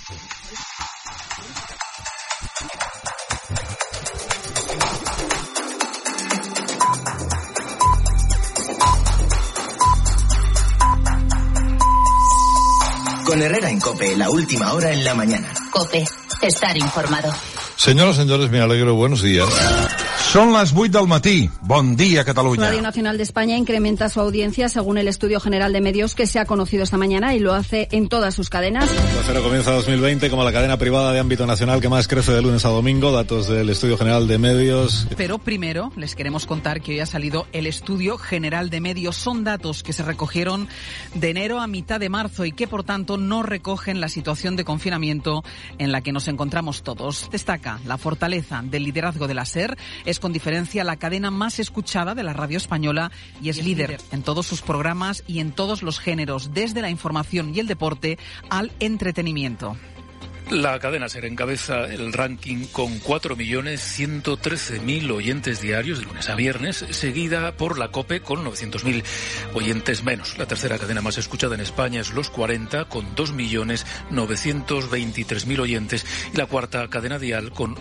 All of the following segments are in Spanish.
Con Herrera en COPE, la última hora en la mañana. COPE, estar informado. Señoras, señores, me alegro, buenos días. Son las 8 del matí. Bon día, Cataluña. Radio Nacional de España incrementa su audiencia según el Estudio General de Medios que se ha conocido esta mañana y lo hace en todas sus cadenas. La Cero comienza 2020 como la cadena privada de ámbito nacional que más crece de lunes a domingo, datos del Estudio General de Medios. Pero primero les queremos contar que hoy ha salido el Estudio General de Medios. Son datos que se recogieron de enero a mitad de marzo y que por tanto no recogen la situación de confinamiento en la que nos encontramos todos. Destaca la fortaleza del liderazgo de la SER, es con diferencia la cadena más escuchada de la radio española y es líder en todos sus programas y en todos los géneros, desde la información y el deporte al entretenimiento. La cadena SER encabeza el ranking con 4.113.000 oyentes diarios de lunes a viernes, seguida por la COPE con 900.000 oyentes menos. La tercera cadena más escuchada en España es Los 40 con 2.923.000 oyentes y la cuarta cadena dial con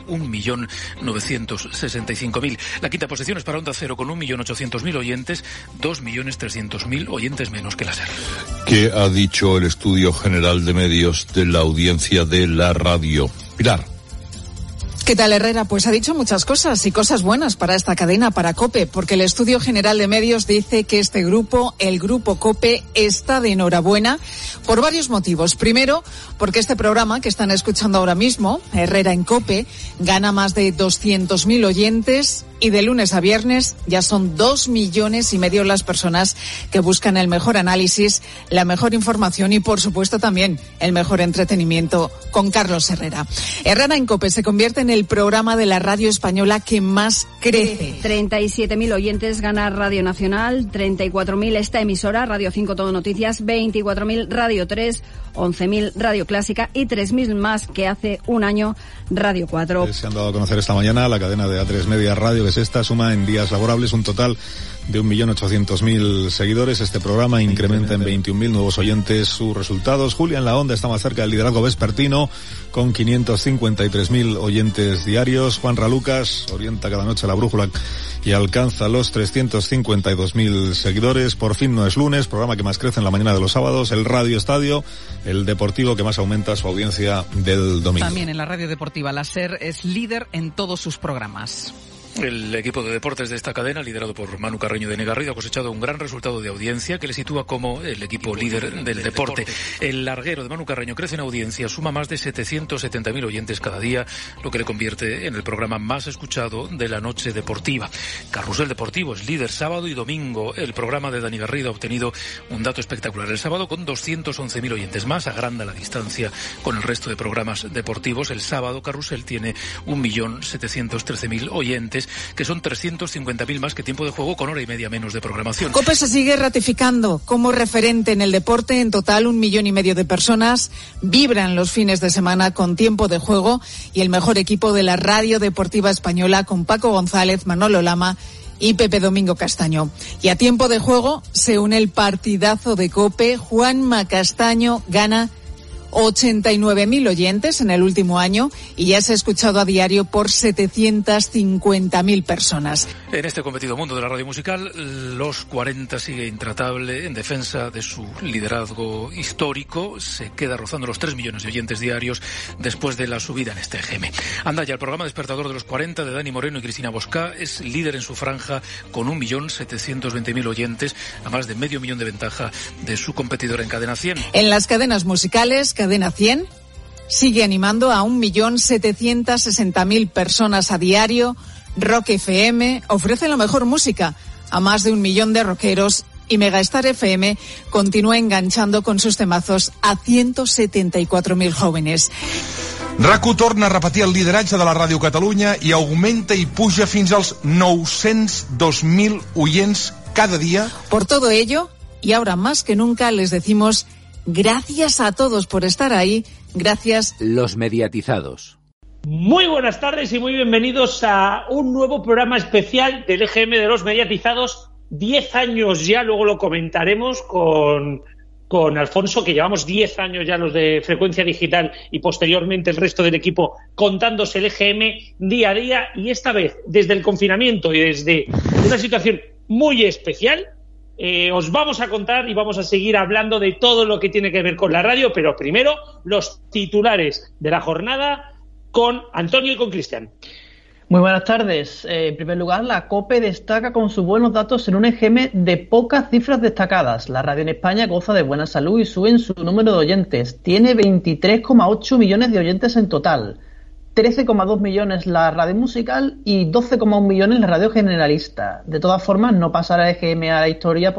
1.965.000. La quinta posición es para Onda Cero con 1.800.000 oyentes, 2.300.000 oyentes menos que la SER. ¿Qué ha dicho el Estudio General de Medios de la audiencia de la radio? Pilar. ¿Qué tal, Herrera? Pues ha dicho muchas cosas y cosas buenas para esta cadena, para COPE, porque el Estudio General de Medios dice que este grupo, el Grupo COPE, está de enhorabuena por varios motivos. Primero, porque este programa que están escuchando ahora mismo, Herrera en COPE, gana más de 200.000 oyentes y de lunes a viernes ya son 2,5 millones las personas que buscan el mejor análisis, la mejor información y, por supuesto, también el mejor entretenimiento con Carlos Herrera. Herrera en COPE se convierte en el programa de la radio española que más crece. 37.000 oyentes gana Radio Nacional, 34.000 esta emisora, Radio 5 Todo Noticias, 24.000 Radio 3, 11.000 Radio Clásica y 3.000 más que hace un año Radio 4. Se han dado a conocer esta mañana la cadena de A3 Media Radio, que es esta, suma en días laborables un total de 1.800.000 seguidores. Este programa incrementa en 21.000 nuevos oyentes sus resultados. Julia en la Onda está más cerca del liderazgo vespertino con 553.000 oyentes diarios. Juan Ralucas orienta cada noche la brújula y alcanza los 352.000 seguidores. Por fin no es lunes, programa que más crece en la mañana de los sábados. El Radio Estadio, el deportivo que más aumenta su audiencia del domingo. También en la radio deportiva, la SER es líder en todos sus programas. El equipo de deportes de esta cadena, liderado por Manu Carreño de Negarrido, ha cosechado un gran resultado de audiencia que le sitúa como el equipo líder del deporte. El larguero de Manu Carreño crece en audiencia, suma más de 770.000 oyentes cada día, lo que le convierte en el programa más escuchado de la noche deportiva. Carrusel Deportivo es líder sábado y domingo. El programa de Dani Garrido ha obtenido un dato espectacular. El sábado, con 211.000 oyentes más, agranda la distancia con el resto de programas deportivos. El sábado, Carrusel tiene 1.713.000 oyentes, que son 350.000 más que Tiempo de Juego, con hora y media menos de programación. COPE se sigue ratificando como referente en el deporte. En total, 1,5 millones de personas vibran los fines de semana con Tiempo de Juego y el mejor equipo de la radio deportiva española, con Paco González, Manolo Lama y Pepe Domingo Castaño. Y a Tiempo de Juego se une el partidazo de COPE. Juanma Castaño gana 89.000 oyentes en el último año y ya se ha escuchado a diario por 750.000 personas. En este competido mundo de la radio musical, Los 40 sigue intratable en defensa de su liderazgo histórico. Se queda rozando los 3 millones de oyentes diarios después de la subida en este EGM. Anda ya, el programa despertador de Los 40 de Dani Moreno y Cristina Boscá es líder en su franja con 1.720.000 oyentes, a más de medio millón de ventaja de su competidor en Cadena 100. En las cadenas musicales, Cadena 100 sigue animando a 1.760.000 personas a diario. Rock FM ofrece la mejor música a más de 1 millón de rockeros y Megastar FM continúa enganchando con sus temazos a 174.000 jóvenes. RAC1 torna a repetir el lideratge de la Ràdio Catalunya i augmenta i puja fins als 902.000 oyents cada día. Por todo ello, y ahora más que nunca, les decimos gracias a todos por estar ahí. Gracias. Los mediatizados. Muy buenas tardes y muy bienvenidos a un nuevo programa especial del EGM de los mediatizados. 10 años ya, luego lo comentaremos, con con Alfonso, que llevamos 10 años ya los de Frecuencia Digital y posteriormente el resto del equipo contándose el EGM día a día, y esta vez desde el confinamiento y desde una situación muy especial os vamos a contar y vamos a seguir hablando de todo lo que tiene que ver con la radio, pero primero los titulares de la jornada con Antonio y con Cristian. Muy buenas tardes. En primer lugar, la COPE destaca con sus buenos datos en un EGM de pocas cifras destacadas. La radio en España goza de buena salud y sube en su número de oyentes. Tiene 23,8 millones de oyentes en total. 13,2 millones la radio musical y 12,1 millones la radio generalista. De todas formas, no pasará este EGM a la historia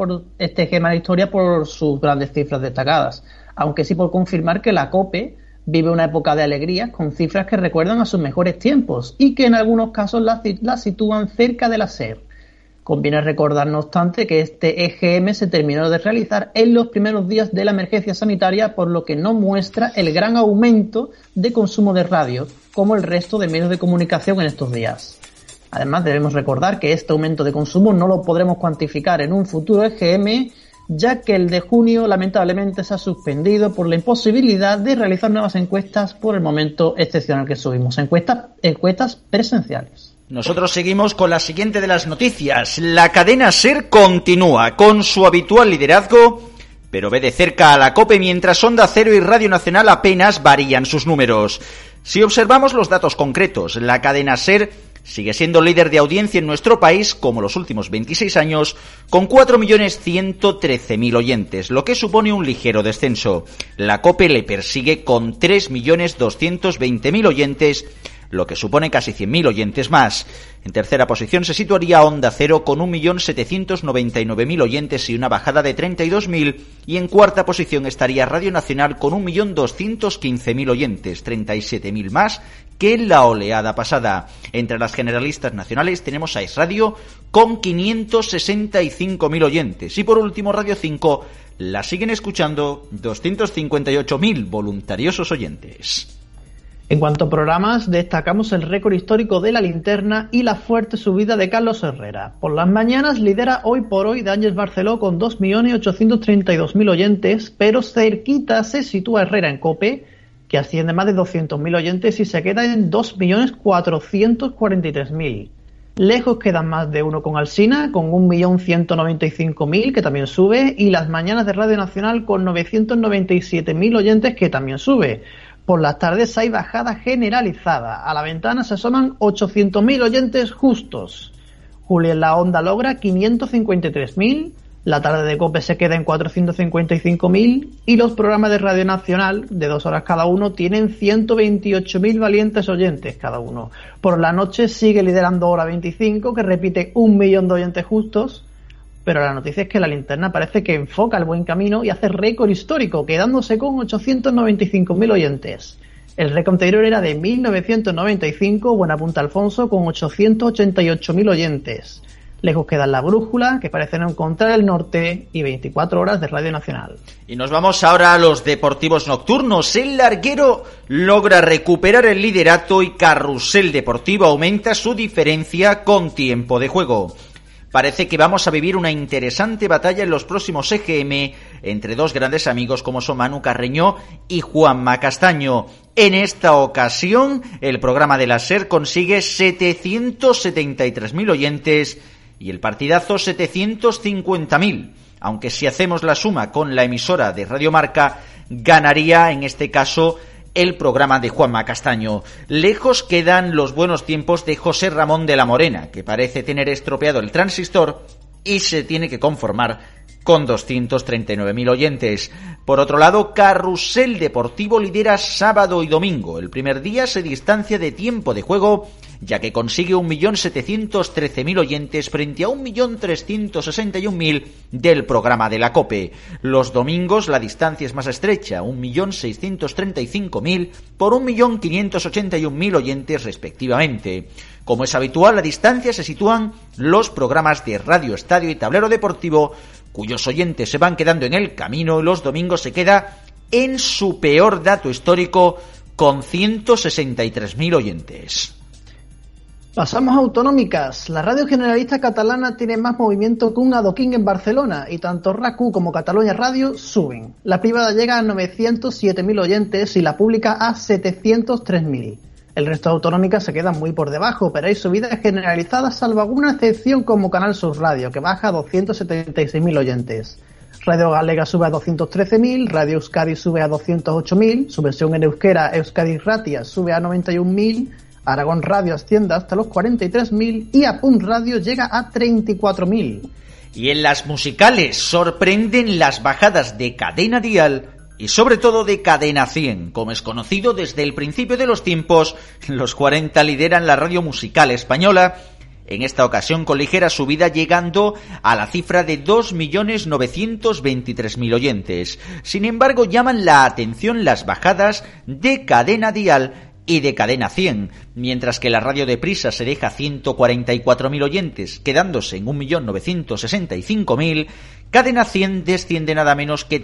por sus grandes cifras destacadas, aunque sí por confirmar que la COPE vive una época de alegría con cifras que recuerdan a sus mejores tiempos y que en algunos casos la sitúan cerca de la SER. Conviene recordar, no obstante, que este EGM se terminó de realizar en los primeros días de la emergencia sanitaria, por lo que no muestra el gran aumento de consumo de radio, como el resto de medios de comunicación en estos días. Además, debemos recordar que este aumento de consumo no lo podremos cuantificar en un futuro EGM, ya que el de junio lamentablemente se ha suspendido por la imposibilidad de realizar nuevas encuestas por el momento excepcional que subimos, encuestas presenciales. Nosotros seguimos con la siguiente de las noticias. La cadena SER continúa con su habitual liderazgo, pero ve de cerca a la COPE, mientras Onda Cero y Radio Nacional apenas varían sus números. Si observamos los datos concretos, la cadena SER sigue siendo líder de audiencia en nuestro país, como los últimos 26 años, con 4.113.000 oyentes, lo que supone un ligero descenso. La COPE le persigue con 3.220.000 oyentes, lo que supone casi 100.000 oyentes más. En tercera posición se situaría Onda Cero con 1.799.000 oyentes y una bajada de 32.000, y en cuarta posición estaría Radio Nacional con 1.215.000 oyentes, 37.000 más que en la oleada pasada. Entre las generalistas nacionales tenemos a Es Radio con 565.000 oyentes, y por último Radio 5 la siguen escuchando 258.000 voluntariosos oyentes. En cuanto a programas, destacamos el récord histórico de La Linterna y la fuerte subida de Carlos Herrera. Por las mañanas lidera Hoy por Hoy de Ángel Barceló con 2.832.000 oyentes, pero cerquita se sitúa Herrera en COPE, que asciende más de 200.000 oyentes y se queda en 2.443.000. Lejos quedan más de uno con Alsina, con 1.195.000, que también sube, y Las Mañanas de Radio Nacional con 997.000 oyentes, que también sube. Por las tardes hay bajada generalizada. A la ventana se asoman 800.000 oyentes justos. Julia en la Onda logra 553.000, la tarde de COPE se queda en 455.000 y los programas de Radio Nacional, de 2 horas cada uno, tienen 128.000 valientes oyentes cada uno. Por la noche sigue liderando Hora 25, que repite 1 millón de oyentes justos, pero la noticia es que La Linterna parece que enfoca el buen camino y hace récord histórico, quedándose con 895.000 oyentes. El récord anterior era de 1995, buena punta Alfonso, con 888.000 oyentes. Lejos queda La Brújula, que parece no encontrar el norte, y 24 horas de Radio Nacional. Y nos vamos ahora a los deportivos nocturnos. El Larguero logra recuperar el liderato y Carrusel Deportivo aumenta su diferencia con tiempo de juego. Parece que vamos a vivir una interesante batalla en los próximos EGM entre dos grandes amigos como son Manu Carreño y Juanma Castaño. En esta ocasión, el programa de la SER consigue 773.000 oyentes y el partidazo 750.000, aunque si hacemos la suma con la emisora de Radio Marca, ganaría en este caso el programa de Juanma Castaño. Lejos quedan los buenos tiempos de José Ramón de la Morena, que parece tener estropeado el transistor y se tiene que conformar con 239.000 oyentes. Por otro lado, Carrusel Deportivo lidera sábado y domingo. El primer día se distancia de tiempo de juego, ya que consigue 1.713.000 oyentes frente a 1.361.000 del programa de la COPE. Los domingos la distancia es más estrecha, 1.635.000 por 1.581.000 oyentes respectivamente. Como es habitual, a distancia se sitúan los programas de Radio Estadio y Tablero Deportivo, cuyos oyentes se van quedando en el camino, y los domingos se queda en su peor dato histórico con 163.000 oyentes. Pasamos a autonómicas. La radio generalista catalana tiene más movimiento que un adoquín en Barcelona y tanto RAC1 como Catalunya Radio suben. La privada llega a 907.000 oyentes y la pública a 703.000. El resto de autonómicas se quedan muy por debajo, pero hay subidas generalizadas salvo alguna excepción como Canal Sur Radio, que baja a 276.000 oyentes. Radio Galega sube a 213.000, Radio Euskadi sube a 208.000, su versión en euskera Euskadi Ratia sube a 91.000, Aragón Radio asciende hasta los 43.000 y Apunt Radio llega a 34.000. Y en las musicales sorprenden las bajadas de Cadena Dial y sobre todo de Cadena 100. Como es conocido desde el principio de los tiempos, los 40 lideran la radio musical española, en esta ocasión con ligera subida llegando a la cifra de 2.923.000 oyentes. Sin embargo, llaman la atención las bajadas de Cadena Dial y de Cadena 100, mientras que la radio de Prisa se deja 144.000 oyentes, quedándose en 1.965.000, Cadena 100 desciende nada menos que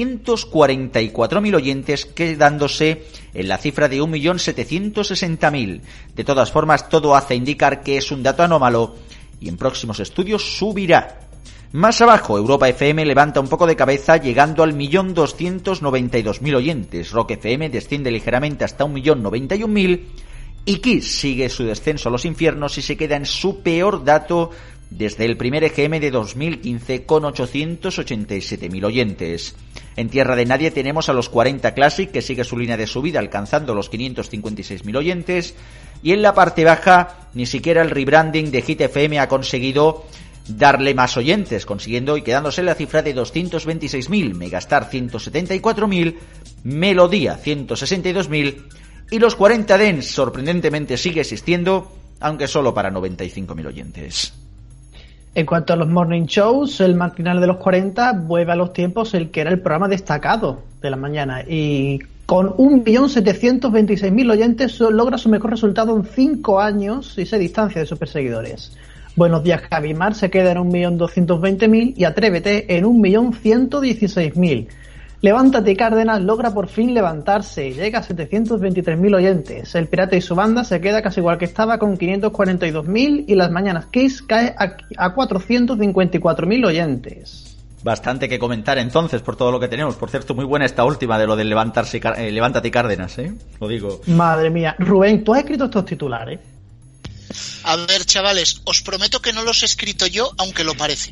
344.000 oyentes, quedándose en la cifra de 1.760.000. De todas formas, todo hace indicar que es un dato anómalo y en próximos estudios subirá. Más abajo, Europa FM levanta un poco de cabeza llegando al 1.292.000 oyentes. Rock FM desciende ligeramente hasta 1.091.000 y Kiss sigue su descenso a los infiernos y se queda en su peor dato desde el primer EGM de 2015 con 887.000 oyentes. En tierra de nadie tenemos a los 40 Classic, que sigue su línea de subida alcanzando los 556.000 oyentes, y en la parte baja ni siquiera el rebranding de Hit FM ha conseguido darle más oyentes, consiguiendo y quedándose en la cifra de 226.000, Megastar 174.000, Melodía 162.000 y los 40 Dance sorprendentemente sigue existiendo, aunque solo para 95.000 oyentes. En cuanto a los morning shows, el matinal de los 40 vuelve a los tiempos el que era el programa destacado de la mañana y con 1.726.000 oyentes logra su mejor resultado en 5 años y se distancia de sus perseguidores. Buenos días, Javimar se queda en 1.220.000 y Atrévete en 1.116.000. Levántate Cárdenas logra por fin levantarse y llega a 723.000 oyentes. El Pirata y su banda se queda casi igual que estaba con 542.000 y Las Mañanas Kiss cae a 454.000 oyentes. Bastante que comentar entonces por todo lo que tenemos. Por cierto, muy buena esta última de lo del Levántate Cárdenas, lo digo. Madre mía. Rubén, ¿tú has escrito estos titulares? A ver, chavales, os prometo que no los he escrito yo, aunque lo parece.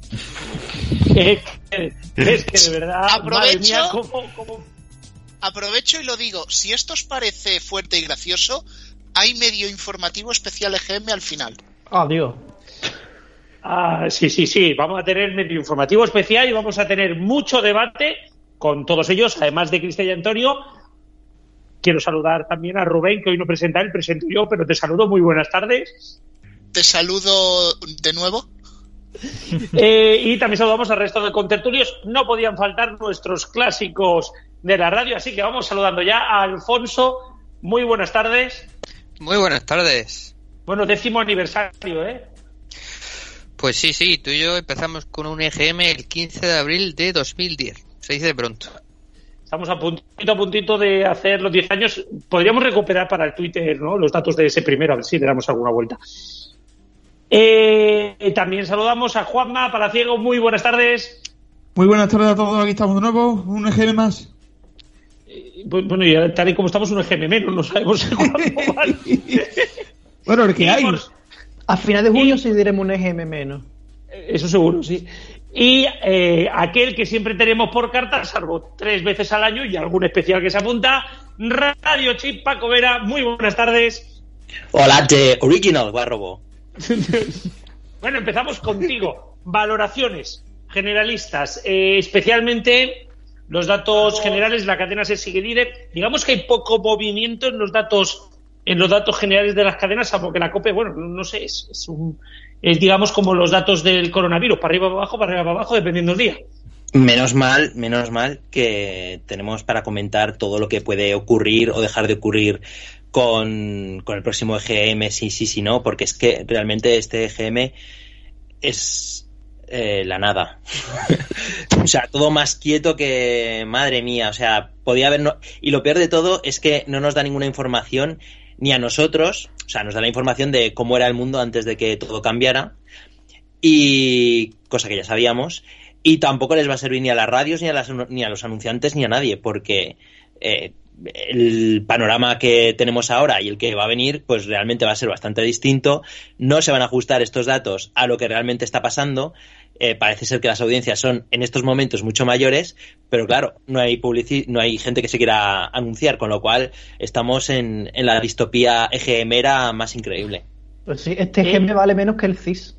Es que de verdad, aprovecho, mía, aprovecho y lo digo. Si esto os parece fuerte y gracioso, hay medio informativo especial EGM al final. Adiós. Sí. Vamos a tener medio informativo especial y vamos a tener mucho debate con todos ellos, además de Cristian y Antonio. Quiero saludar también a Rubén, que hoy no presenta él, presento yo, pero te saludo. Muy buenas tardes. Te saludo de nuevo. Y también saludamos al resto de contertulios. No podían faltar nuestros clásicos de la radio, así que vamos saludando ya a Alfonso. Muy buenas tardes. Muy buenas tardes. Bueno, 10º aniversario, Pues sí, tú y yo empezamos con un EGM el 15 de abril de 2010. Se dice pronto. Estamos a puntito de hacer los 10 años. Podríamos recuperar para el Twitter, ¿no?, los datos de ese primero, a ver si le damos alguna vuelta. También saludamos a Juanma Palaciego. Muy buenas tardes. Muy buenas tardes a todos. Aquí estamos de nuevo. Un EGM más. Bueno, y tal y como estamos, un EGM menos. No sabemos cuándo van. Bueno, el que hay. A final de junio sí diremos un EGM menos. Eso seguro, sí. Y aquel que siempre tenemos por carta, salvo 3 veces al año y algún especial que se apunta, Radio Chip, Paco Vera. Muy buenas tardes. Hola, The Original, Guarrobo. Bueno, empezamos contigo. Valoraciones generalistas, especialmente los datos generales. La cadena se sigue líder. Digamos que hay poco movimiento en los datos generales de las cadenas, salvo que la COPE, bueno, no sé, es digamos como los datos del coronavirus, para arriba para abajo, dependiendo del día. Menos mal que tenemos para comentar todo lo que puede ocurrir o dejar de ocurrir con el próximo EGM, sí, no, porque es que realmente este EGM es la nada. O sea, todo más quieto que... Madre mía, o sea, podía haber... No... Y lo peor de todo es que no nos da ninguna información ni a nosotros. O sea, nos da la información de cómo era el mundo antes de que todo cambiara, y cosa que ya sabíamos, y tampoco les va a servir ni a las radios, ni a los anunciantes, ni a nadie, porque el panorama que tenemos ahora y el que va a venir, pues realmente va a ser bastante distinto. No se van a ajustar estos datos a lo que realmente está pasando. Parece ser que las audiencias son en estos momentos mucho mayores, pero claro, no hay gente que se quiera anunciar, con lo cual estamos en la distopía EGMera más increíble. Pues sí, este EGM vale menos que el CIS.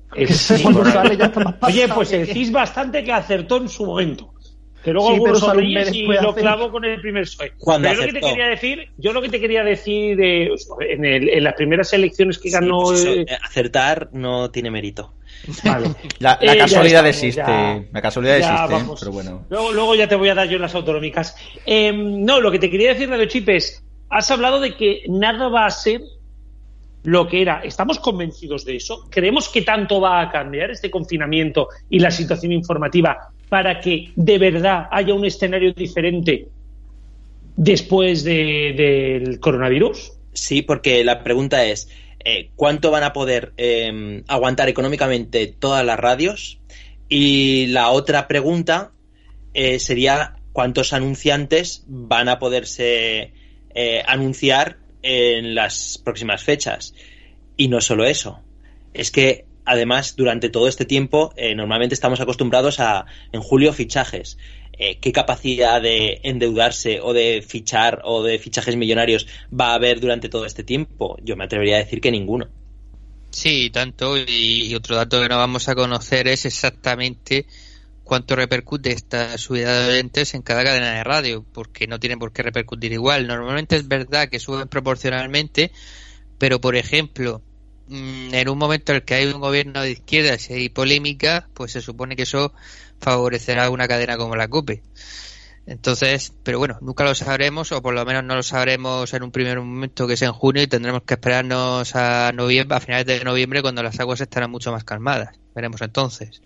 Oye, pues el CIS bastante que acertó en su momento. Que luego algunos sonríes y lo clavo con el primer PSOE. Pero yo lo que te quería decir en las primeras elecciones que ganó... Pues acertar no tiene mérito. Vale. La casualidad existe. La casualidad existe, vamos. Pero bueno. Luego ya te voy a dar yo las autonómicas. No, lo que te quería decir, Radio Chip, es... Has hablado de que nada va a ser lo que era. ¿Estamos convencidos de eso? ¿Creemos que tanto va a cambiar este confinamiento y la situación informativa para que de verdad haya un escenario diferente después del coronavirus? Sí, porque la pregunta es ¿cuánto van a poder aguantar económicamente todas las radios? Y la otra pregunta sería ¿cuántos anunciantes van a poderse anunciar en las próximas fechas? Y no solo eso, es que además, durante todo este tiempo, normalmente estamos acostumbrados en julio, fichajes. ¿Qué capacidad de endeudarse o de fichar o de fichajes millonarios va a haber durante todo este tiempo? Yo me atrevería a decir que ninguno. Sí, tanto. Y otro dato que no vamos a conocer es exactamente cuánto repercute esta subida de oyentes en cada cadena de radio, porque no tienen por qué repercutir igual. Normalmente es verdad que suben proporcionalmente, pero, por ejemplo, en un momento en el que hay un gobierno de izquierdas y hay polémica, pues se supone que eso favorecerá a una cadena como la COPE. Entonces, pero bueno, nunca lo sabremos, o por lo menos no lo sabremos en un primer momento, que es en junio, y tendremos que esperarnos a finales de noviembre, cuando las aguas estarán mucho más calmadas. Veremos entonces.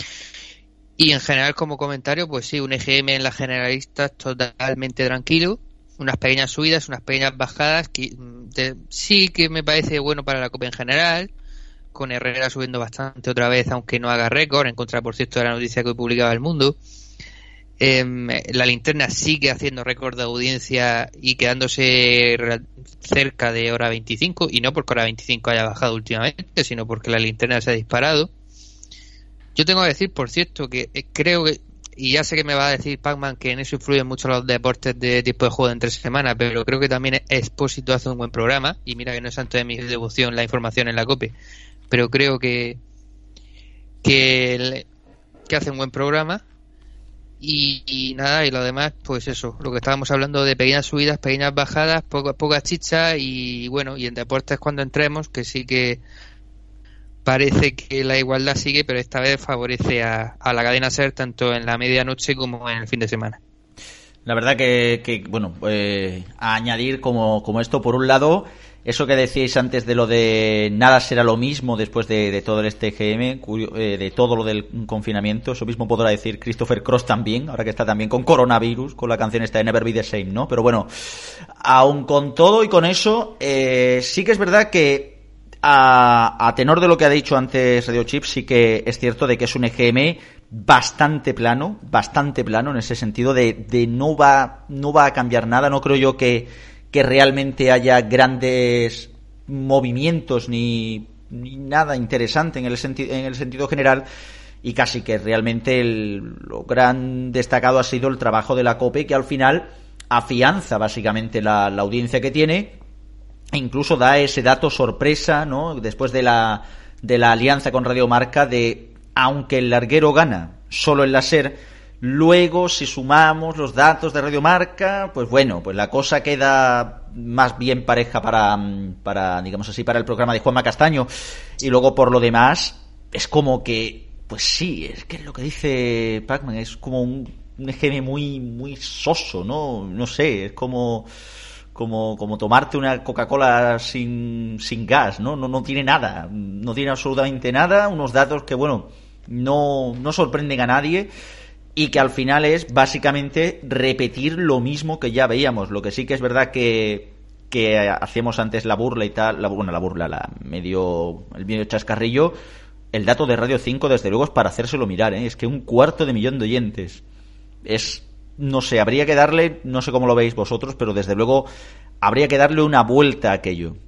Y en general, como comentario, pues sí, un EGM en las generalistas totalmente tranquilo. Unas pequeñas subidas, unas pequeñas bajadas, que sí que me parece bueno para la COPE en general, con Herrera subiendo bastante otra vez, aunque no haga récord, en contra, por cierto, de la noticia que hoy publicaba El Mundo. La linterna sigue haciendo récord de audiencia y quedándose cerca de hora 25, y no porque hora 25 haya bajado últimamente, sino porque la linterna se ha disparado. Yo tengo que decir, por cierto, que creo que, y ya sé que me va a decir Pac-Man que en eso influyen mucho los deportes de tiempo de juego de entre semana, pero creo que también Expósito hace un buen programa, y mira que no es santo de mi devoción la información en la COPE, pero creo que hace un buen programa. Y nada, y lo demás, pues eso, lo que estábamos hablando de pequeñas subidas, pequeñas bajadas, poca chicha, y bueno, y en deportes cuando entremos, que sí que parece que la igualdad sigue, pero esta vez favorece a la cadena SER, tanto en la medianoche como en el fin de semana. La verdad que bueno, a añadir como esto, por un lado, eso que decíais antes de lo de nada será lo mismo después de todo este EGM, de todo lo del confinamiento, eso mismo podrá decir Christopher Cross también, ahora que está también con coronavirus, con la canción esta de Never Be the Same, ¿no? Pero bueno, aun con todo y con eso, sí que es verdad que a tenor de lo que ha dicho antes Radio Chip, sí que es cierto de que es un EGM bastante plano en ese sentido de no va a cambiar nada. No creo yo que realmente haya grandes movimientos ni nada interesante en el sentido general, y casi que realmente lo gran destacado ha sido el trabajo de la COPE, que al final afianza básicamente la audiencia que tiene, e incluso da ese dato sorpresa, ¿no? Después de la alianza con Radio Marca, de aunque el larguero gana solo en la SER, luego si sumamos los datos de Radio Marca, pues bueno, pues la cosa queda más bien pareja para digamos así, para el programa de Juanma Castaño. Y luego por lo demás es como que, pues sí, es que lo que dice Pac-Man es como un EGM muy muy soso, no sé, es como tomarte una Coca-Cola sin gas, no tiene nada, no tiene absolutamente nada, unos datos que bueno, no sorprenden a nadie, y que al final es básicamente repetir lo mismo que ya veíamos. Lo que sí que es verdad que que hacíamos antes la burla y tal, el medio chascarrillo, el dato de Radio 5 desde luego es para hacérselo mirar, ¿eh? Es que 250.000 de oyentes no sé, habría que darle, no sé cómo lo veis vosotros, pero desde luego habría que darle una vuelta a aquello,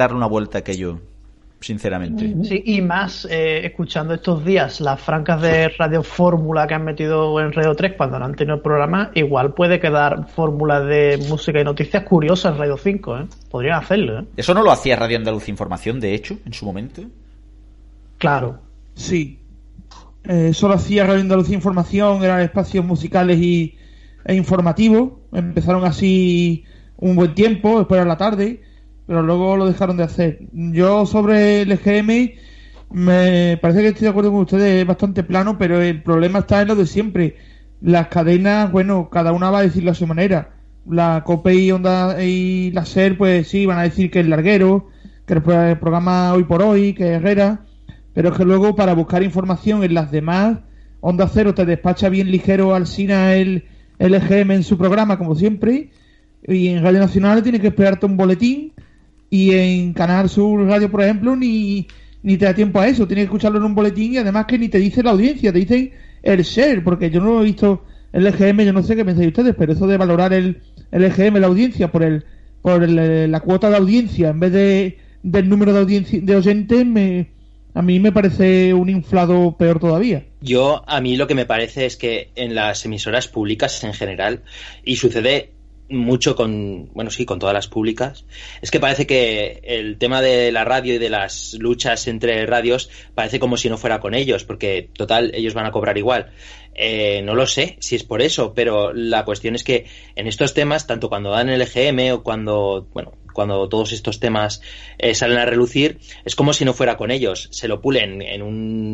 sinceramente. Sí, y más escuchando estos días las francas de Radio Fórmula que han metido en Radio 3 cuando no han tenido el programa, igual puede quedar fórmulas de música y noticias curiosas en Radio 5, ¿eh? Podrían hacerlo, ¿eh? ¿Eso no lo hacía Radio Andaluz Información, de hecho, en su momento? Claro. Sí. Eso lo hacía Radio Andalucía Información, eran espacios musicales e informativos. Empezaron así un buen tiempo, después a la tarde, pero luego lo dejaron de hacer. Yo sobre el EGM me parece que estoy de acuerdo con ustedes, es bastante plano, pero el problema está en lo de siempre. Las cadenas, bueno, cada una va a decirlo a su manera. La COPE y Onda y la SER, pues sí, van a decir que es Larguero, que el programa Hoy por Hoy, que es Herrera, pero es que luego para buscar información en las demás, Onda Cero te despacha bien ligero Alsina el EGM en su programa, como siempre, y en Radio Nacional tienes que esperarte un boletín, y en Canal Sur Radio, por ejemplo, ni te da tiempo a eso, tienes que escucharlo en un boletín, y además que ni te dice la audiencia, te dicen el share, porque yo no he visto el EGM, yo no sé qué pensáis ustedes, pero eso de valorar el EGM, la audiencia, por la cuota de audiencia, en vez del número de oyentes, a mí me parece un inflado peor todavía. A mí lo que me parece es que en las emisoras públicas en general, y sucede mucho con todas las públicas, es que parece que el tema de la radio y de las luchas entre radios parece como si no fuera con ellos, porque total, ellos van a cobrar igual. No lo sé si es por eso, pero la cuestión es que en estos temas, tanto cuando dan el EGM o cuando todos estos temas salen a relucir, es como si no fuera con ellos. Se lo pulen en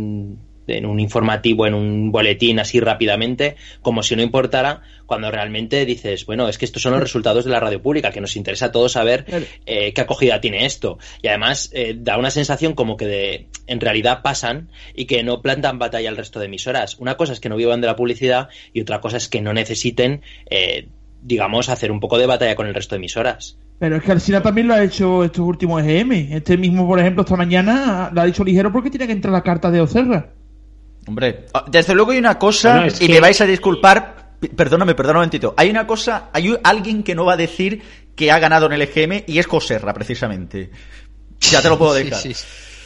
un informativo, en un boletín así rápidamente, como si no importara, cuando realmente dices, bueno, es que estos son los resultados de la radio pública, que nos interesa a todos saber qué acogida tiene esto. Y además da una sensación como que en realidad pasan y que no plantan batalla al resto de emisoras. Una cosa es que no vivan de la publicidad y otra cosa es que no necesiten, hacer un poco de batalla con el resto de emisoras. Pero es que Alsina también lo ha hecho estos últimos EGM. Este mismo, por ejemplo, esta mañana lo ha dicho ligero porque tiene que entrar la carta de Ocerra. Hombre, desde luego hay una cosa, me vais a disculpar, perdóname un momentito, hay alguien que no va a decir que ha ganado en el EGM y es Joserra, precisamente. Ya te lo puedo dejar. Sí.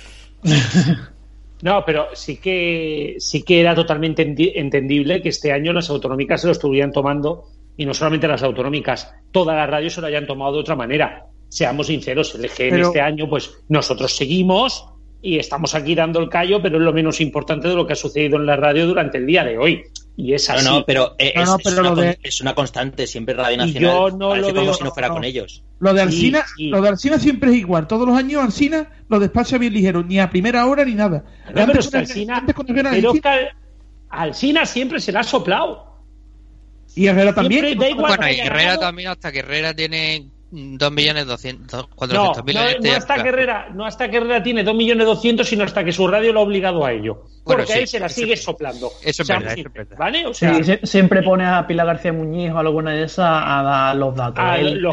No, pero sí que era totalmente entendible que este año las autonómicas se lo estuvieran tomando, y no solamente las autonómicas, todas las radios se lo hayan tomado de otra manera. Seamos sinceros, el EGM este año, pues nosotros seguimos y estamos aquí dando el callo, pero es lo menos importante de lo que ha sucedido en la radio durante el día de hoy. Y es así. Es una constante, siempre Radio Nacional parece como si no fuera con ellos. Lo de Alsina, lo de Alsina siempre es igual. Todos los años Alsina lo despacha bien ligero, ni a primera hora ni nada. Alsina siempre se la ha soplado. Y Herrera también. Y Herrera también, hasta que Herrera tiene 2.400.000. No hasta que Herrera tiene 2.200.000, sino hasta que su radio lo ha obligado a ello. Porque ahí se la sigue soplando. Eso es verdad. ¿Vale? O sea, sí, siempre pone a Pilar García Muñiz o alguna de esas a dar los datos.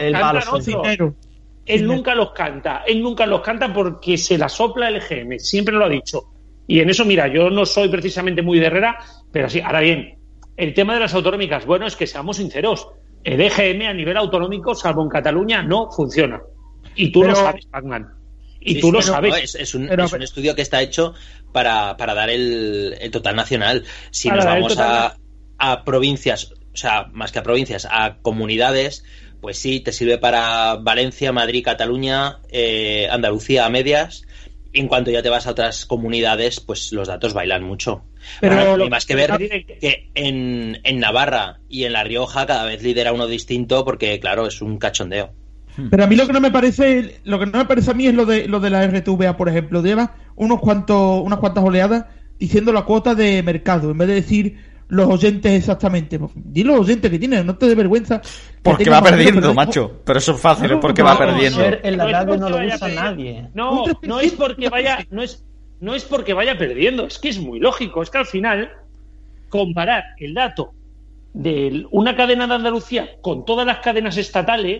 Él nunca los canta porque se la sopla el EGM, siempre lo ha dicho. Y en eso, mira, yo no soy precisamente muy de Herrera, pero sí, ahora bien, el tema de las autonómicas, bueno, es que seamos sinceros, el EGM a nivel autonómico, salvo en Cataluña, no funciona. Y tú lo sabes, Pacman. Y tú lo sabes. Es un estudio que está hecho para dar el total nacional. Si nos vamos a provincias, o sea, más que a provincias, a comunidades, pues sí, te sirve para Valencia, Madrid, Cataluña, Andalucía a medias. En cuanto ya te vas a otras comunidades, pues los datos bailan mucho. Pero hay más que ver que en Navarra y en La Rioja cada vez lidera uno distinto, porque claro, es un cachondeo. Pero a mí lo que no me parece a mí es lo de la RTVA, por ejemplo. Lleva unas cuantas oleadas diciendo la cuota de mercado, en vez de decir los oyentes exactamente. Di los oyentes que tienen, no te dé vergüenza. Porque va perdiendo, macho. Pero eso es fácil, es porque va perdiendo. En la radio no lo usa nadie. No es porque vaya perdiendo, es que es muy lógico. Es que al final, comparar el dato de una cadena de Andalucía con todas las cadenas estatales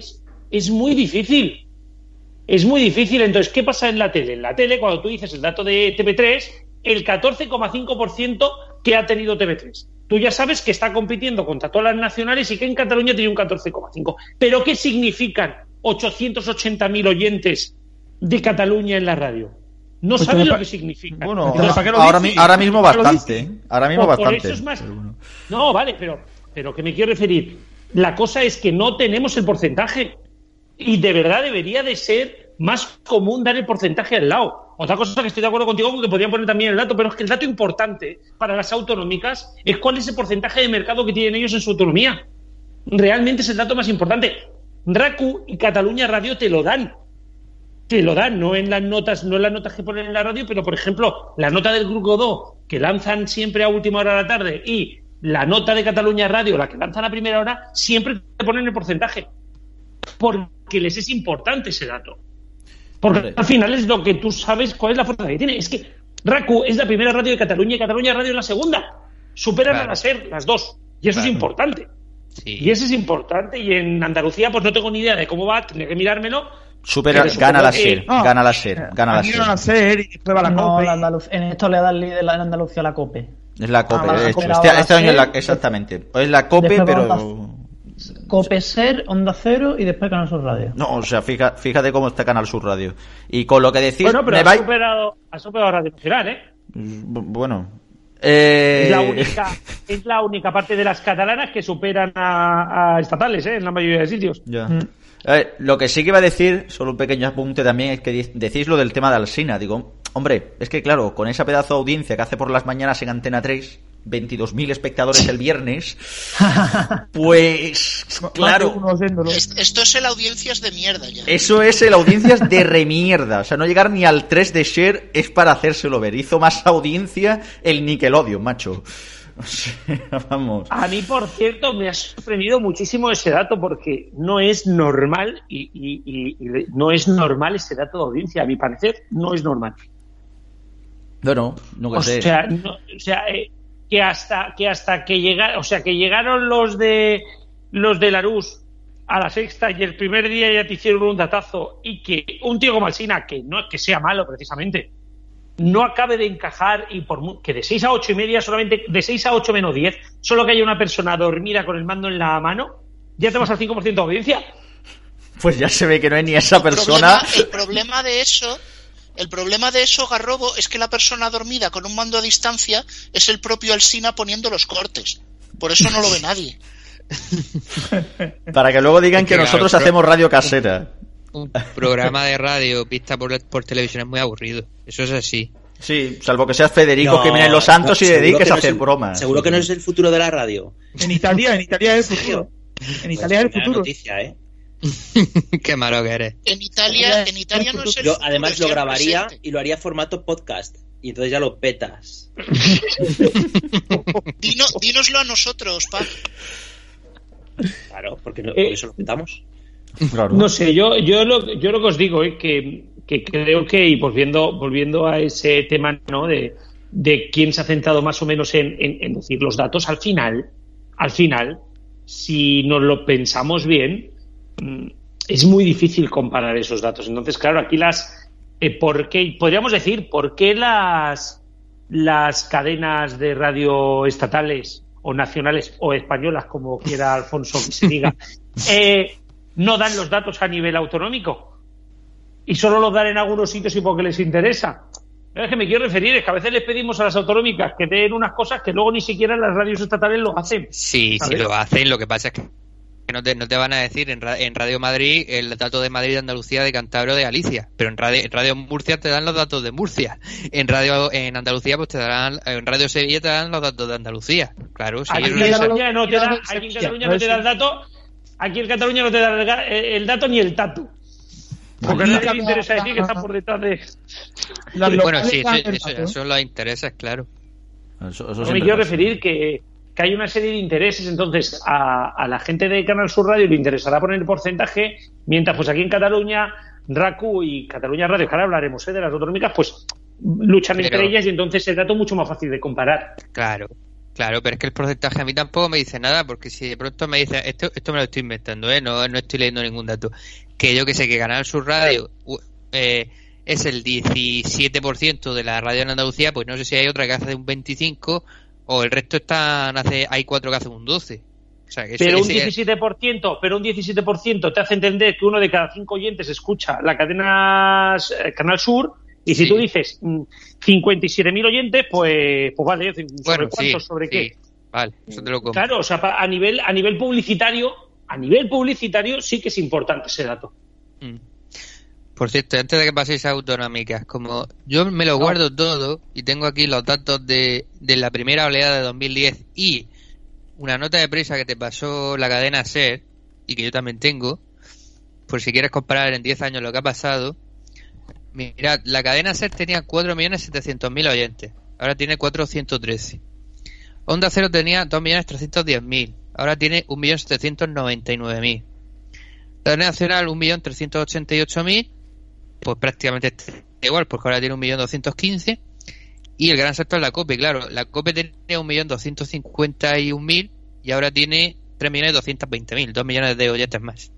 es muy difícil. Es muy difícil. Entonces, ¿qué pasa en la tele? En la tele, cuando tú dices el dato de TV3, el 14,5% que ha tenido TV3. Tú ya sabes que está compitiendo contra todas las nacionales y que en Cataluña tiene un 14,5%. ¿Pero qué significan 880.000 oyentes de Cataluña en la radio? No pues sabes lo que significa. Bueno, ahora mismo bastante. Ahora mismo bastante. Por eso es más... No, vale, pero que me quiero referir. La cosa es que no tenemos el porcentaje. Y de verdad debería de ser más común dar el porcentaje al lado. Otra cosa que estoy de acuerdo contigo, porque podrían poner también el dato, pero es que el dato importante para las autonómicas es cuál es el porcentaje de mercado que tienen ellos en su autonomía. Realmente es el dato más importante. RACU y Cataluña Radio te lo dan, no en las notas que ponen en la radio, pero por ejemplo, la nota del Grupo Godó, que lanzan siempre a última hora de la tarde, y la nota de Cataluña Radio, la que lanzan a primera hora, siempre te ponen el porcentaje. Porque les es importante ese dato. Porque al final es lo que tú sabes cuál es la fuerza que tiene. Es que RACU es la primera radio de Cataluña y Cataluña Radio es la segunda. Superan a la SER las dos. Y eso es importante. Sí. Y eso es importante. Y en Andalucía, pues no tengo ni idea de cómo va, tendré que mirármelo. Gana la SER. Gana la SER. Y después va la COPE. En esto le da el líder en Andalucía la COPE. Es la COPE. Este año es la, exactamente. Es la COPE, pero... COPE, SER, Onda Cero y después Canal Sur Radio. No, o sea, fíjate cómo está Canal Sur Radio. Y con lo que decís... Bueno, pero ha superado Radio Nacional, ¿eh? Bueno... Es la única parte de las catalanas que superan a estatales, en la mayoría de sitios. Ya. Lo que sí que iba a decir, solo un pequeño apunte también, es que decís lo del tema de Alsina. Digo, hombre, es que claro, con esa pedazo de audiencia que hace por las mañanas en Antena 3... 22.000 espectadores el viernes, pues claro, esto es el audiencias de mierda ya. Eso es el audiencias de remierda. O sea, no llegar ni al 3 de share es para hacérselo ver. Hizo más audiencia el Nickelodeon, macho. O sea, vamos. A mí, por cierto, me ha sorprendido muchísimo ese dato, porque no es normal y no es normal ese dato de audiencia. A mi parecer, no es normal. No sé. Que hasta que llegaron los de Larús a la Sexta y el primer día ya te hicieron un datazo, y que un tío como Alsina, que no es que sea malo precisamente, no acabe de encajar, y que de 6 a 8 y media, solamente de 6 a 8 menos 10, solo que haya una persona dormida con el mando en la mano, ya te vas al 5% de audiencia. Pues ya se ve que no hay ni esa persona. El problema de eso, Garrobo, es que la persona dormida con un mando a distancia es el propio Alsina poniendo los cortes. Por eso no lo ve nadie. Para que luego digan que nosotros hacemos radio casera. Un programa de radio vista por televisión es muy aburrido. Eso es así. Sí, salvo que seas Federico Jiménez Los Santos y dediques a hacer bromas. Seguro que no es el futuro de la radio. En Italia es el futuro. En Italia es el futuro. Noticia, Qué malo que eres. En Italia no es el Yo futuro, además lo grabaría y lo haría formato podcast. Y entonces ya lo petas. Dínoslo a nosotros, pa. Claro, porque por eso lo petamos. Claro. No sé, yo lo que os digo es que creo que, y volviendo a ese tema, ¿no? de quién se ha centrado más o menos en decir los datos, al final, si nos lo pensamos bien, es muy difícil comparar esos datos. Entonces, claro, aquí podríamos decir, ¿por qué las cadenas de radio estatales o nacionales o españolas, como quiera Alfonso que se diga, no dan los datos a nivel autonómico y solo los dan en algunos sitios y porque les interesa? Es que me quiero referir, es que a veces les pedimos a las autonómicas que den unas cosas que luego ni siquiera las radios estatales lo hacen. Sí, ¿sabes? Sí lo hacen, lo que pasa es que no te van a decir en Radio Madrid el dato de Madrid, de Andalucía, de Cantabria o de Galicia, pero en Radio Murcia te dan los datos de Murcia, en Andalucía pues te darán, en Radio Sevilla te dan los datos de Andalucía. Claro, sí. Aquí en Cataluña no te da el dato, aquí en Cataluña no te da el dato ni el tatu. Porque a nadie le interesa decir que está por detrás de... Bueno, sí, eso son los intereses, claro. Eso me quiero referir que hay una serie de intereses. Entonces a la gente de Canal Sur Radio le interesará poner el porcentaje, mientras pues aquí en Cataluña RACU y Cataluña Radio, que ahora hablaremos de las autonómicas, pues luchan entre ellas, y entonces el dato es mucho más fácil de comparar. Claro. Claro, pero es que el porcentaje a mí tampoco me dice nada, porque si de pronto me dice, esto me lo estoy inventando, no estoy leyendo ningún dato, que yo que sé, que Canal Sur Radio es el 17% de la radio en Andalucía, pues no sé si hay otra que hace un 25% o el resto hay 4 que hacen un 12%. O sea, que pero un 17% te hace entender que uno de cada 5 oyentes escucha la cadena Canal Sur. Y si tú dices 57.000 oyentes, pues vale, ¿sobre cuántos? ¿Sobre qué? Vale, eso te lo compro. Claro, o sea, a nivel publicitario sí que es importante ese dato. Por cierto, antes de que paséis a autonómicas, como yo me lo guardo todo y tengo aquí los datos de la primera oleada de 2010 y una nota de prensa que te pasó la cadena SER y que yo también tengo, por si quieres comparar en 10 años lo que ha pasado. Mirad, la cadena SER tenía 4.700.000 oyentes, ahora tiene 413. Onda Cero tenía 2.310.000, ahora tiene 1.799.000. La cadena nacional 1.388.000, pues prácticamente igual, porque ahora tiene 1.215.000. Y el gran sector es la COPE, claro, la COPE tenía 1.251.000 y ahora tiene 3.220.000, 2 millones de oyentes más.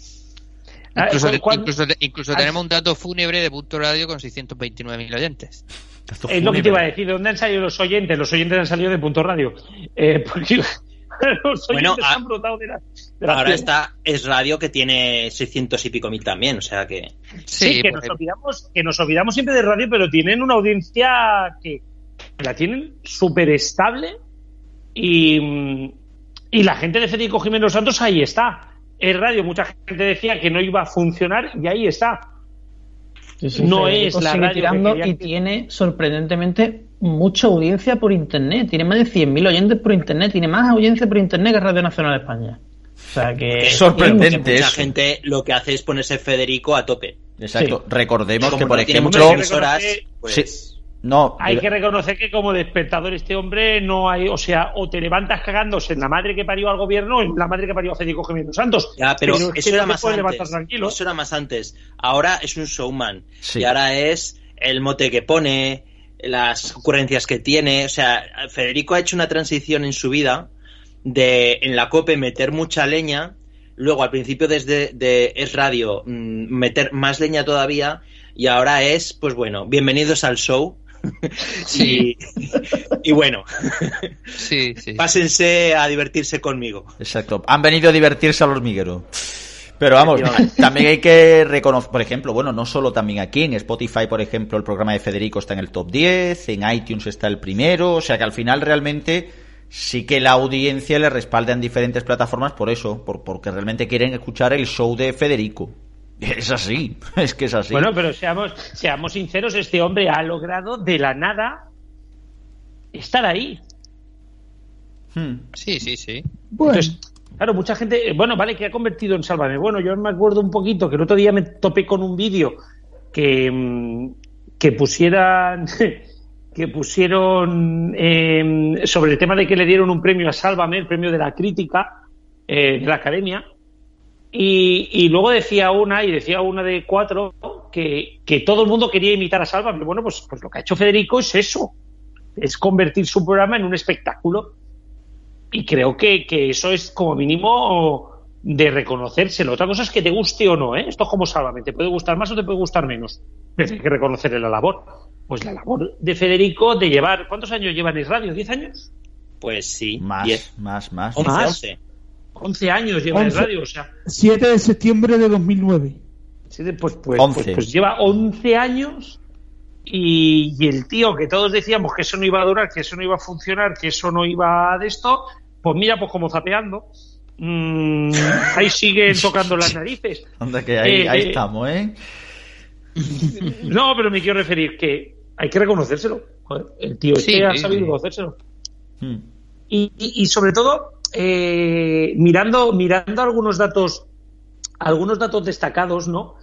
Incluso tenemos un dato fúnebre de Punto Radio con 629.000 oyentes. Es lo que te iba a decir. ¿De dónde han salido los oyentes? Los oyentes han salido de Punto Radio. Porque los oyentes han brotado de la ahora es radio que tiene 600 y pico mil también, o sea que... Sí, que nos olvidamos siempre de radio, pero tienen una audiencia que la tienen súper estable y la gente de Federico Jiménez Santos ahí está. El radio, mucha gente decía que no iba a funcionar y ahí está. Sí, no es la radio tirando y tiene sorprendentemente mucha audiencia por internet. Tiene más de 100.000 oyentes por internet. Tiene más audiencia por internet que Radio Nacional de España. O sea que es sorprendente. Mucha gente lo que hace es ponerse Federico a tope. Exacto. Sí. Recordemos que por ejemplo emisoras, pues... sí. No, hay que reconocer que como espectador este hombre no hay, o sea, o te levantas cagándose en la madre que parió al gobierno o en la madre que parió a Federico Jiménez Santos. Ya, pero eso era más antes. Eso era más antes. Ahora es un showman. Sí. Y ahora es el mote que pone, las ocurrencias que tiene. O sea, Federico ha hecho una transición en su vida de en la COPE meter mucha leña, luego al principio desde Es Radio meter más leña todavía y ahora es, pues bueno, bienvenidos al show. Sí. Y bueno, sí. Pásense a divertirse conmigo. Exacto, han venido a divertirse al hormiguero. Pero vamos, también hay que reconocer, por ejemplo, bueno, no solo también aquí, en Spotify, por ejemplo, el programa de Federico está en el top 10, en iTunes está el primero, o sea que al final realmente sí que la audiencia le respalda en diferentes plataformas por eso, porque realmente quieren escuchar el show de Federico. Es así, es que es así. Bueno, pero seamos sinceros, este hombre ha logrado de la nada estar ahí. Sí. Bueno. Entonces, claro, mucha gente, bueno, vale, que ha convertido en Sálvame. Bueno, yo me acuerdo un poquito que el otro día me topé con un vídeo que pusieron sobre el tema de que le dieron un premio a Sálvame, el premio de la crítica de la Academia. Y luego decía una de 4 que todo el mundo quería imitar a Sálvame. Bueno, pues lo que ha hecho Federico es eso, es convertir su programa en un espectáculo. Y creo que eso es como mínimo de reconocérselo. Otra cosa es que te guste o no, ¿eh? Esto es como Sálvame, te puede gustar más o te puede gustar menos, pero hay que reconocerle la labor. Pues la labor de Federico de llevar... ¿Cuántos años lleva en Radio? ¿10 años? Pues sí, más. 11 años lleva en radio, o sea... 7 de septiembre de 2009. Pues lleva 11 años y el tío que todos decíamos que eso no iba a durar, que eso no iba a funcionar, que eso no iba de esto, pues mira, pues como zapeando. Ahí siguen tocando las narices. Anda que ahí estamos, ¿eh? No, pero me quiero referir que hay que reconocérselo. Joder, el tío ha sabido reconocérselo. Y sobre todo... mirando algunos datos destacados, ¿no?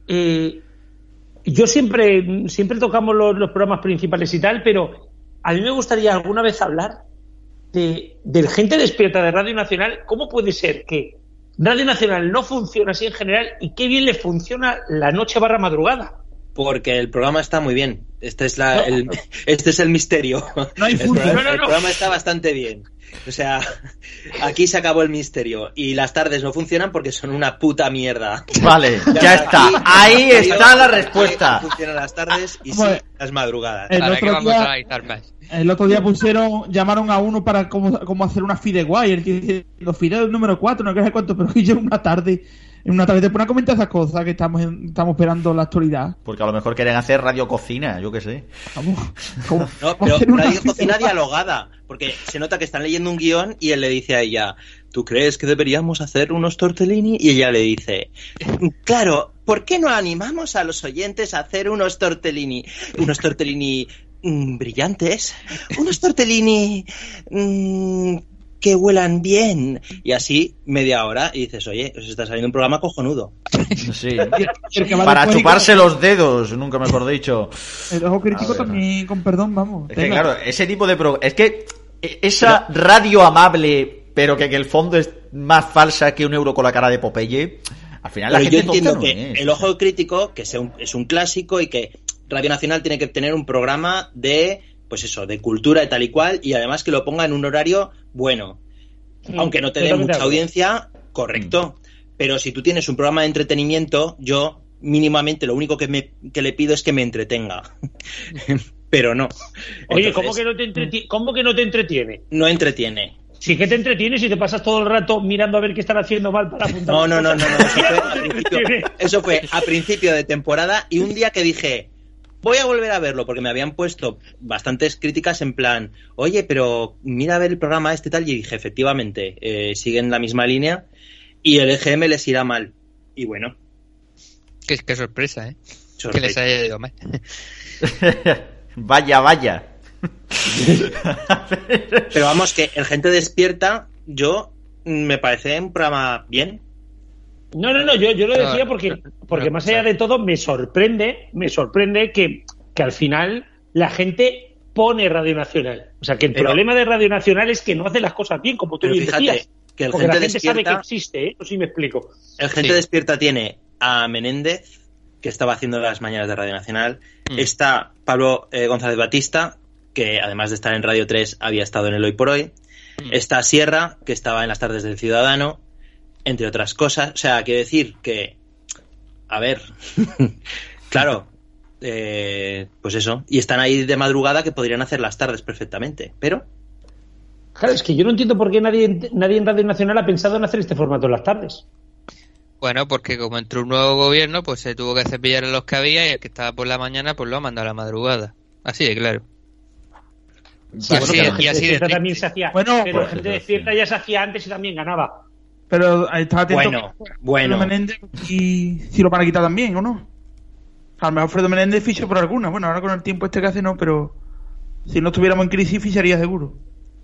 Yo siempre tocamos los programas principales y tal, pero a mí me gustaría alguna vez hablar del gente despierta de Radio Nacional. ¿Cómo puede ser que Radio Nacional no funciona así en general y qué bien le funciona la noche / madrugada? Porque el programa está muy bien. Este es el misterio. No hay el programa está bastante bien. O sea, aquí se acabó el misterio. Y las tardes no funcionan porque son una puta mierda. Vale, ya está. Ahí está la respuesta. No funcionan las tardes y sí las madrugadas. El otro día llamaron a uno para cómo hacer una Fidewire. Diciendo, Fideo número 4, no sé cuánto, pero yo una tarde te pone a comentar esas cosas que estamos esperando la actualidad. Porque a lo mejor quieren hacer radio cocina, yo qué sé. No, pero radio cocina dialogada. Porque se nota que están leyendo un guión y él le dice a ella, ¿tú crees que deberíamos hacer unos tortellini? Y ella le dice, claro, ¿por qué no animamos a los oyentes a hacer unos tortellini? Unos tortellini brillantes, unos tortellini que huelan bien, y así media hora y dices, oye, os está saliendo un programa cojonudo. Sí. Para chuparse los dedos, nunca mejor dicho. El ojo crítico también, con perdón, vamos. Es que claro, ese tipo de es que esa radio amable, pero que en el fondo es más falsa que un euro con la cara de Popeye, al final la gente yo entiendo que el ojo crítico, que es un clásico y que Radio Nacional tiene que tener un programa de, pues eso, de cultura y tal y cual, y además que lo ponga en un horario bueno. Aunque no te dé mucha audiencia, correcto. Pero si tú tienes un programa de entretenimiento, yo mínimamente lo único que le pido es que me entretenga. Pero no. Oye, entonces, ¿cómo que no te entretiene? No entretiene. Sí que te entretienes y te pasas todo el rato mirando a ver qué están haciendo mal para apuntar. No. Eso fue a principio de temporada, y un día que dije, voy a volver a verlo, porque me habían puesto bastantes críticas en plan, oye, pero mira a ver el programa este tal, y dije, efectivamente, siguen la misma línea y el EGM les irá mal. Y bueno. Qué sorpresa, ¿eh? Que les haya ido mal. Vaya. Pero vamos, que el Gente Despierta, me parece un programa bien. No, yo lo decía porque más allá de todo me sorprende que al final la gente pone Radio Nacional. O sea, que el problema de Radio Nacional es que no hace las cosas bien, como tú bien decías. Que porque la gente sabe que existe, ¿eh? No sé si me explico. El Gente Despierta tiene a Menéndez, que estaba haciendo las mañanas de Radio Nacional. Está Pablo González Batista, que además de estar en Radio 3 había estado en el Hoy por Hoy. Está Sierra, que estaba en las tardes del Ciudadano, entre otras cosas. O sea, quiero decir que, a ver, claro, pues eso, y están ahí de madrugada, que podrían hacer las tardes perfectamente, pero... Claro, es que yo no entiendo por qué nadie en Radio Nacional ha pensado en hacer este formato en las tardes. Bueno, porque como entró un nuevo gobierno, pues se tuvo que cepillar a los que había, y el que estaba por la mañana, pues lo ha mandado a la madrugada. Así de claro. Sí, y así de también se hacía. Bueno, pero pues, Gente Despierta ya se hacía antes y también ganaba. Pero estaba atento. Bueno. Menéndez, y si lo van a quitar también, ¿o no? A lo mejor Fredo Menéndez ficha por alguna. Bueno, ahora con el tiempo que hace no, pero si no estuviéramos en crisis ficharía seguro.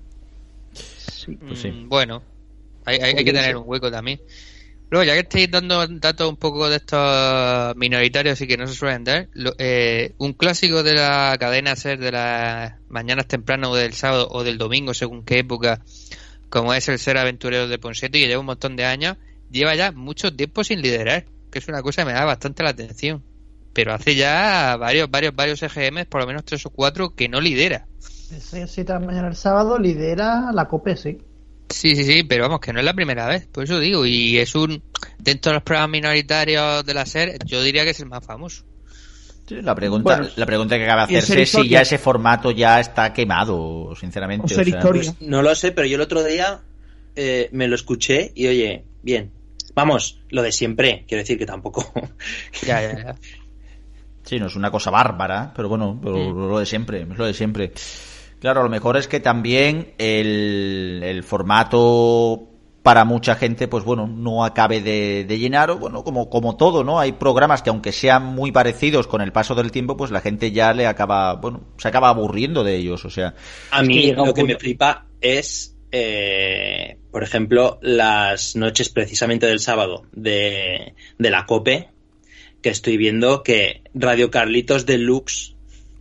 Sí, pues sí. Bueno, hay que tener un hueco también. Luego, ya que estáis dando datos un poco de estos minoritarios y que no se suelen dar, un clásico de la cadena SER de las mañanas tempranas o del sábado o del domingo, según qué época, como es el Ser Aventurero de Ponsete, que lleva un montón de años, lleva ya mucho tiempo sin liderar, que es una cosa que me da bastante la atención. Pero hace ya varios EGMs, por lo menos 3 o 4, que no lidera. Ese 7 de la mañana el sábado lidera la COPE, sí. Sí, pero vamos, que no es la primera vez, por eso digo, y es dentro de los programas minoritarios de la SER, yo diría que es el más famoso. Sí, la pregunta que cabe hacerse es si ya ese formato ya está quemado, sinceramente. O sea, pues no lo sé, pero yo el otro día me lo escuché y oye, bien. Vamos, lo de siempre, quiero decir que tampoco. Ya. Sí, no es una cosa bárbara, pero bueno, lo de siempre, es lo de siempre. Claro, a lo mejor es que también el formato para mucha gente, pues bueno, no acabe de llenar, o bueno, como todo, ¿no? Hay programas que aunque sean muy parecidos con el paso del tiempo, pues la gente ya se acaba aburriendo de ellos, o sea. A mí lo que me flipa es, por ejemplo, las noches precisamente del sábado de la COPE, que estoy viendo que Radio Carlitos Deluxe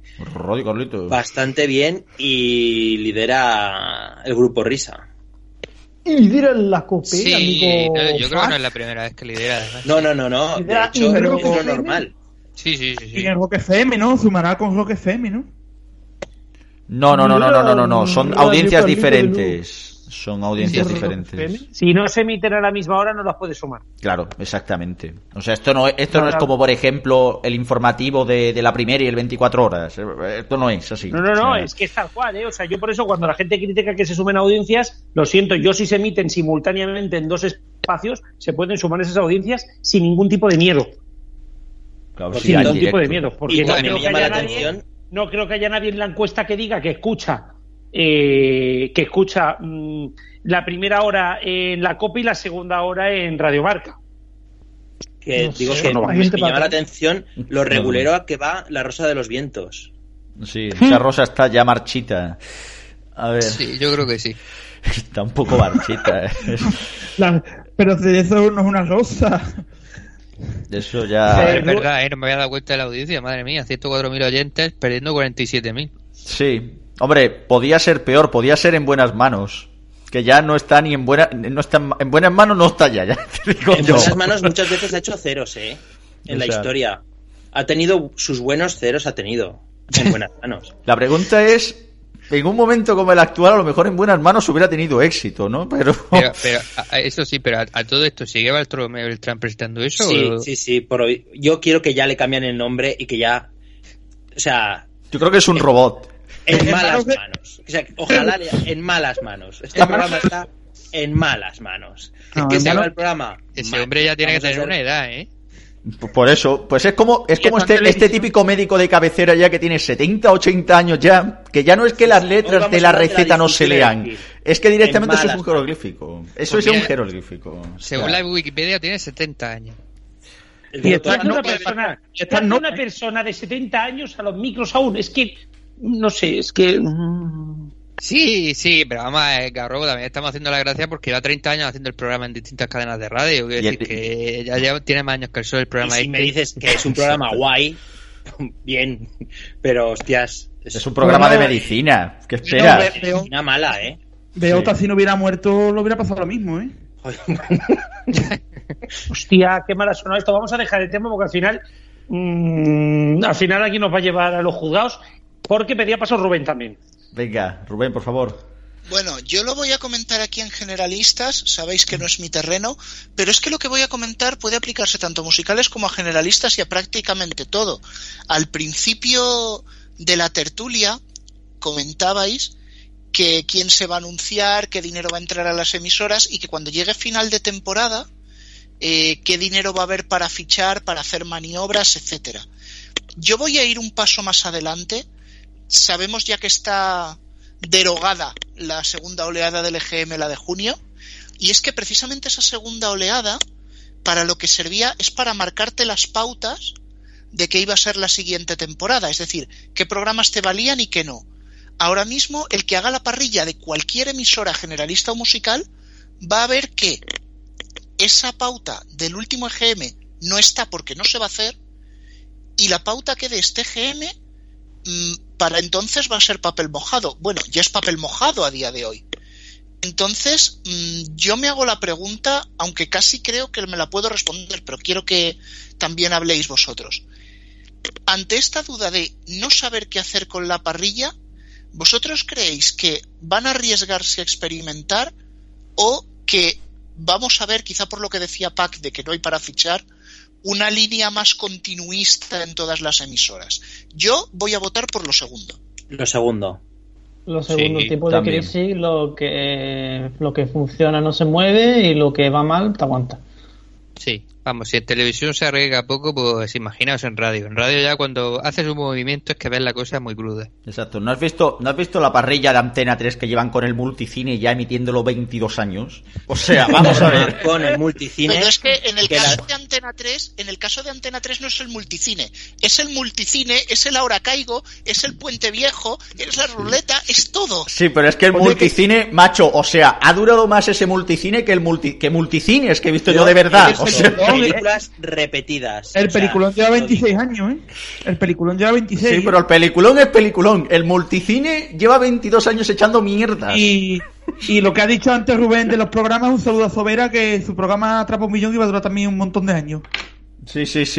bastante bien y lidera el grupo Risa. Y lidera la COPE, sí, amigo. Yo creo que no es la primera vez que lidera, además. No. De hecho, creo que es lo normal. Sí. Y en Rock FM, ¿no? Sumará con Rock FM, ¿no? No. Son audiencias diferentes. Son audiencias diferentes. Si no se emiten a la misma hora, no las puedes sumar. Claro, exactamente. O sea, esto no es como, por ejemplo, el informativo de la primera y el 24 horas. Esto no es así. No, es que es tal cual, ¿eh? O sea, yo por eso cuando la gente critica que se sumen audiencias, lo siento, yo si se emiten simultáneamente en 2 espacios, se pueden sumar esas audiencias sin ningún tipo de miedo. Claro, sin ningún tipo de miedo. Porque y también me llama la atención. No creo que haya nadie en la encuesta que diga que escucha la primera hora en la COPE y la segunda hora en Radio Marca. Que me llama la atención lo regulero a que va La Rosa de los Vientos. Sí, esa rosa está ya marchita. A ver. Sí, yo creo que sí. Está un poco marchita. Pero de eso no es una rosa. Eso ya... Es verdad, no me había dado cuenta de la audiencia, madre mía, 104.000 oyentes perdiendo 47.000. Sí. Hombre, podía ser peor, podía ser en buenas manos. Que ya no está ni en buenas manos, no está ya. En buenas manos muchas veces ha hecho ceros, en la historia. Ha tenido sus buenos ceros, en buenas manos. La pregunta es, en un momento como el actual, a lo mejor en buenas manos hubiera tenido éxito, ¿no? Pero eso sí, pero a todo esto, ¿sigue Beltrán presentando eso? Sí. Yo quiero que ya le cambien el nombre y que ya... O sea... Yo creo que es un robot. En malas manos. O sea, ojalá en malas manos. Este programa está en malas manos. ¿Qué se llama el programa? Ese hombre ya tiene que tener una edad, ¿eh? Por eso, pues es como este típico médico de cabecera ya que tiene 70, 80 años ya, que ya no es que las letras de la receta no se lean, es que directamente eso es un jeroglífico. Eso es un jeroglífico. Según la Wikipedia tiene 70 años. Y está una persona de 70 años a los micros aún. Es que no sé, es que... Sí, pero vamos a ver, Garrobo, también estamos haciendo la gracia porque lleva 30 años haciendo el programa en distintas cadenas de radio. Quiero decir que ya tiene más años que el sol el programa. Y si me dices que es un programa guay, bien, pero hostias... Es un programa de medicina, ¿qué esperas? Una mala, Beota, si no hubiera muerto, lo hubiera pasado lo mismo, Hostia, qué mal ha sonado esto. Vamos a dejar el tema porque al final aquí nos va a llevar a los juzgados. Porque pedía paso Rubén también. Venga, Rubén, por favor. Bueno, yo lo voy a comentar aquí en generalistas, sabéis que no es mi terreno, pero es que lo que voy a comentar puede aplicarse tanto a musicales como a generalistas y a prácticamente todo. Al principio de la tertulia comentabais que quién se va a anunciar, qué dinero va a entrar a las emisoras y que cuando llegue final de temporada, qué dinero va a haber para fichar, para hacer maniobras, etcétera. Yo voy a ir un paso más adelante. Sabemos ya que está derogada la segunda oleada del EGM, la de junio, y es que precisamente esa segunda oleada para lo que servía es para marcarte las pautas de qué iba a ser la siguiente temporada, es decir, qué programas te valían y qué no. Ahora mismo el que haga la parrilla de cualquier emisora generalista o musical va a ver que esa pauta del último EGM no está porque no se va a hacer, y la pauta que de este EGM para entonces va a ser papel mojado. Bueno, ya es papel mojado a día de hoy. Entonces, yo me hago la pregunta, aunque casi creo que me la puedo responder, pero quiero que también habléis vosotros. Ante esta duda de no saber qué hacer con la parrilla, ¿vosotros creéis que van a arriesgarse a experimentar o que vamos a ver, quizá por lo que decía Pac de que no hay para fichar, una línea más continuista en todas las emisoras? Yo voy a votar por lo segundo. Lo segundo. Los segundos tipos de crisis, lo que funciona no se mueve y lo que va mal te aguanta. Sí, vamos, si en televisión se arriesga poco, pues imaginaos en radio. En radio ya cuando haces un movimiento es que ves la cosa muy cruda. Exacto. ¿No has visto la parrilla de Antena 3 que llevan con el multicine ya emitiéndolo 22 años? O sea, vamos a ver. Con el multicine. Pero es que en el caso de Antena 3, no es el multicine. Es el multicine, es el Ahora Caigo, es el Puente Viejo, es la ruleta, es todo. Sí, pero es que el multicine, macho, o sea, ha durado más ese multicine que multicines que he visto yo de verdad. Películas repetidas. El peliculón lleva 26 años, El peliculón lleva 26. Sí, pero el peliculón es peliculón. El multicine lleva 22 años echando mierdas. Y lo que ha dicho antes Rubén de los programas, un saludo a Sobera, que su programa Atrapa un Millón iba a durar también un montón de años. Sí.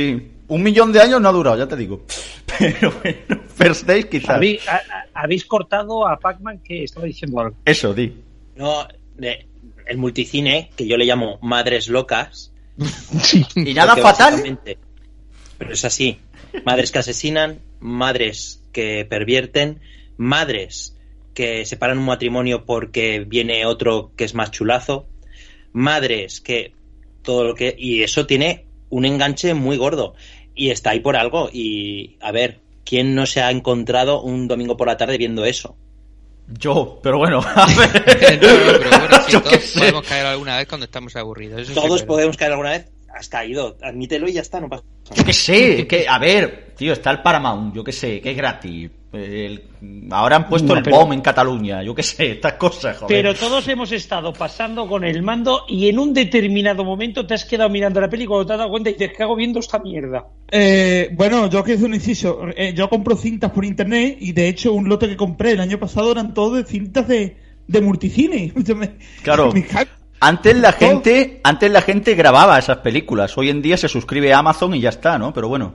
1 millón de años no ha durado, ya te digo. Pero bueno, First Days quizás. ¿Habéis cortado a Pac-Man que estaba diciendo algo? Eso, di. No, el multicine, que yo le llamo madres locas. Y nada fatal. Pero es así. Madres que asesinan, madres que pervierten, madres que separan un matrimonio porque viene otro que es más chulazo, madres que todo lo que... Y eso tiene un enganche muy gordo. Y está ahí por algo. Y, a ver, ¿quién no se ha encontrado un domingo por la tarde viendo eso? Yo, pero bueno, a ver. Pero bueno, sí, todos podemos caer alguna vez cuando estamos aburridos. Eso todos sí, podemos caer alguna vez. Has caído, admítelo y ya está, no pasa nada. Yo qué sé, a ver, tío, está el Paramount, yo qué sé, que es gratis. Ahora han puesto el BOM en Cataluña, yo qué sé, estas cosas, joder. Pero todos hemos estado pasando con el mando y en un determinado momento te has quedado mirando la peli cuando te has dado cuenta y te cago viendo esta mierda. Bueno, yo quiero hacer un inciso. Yo compro cintas por internet y de hecho un lote que compré el año pasado eran todos de cintas de multicine. Claro. Antes la gente grababa esas películas. Hoy en día se suscribe a Amazon y ya está, ¿no? Pero bueno.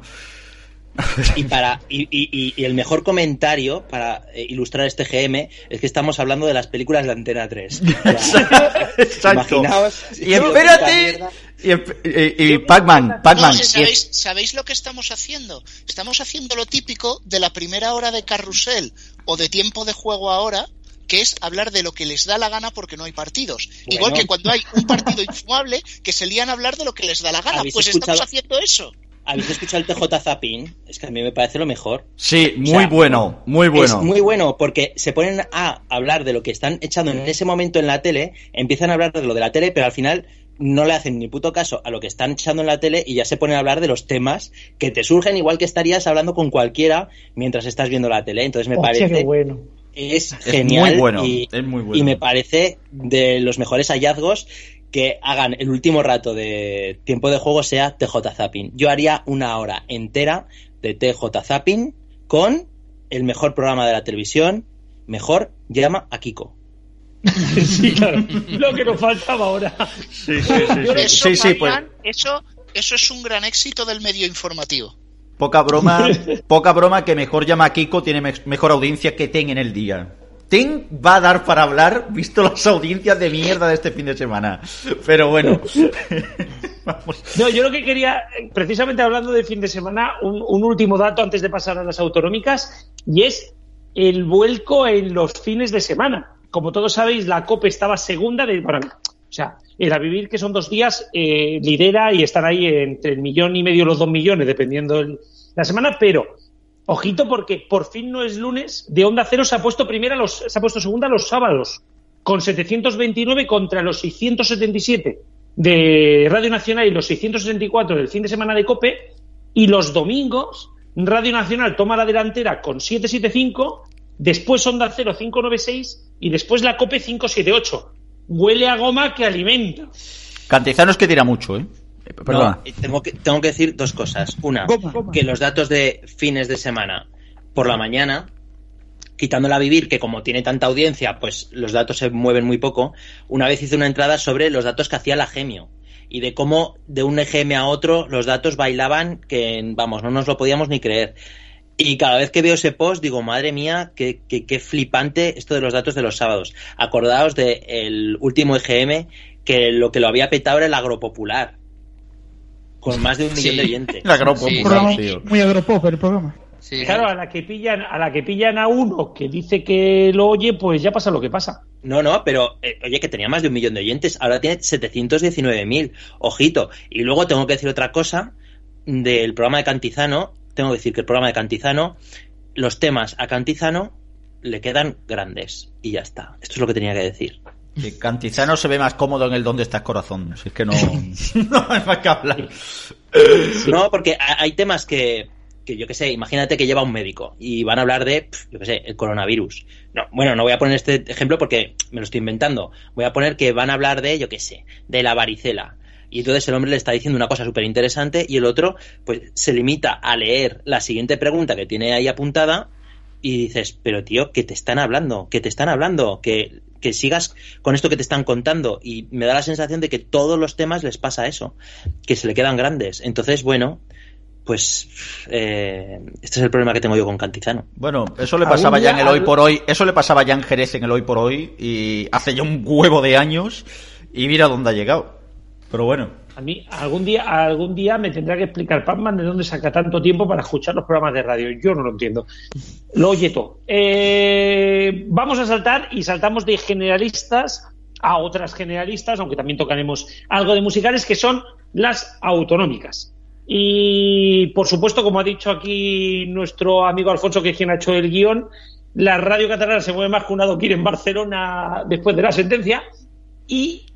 Y el mejor comentario para ilustrar este GM es que estamos hablando de las películas de Antena 3. Exacto. Imaginaos. Y espérate. Y Pac-Man. No, ¿sabéis lo que estamos haciendo? Estamos haciendo lo típico de la primera hora de carrusel o de tiempo de juego ahora, que es hablar de lo que les da la gana porque no hay partidos. Bueno. Igual que cuando hay un partido infumable, que se lían a hablar de lo que les da la gana. Pues estamos haciendo eso. ¿Habéis escuchado el TJ Zapping? Es que a mí me parece lo mejor. Sí, muy bueno. Es muy bueno porque se ponen a hablar de lo que están echando en ese momento en la tele, empiezan a hablar de lo de la tele, pero al final no le hacen ni puto caso a lo que están echando en la tele y ya se ponen a hablar de los temas que te surgen, igual que estarías hablando con cualquiera mientras estás viendo la tele. Entonces me parece... Qué bueno. Es genial. Muy bueno, es muy bueno. Y me parece de los mejores hallazgos que hagan el último rato de tiempo de juego sea TJ Zapping. Yo haría 1 hora entera de TJ Zapping con el mejor programa de la televisión, mejor llama a Kiko. Sí, claro. Lo que nos faltaba ahora. Eso es un gran éxito del medio informativo. Poca broma que mejor llama a Kiko tiene mejor audiencia que TEN en el día. TEN va a dar para hablar, visto las audiencias de mierda de este fin de semana. Pero bueno. Vamos. No, yo lo que quería, precisamente hablando de fin de semana, un último dato antes de pasar a las autonómicas, y es el vuelco en los fines de semana. Como todos sabéis, la COPE estaba segunda o sea, el A Vivir, que son 2 días, lidera y están ahí entre 1,5 millones y los 2 millones, dependiendo la semana, pero ojito porque por fin no es lunes, de Onda Cero se ha puesto segunda los sábados, con 729 contra los 677 de Radio Nacional y los 664 del fin de semana de COPE, y los domingos Radio Nacional toma la delantera con 775, después Onda Cero 596 y después la COPE 578. Huele a goma que alimenta. Cantizano es que tira mucho, ¿eh? Perdona. No, tengo que decir 2 cosas. Una, que los datos de fines de semana por la mañana, quitándola a Vivir, que como tiene tanta audiencia, pues los datos se mueven muy poco. Una vez hice una entrada sobre los datos que hacía la Gemio y de cómo de un EGM a otro los datos bailaban que, vamos, no nos lo podíamos ni creer. Y cada vez que veo ese post digo, madre mía, qué flipante esto de los datos de los sábados. Acordaos del último EGM, que lo había petado era el Agropopular, con más de 1 millón de oyentes. El Agropopular, tío. Muy agropop el programa. Sí, claro, a la que pillan a uno que dice que lo oye, pues ya pasa lo que pasa. No, pero oye, que tenía más de 1 millón de oyentes, ahora tiene 719.000, ojito. Y luego tengo que decir otra cosa del programa de Cantizano. Tengo que decir que el programa de Cantizano, los temas a Cantizano le quedan grandes y ya está. Esto es lo que tenía que decir. Que Cantizano se ve más cómodo en el ¿Dónde estás, corazón? Si es que no hay más que hablar. No, porque hay temas que yo qué sé, imagínate que lleva un médico y van a hablar de, yo qué sé, el coronavirus. No voy a poner este ejemplo porque me lo estoy inventando. Voy a poner que van a hablar de, yo qué sé, de la varicela. Y entonces el hombre le está diciendo una cosa súper interesante y el otro pues se limita a leer la siguiente pregunta que tiene ahí apuntada y dices, pero tío, que te están hablando, que sigas con esto que te están contando. Y me da la sensación de que todos los temas les pasa eso, que se le quedan grandes. Entonces, bueno, pues este es el problema que tengo yo con Cantizano. Bueno, eso le pasaba ya en el Hoy por Hoy, eso le pasaba ya en Jerez en el Hoy por Hoy, y hace ya un huevo de años, y mira dónde ha llegado. Pero bueno. A mí algún día me tendrá que explicar Pacman de dónde saca tanto tiempo para escuchar los programas de radio. Yo no lo entiendo. Lo oye todo. Vamos a saltamos de generalistas a otras generalistas, aunque también tocaremos algo de musicales, que son las autonómicas. Y, por supuesto, como ha dicho aquí nuestro amigo Alfonso, que es quien ha hecho el guión, la radio catalana se mueve más que un adoquín en Barcelona después de la sentencia. Y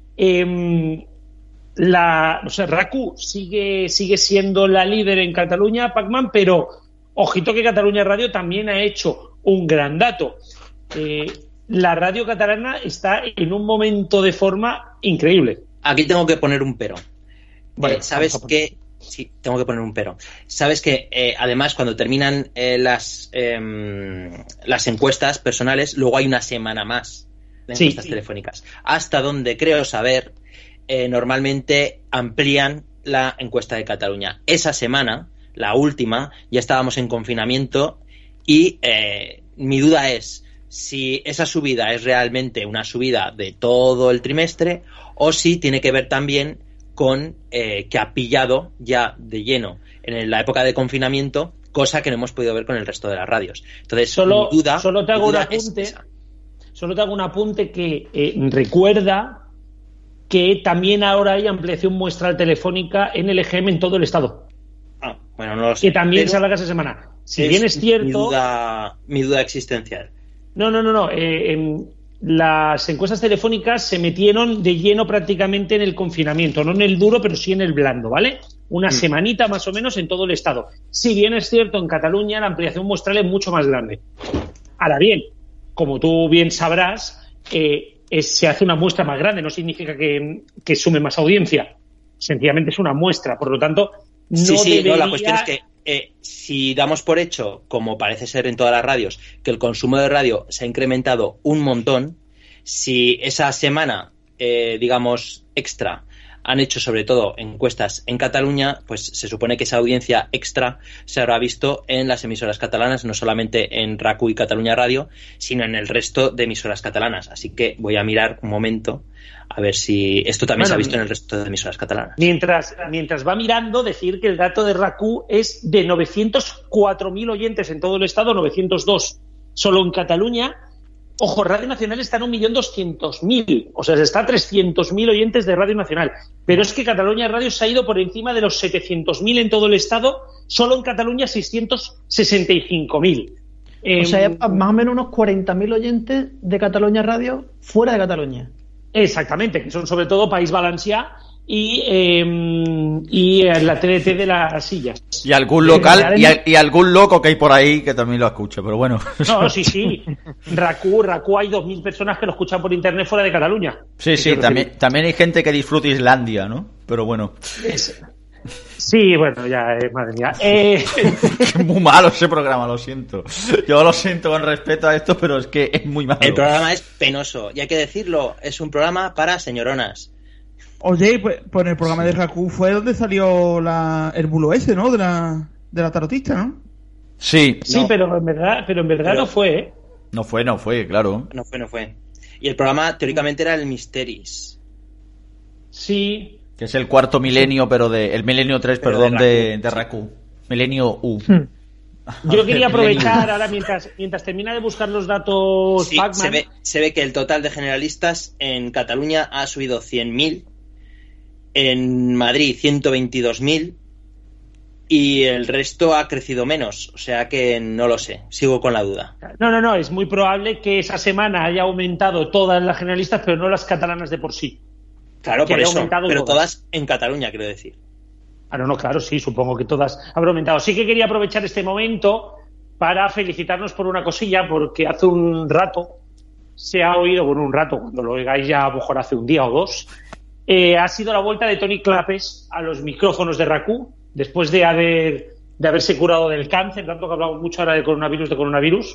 RAC1 sigue siendo la líder en Cataluña, Pacman, pero ojito que Cataluña Radio también ha hecho un gran dato. La radio catalana está en un momento de forma increíble. Aquí tengo que poner un pero. ¿Sabes qué? Sí, tengo que poner un pero. Sabes que además cuando terminan las encuestas personales, luego hay una semana más de encuestas telefónicas. Hasta donde creo saber, normalmente amplían la encuesta de Cataluña. Esa semana, la última, ya estábamos en confinamiento y mi duda es si esa subida es realmente una subida de todo el trimestre o si tiene que ver también con que ha pillado ya de lleno en la época de confinamiento, cosa que no hemos podido ver con el resto de las radios. Entonces, solo te hago un apunte que recuerda que también ahora hay ampliación muestral telefónica en el EGM en todo el estado. Bueno, no lo sé. Que también se alarga esa semana. Si bien es cierto... Mi duda existencial. No. Las encuestas telefónicas se metieron de lleno prácticamente en el confinamiento, no en el duro, pero sí en el blando, ¿vale? Una semanita más o menos en todo el estado. Si bien es cierto, en Cataluña la ampliación muestral es mucho más grande. Ahora bien, como tú bien sabrás, se hace una muestra más grande, no significa que sume más audiencia. Sencillamente es una muestra, por lo tanto, la cuestión es que si damos por hecho, como parece ser en todas las radios, que el consumo de radio se ha incrementado un montón, si esa semana, digamos, extra, han hecho sobre todo encuestas en Cataluña, pues se supone que esa audiencia extra se habrá visto en las emisoras catalanas, no solamente en RAC1 y Cataluña Radio, sino en el resto de emisoras catalanas. Así que voy a mirar un momento a ver si esto también se ha visto en el resto de emisoras catalanas. Mientras va mirando, decir que el dato de RAC1 es de 904.000 oyentes en todo el estado, 902 solo en Cataluña. Ojo, Radio Nacional está en 1.200.000, o sea, se está a 300.000 oyentes de Radio Nacional. Pero es que Cataluña Radio se ha ido por encima de los 700.000 en todo el estado, solo en Cataluña 665.000. O sea, más o menos unos 40.000 oyentes de Cataluña Radio fuera de Cataluña. Exactamente, que son sobre todo País Valencià y la TDT de las sillas. Y algún local y algún loco que hay por ahí que también lo escucha, pero bueno. No, sí. RAC1 hay 2.000 personas que lo escuchan por internet fuera de Cataluña. Sí, también hay gente que disfruta Islandia, ¿no? Pero bueno. Sí, bueno, ya, madre mía. Muy malo ese programa, lo siento. Yo lo siento con respeto a esto, pero es que es muy malo. El programa es penoso, y hay que decirlo, es un programa para señoronas. Oye, pues en el programa de RAC1 fue donde salió el bulo ese, ¿no? De la tarotista, ¿no? Sí. Sí, no. pero en verdad no fue, ¿eh? No fue, claro. No fue. Y el programa teóricamente era el Mysteries. Sí. Que es el cuarto milenio, pero el milenio 3, perdón, de RAC1. Milenio U. Yo quería aprovechar ahora, mientras termina de buscar los datos, sí, Pacman. Se ve que el total de generalistas en Cataluña ha subido 100.000, en Madrid 122.000 y el resto ha crecido menos, o sea que no lo sé, sigo con la duda. No, es muy probable que esa semana haya aumentado todas las generalistas, pero no las catalanas de por sí. Claro, por eso, pero todas en Cataluña, quiero decir. No, claro, sí, supongo que todas habrán aumentado. Sí que quería aprovechar este momento para felicitarnos por una cosilla, porque hace un rato se ha oído, cuando lo oigáis ya a lo mejor hace un día o dos, ha sido la vuelta de Toni Clapes a los micrófonos de RAC1, después de haberse curado del cáncer, tanto que hablamos mucho ahora de coronavirus.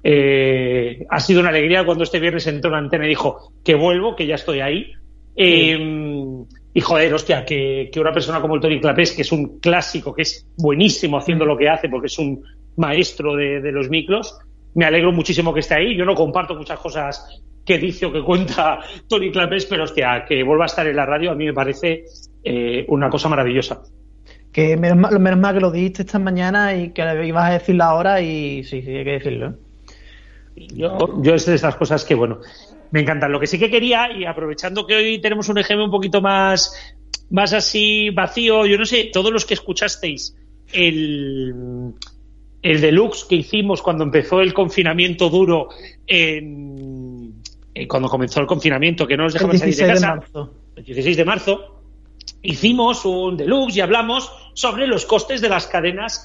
Ha sido una alegría cuando este viernes entró en antena y dijo que vuelvo, que ya estoy ahí. Y Y joder, hostia, que una persona como el Toni Clapés, que es un clásico, que es buenísimo haciendo lo que hace, porque es un maestro de los micros, me alegro muchísimo que esté ahí. Yo no comparto muchas cosas que dice o que cuenta Toni Clapés, pero hostia, que vuelva a estar en la radio a mí me parece una cosa maravillosa. Que menos mal que lo dijiste esta mañana y que ibas a decirlo ahora, y sí, hay que decirlo. Yo es de estas cosas que, bueno, me encantan. Lo que sí que quería, y aprovechando que hoy tenemos un EGM un poquito más así vacío, yo no sé, todos los que escuchasteis el deluxe que hicimos cuando empezó el confinamiento duro, cuando comenzó el confinamiento, que no nos dejaban salir de casa, el 16 de marzo, hicimos un deluxe y hablamos sobre los costes de las cadenas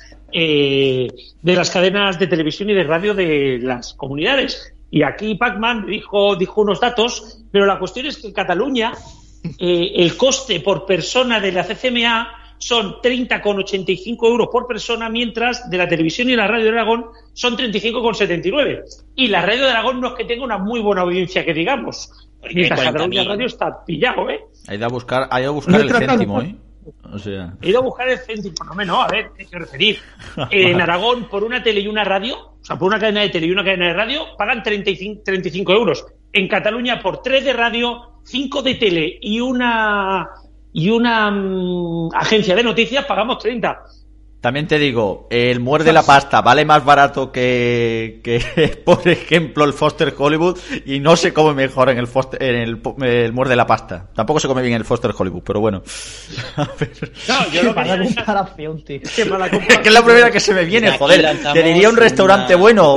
de televisión y de radio de las comunidades. Y aquí Pacman dijo unos datos, pero la cuestión es que en Cataluña el coste por persona de la CCMA son 30,85 euros por persona, mientras de la televisión y la radio de Aragón son 35,79. Y la radio de Aragón no es que tenga una muy buena audiencia, que digamos. Mientras Cataluña Radio está pillado, ¿eh? Ha ido a buscar el céntimo, ¿eh? O sea... He ido a buscar el céntimo. No, a ver, hay que referir. En Aragón, por una tele y una radio, o sea, por una cadena de tele y una cadena de radio, pagan 35 euros. En Cataluña, por 3 de radio, 5 de tele y una agencia de noticias, pagamos 30. También te digo, el muerde la pasta vale más barato que por ejemplo, el Foster Hollywood, y no se come mejor en el muerde la pasta. Tampoco se come bien el Foster Hollywood, pero bueno. No, yo no para la comparación, tío. Es que es la primera que se me viene, joder. Te diría un restaurante bueno.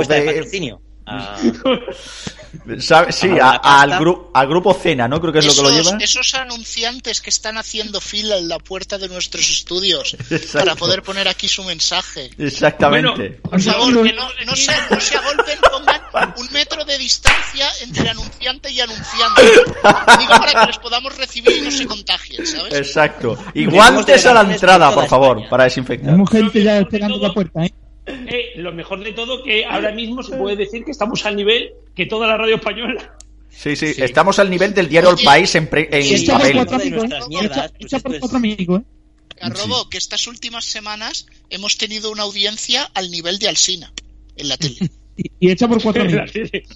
Sí, al grupo Cena, ¿no? Creo que es lo que lo lleva. Esos anunciantes que están haciendo fila en la puerta de nuestros estudios para poder poner aquí su mensaje. Exactamente. Bueno, por favor, que no se agolpen, pongan 1 metro de distancia entre anunciante y anunciante. Digo, para que les podamos recibir y no se contagien, ¿sabes? Exacto. Y guantes a la entrada, por favor, para desinfectar. Tenemos gente ya esperando la puerta, ¿eh? Lo mejor de todo, que ahora mismo se puede decir que estamos al nivel que toda la radio española. Sí, estamos al nivel del diario El País en papel. Garrobo, que estas últimas semanas hemos tenido una audiencia al nivel de Alsina en la tele. Y hecha por 4 amigos.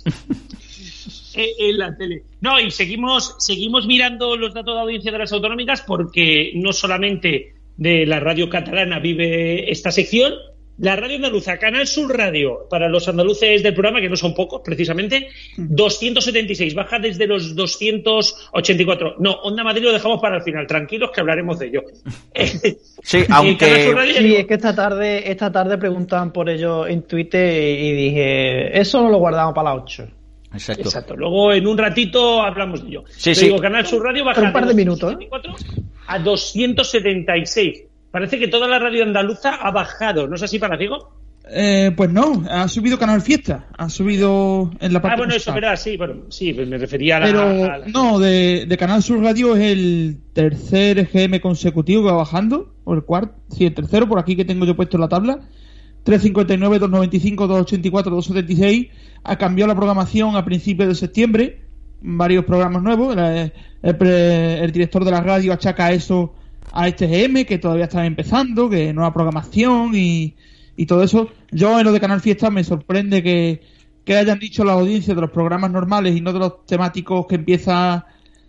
En la tele. No, y seguimos mirando los datos de audiencia de las autonómicas, porque no solamente de la radio catalana vive esta sección. La radio andaluza, Canal Sur Radio, para los andaluces del programa, que no son pocos, precisamente, 276, baja desde los 284. No, Onda Madrid lo dejamos para el final, tranquilos que hablaremos de ello. Sí, aunque... Sí, es que esta tarde preguntaban por ello en Twitter y dije, eso lo guardamos para las 8. Exacto. Luego en un ratito hablamos de ello. Sí. Digo, Canal Sur Radio baja un par de minutos, a 276. Parece que toda la radio andaluza ha bajado, ¿no es así, Palaciego? Pues no, ha subido Canal Fiesta, ha subido en la parte. Bueno, eso es verdad, sí, pues me refería a la... Pero no, de Canal Sur Radio es el tercer EGM consecutivo que va bajando, o el cuarto, sí, el tercero, por aquí que tengo yo puesto en la tabla. 359, 295, 284, 276. Ha cambiado la programación a principios de septiembre, varios programas nuevos. El director de la radio achaca eso a este GM, que todavía están empezando, que nueva programación y todo eso. Yo en lo de Canal Fiesta me sorprende que hayan dicho las audiencias de los programas normales y no de los temáticos que empieza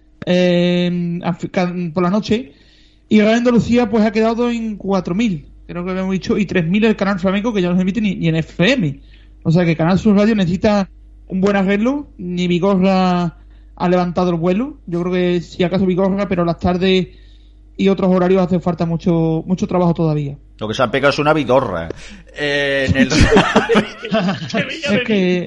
por la noche. Y Radio Andalucía pues ha quedado en 4.000, creo que habíamos dicho, y 3.000 el Canal Flamenco, que ya no se emite ni en FM. O sea que Canal Sur Radio necesita un buen arreglo. Ni Vigorra ha levantado el vuelo. Yo creo que si acaso Vigorra, pero las tardes y otros horarios hace falta mucho trabajo todavía. Lo que se han pegado es una vidorra. Es que...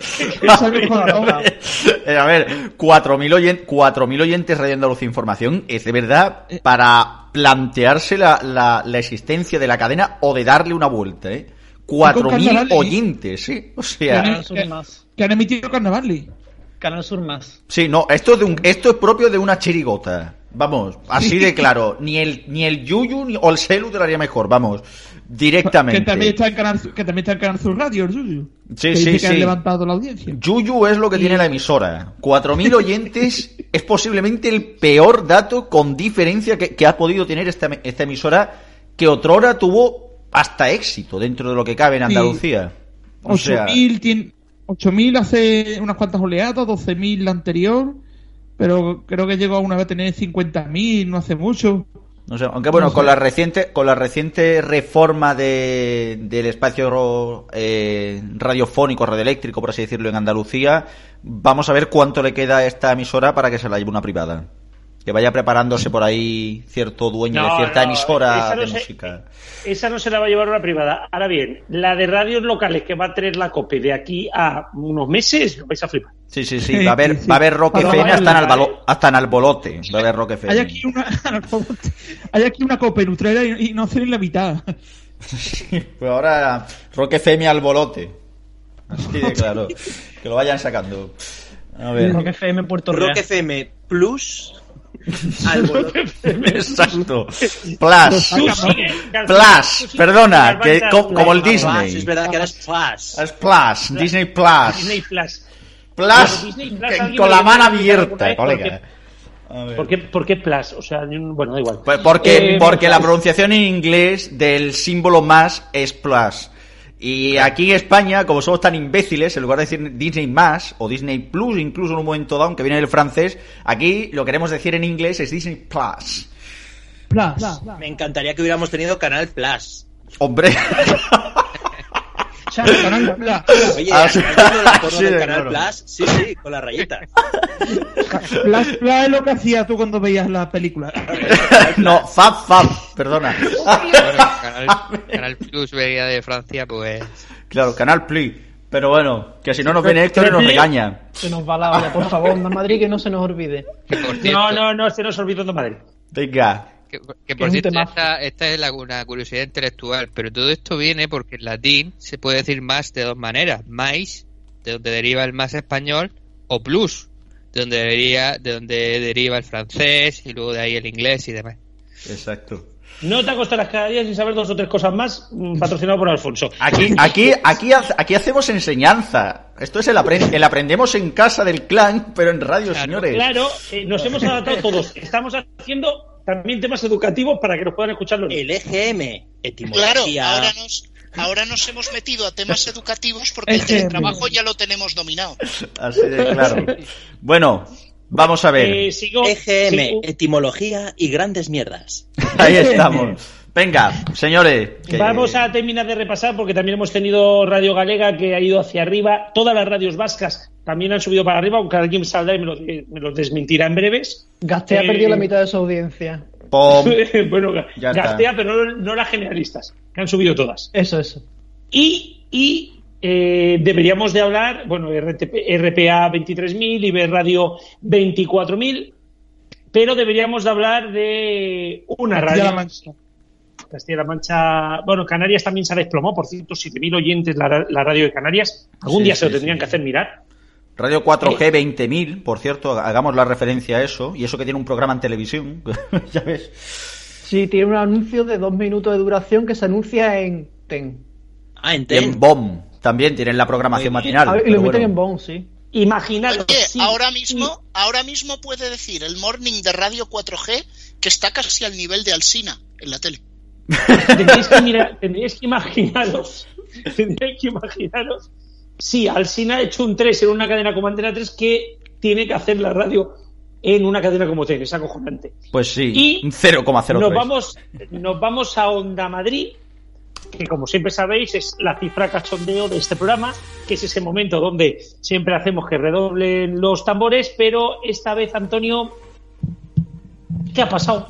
A ver, 4.000 oyentes Radio Andalucía Información es de verdad para plantearse la existencia de la cadena o de darle una vuelta, ¿eh? 4.000 oyentes, ¿sí? O sea... Que han emitido Carnaval. Canal Sur más. Sí, no, esto es propio de una chirigota. Vamos, así de claro. Ni el Yuyu o el Selu te lo haría mejor, vamos. Directamente. Que también está en Canal Sur Radio, el Yuyu. Sí. Que han levantado la audiencia. Yuyu es lo que tiene la emisora. 4.000 oyentes es posiblemente el peor dato con diferencia que ha podido tener esta emisora, que otrora tuvo hasta éxito dentro de lo que cabe en Andalucía. 8.000 hace unas cuantas oleadas, 12.000 la anterior, pero creo que llegó a una vez a tener 50.000 no hace mucho. No sé, aunque bueno, con la reciente reforma del espacio radiofónico, radioeléctrico, por así decirlo, en Andalucía, vamos a ver cuánto le queda a esta emisora para que se la lleve una privada. Que vaya preparándose por ahí cierto dueño de cierta emisora de música. Esa no se la va a llevar una privada. Ahora bien, la de radios locales que va a tener la COPE de aquí a unos meses, lo vais a flipar. Sí. Va a haber Rock FM hasta en Albolote. Va a haber Rock FM. Hay aquí una COPE nutrera y no hacen la mitad. Pues ahora Rock FM Albolote. Así de claro. Que lo vayan sacando. A ver. Rock FM Puerto Real. Rock FM Plus. Exacto. Plus, perdona, que como el Disney. Es verdad que ahora es Plus. Es Plus, Disney Plus. Disney Plus. Con la mano abierta, colega. ¿Por qué Plus? O sea, bueno, da igual. Porque la pronunciación en inglés del símbolo más es Plus. Y aquí en España, como somos tan imbéciles, en lugar de decir Disney más o Disney Plus, incluso en un momento dado, aunque viene del francés, aquí lo queremos decir en inglés es Disney Plus. Me encantaría que hubiéramos tenido Canal Plus. Hombre. Canal Plus. Oye, ¿has visto la porno del Canal Plus? Sí, con la rayita. Plus es lo que hacías tú cuando veías la película. No, Fab, perdona. Canal Plus venía de Francia, pues... Claro, Canal Plus. Pero bueno, que si no nos viene Héctor y nos regaña. Se nos va la olla, por favor, Onda Madrid, que no se nos olvide. No, se nos olvide Onda Madrid. Venga. Que por cierto, esta es una curiosidad intelectual, pero todo esto viene porque en latín se puede decir más de dos maneras: mais, de donde deriva el más español, o plus, de donde deriva el francés y luego de ahí el inglés y demás. Exacto. No te acostarás cada día sin saber dos o tres cosas más, patrocinado por Alfonso. Aquí hacemos enseñanza. Esto es el aprendemos en casa del clan, pero en radio, claro, señores. Claro, nos hemos adaptado todos. Estamos haciendo también temas educativos para que nos puedan escuchar los niños. El EGM, etimología. Claro, ahora nos hemos metido a temas educativos porque el teletrabajo ya lo tenemos dominado. Así de claro. Bueno, vamos a ver. EGM, etimología y grandes mierdas. Ahí estamos. Venga, señores. Vamos a terminar de repasar porque también hemos tenido Radio Galega que ha ido hacia arriba. Todas las radios vascas también han subido para arriba, aunque alguien saldrá y me los desmentirá en breves. Gastea ha perdido la mitad de su audiencia. Bueno, Gastea, pero no las generalistas, que han subido todas. Eso. Y deberíamos de hablar, bueno, RPA 23.000, IB Radio 24.000, pero deberíamos de hablar de una radio. Castilla-La Mancha, bueno, Canarias también se ha desplomado, por cierto, 7.000 oyentes la radio de Canarias. Algún día se lo tendrían que hacer mirar. Radio 4G 20.000, por cierto, hagamos la referencia a eso, y eso que tiene un programa en televisión, ya ves. Sí, tiene un anuncio de 2 minutos de duración que se anuncia en TEN. En TEN. En BOM, también tienen la programación matinal. Y lo meten en BOM, sí. Imaginaros. Oye, sí, ahora mismo puede decir el morning de Radio 4G que está casi al nivel de Alsina en la tele. Tendríais que imaginaros. Sí, Alsina ha hecho un 3 en una cadena como Antena 3 que tiene que hacer la radio en una cadena como TEN, es acojonante. Pues sí, y un 0,03. Nos vamos a Onda Madrid, que como siempre sabéis es la cifra cachondeo de este programa, que es ese momento donde siempre hacemos que redoblen los tambores, pero esta vez, Antonio, ¿qué ha pasado?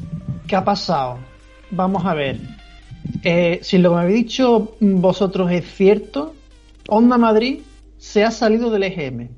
Vamos a ver. Si lo que me habéis dicho vosotros es cierto, Onda Madrid se ha salido del EGM.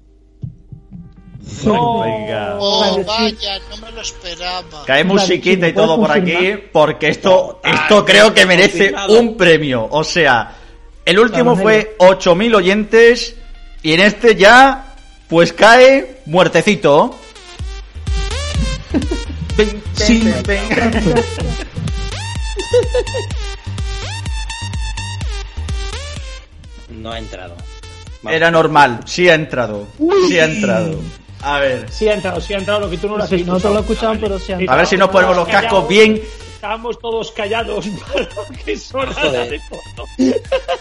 Venga. Vaya, no me lo esperaba. Cae musiquita y todo por aquí, porque esto creo que merece un premio. O sea, el último fue 8.000 oyentes y en este ya, pues cae muertecito. No ha entrado. Era normal, sí ha entrado. Sí ha entrado. A ver. Sí ha entrado, lo que tú no lo has escuchado. No te lo escuchaban, pero sí ha entrado. A ver si nos ponemos los cascos bien. Estábamos todos callados para lo que sonara de fondo.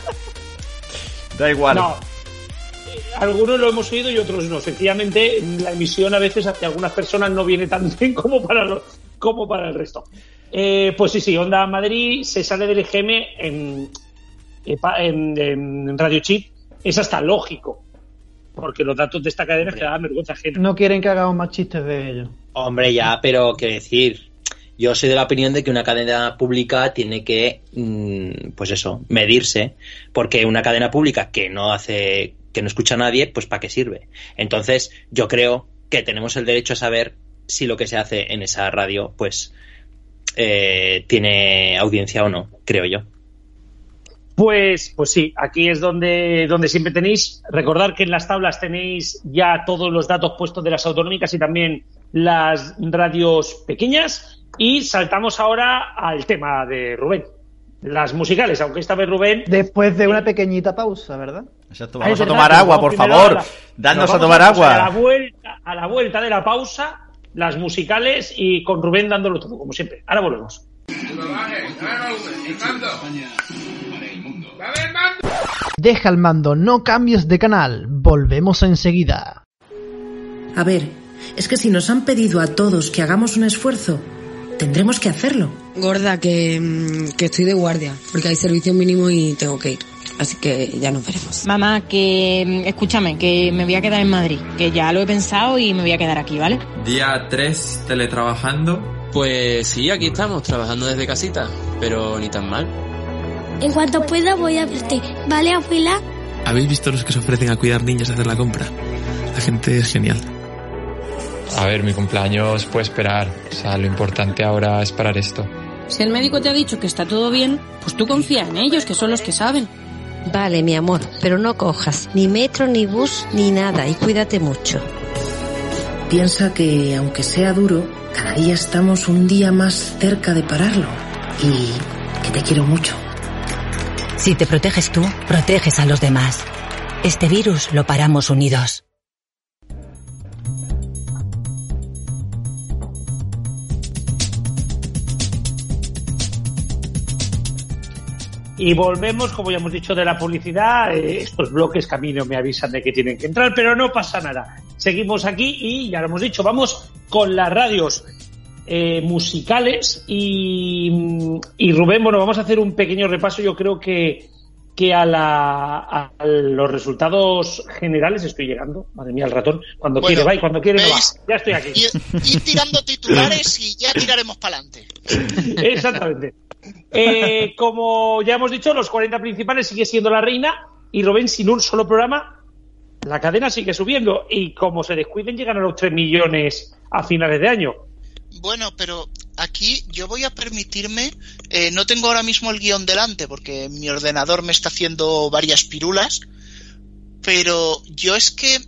Da igual. No. Algunos lo hemos oído y otros no. Sencillamente, la emisión a veces hacia algunas personas no viene tan bien como para el resto. Pues sí, Onda Madrid se sale del EGM en Radio Chip. Es hasta lógico, porque los datos de esta cadena que dan vergüenza ajena. No quieren que hagamos más chistes de ellos. Hombre, ya, pero qué decir, yo soy de la opinión de que una cadena pública tiene que, pues eso, medirse, porque una cadena pública que no escucha a nadie, pues ¿para qué sirve? Entonces, yo creo que tenemos el derecho a saber si lo que se hace en esa radio, pues, tiene audiencia o no, creo yo. Pues sí, aquí es donde siempre tenéis. Recordar que en las tablas tenéis ya todos los datos puestos de las autonómicas y también las radios pequeñas. Y saltamos ahora al tema de Rubén, las musicales, aunque esta vez Rubén... Después de una pequeñita pausa, ¿verdad? Exacto, vamos a tomar agua, por favor. Dadnos a tomar agua. A la vuelta de la pausa, las musicales y con Rubén dándolo todo, como siempre. Ahora volvemos. Deja el mando, no cambies de canal. Volvemos enseguida. A ver, es que si nos han pedido a todos que hagamos un esfuerzo, tendremos que hacerlo. Gorda, que estoy de guardia, porque hay servicio mínimo y tengo que ir. Así que ya nos veremos. Mamá, que escúchame, que me voy a quedar en Madrid, que ya lo he pensado y me voy a quedar aquí, ¿vale? Día 3 teletrabajando. Pues sí, aquí estamos, trabajando desde casita, pero ni tan mal. En cuanto pueda voy a verte, ¿vale, abuela? ¿Habéis visto los que se ofrecen a cuidar niños a hacer la compra? La gente es genial. A ver, mi cumpleaños puede esperar. O sea, lo importante ahora es parar esto. Si el médico te ha dicho que está todo bien, pues tú confía en ellos, que son los que saben. Vale, mi amor, pero no cojas ni metro, ni bus, ni nada, y cuídate mucho. Piensa que, aunque sea duro, cada día estamos un día más cerca de pararlo. Y que te quiero mucho. Si te proteges tú, proteges a los demás. Este virus lo paramos unidos. Y volvemos, como ya hemos dicho, de la publicidad. Estos bloques que a mí no me avisan de que tienen que entrar, pero no pasa nada. Seguimos aquí y ya lo hemos dicho, vamos con las radios musicales y Rubén, bueno, vamos a hacer un pequeño repaso. Yo creo que a los resultados generales estoy llegando. Madre mía, el ratón, cuando quiere va y cuando quiere no va. Ya estoy aquí. Ir tirando titulares y ya tiraremos para adelante. Exactamente. Como ya hemos dicho, los 40 principales sigue siendo la reina y Rubén, sin un solo programa, la cadena sigue subiendo y como se descuiden llegan a los 3 millones a finales de año. Bueno, pero aquí yo voy a permitirme, no tengo ahora mismo el guión delante porque mi ordenador me está haciendo varias pirulas, pero yo es que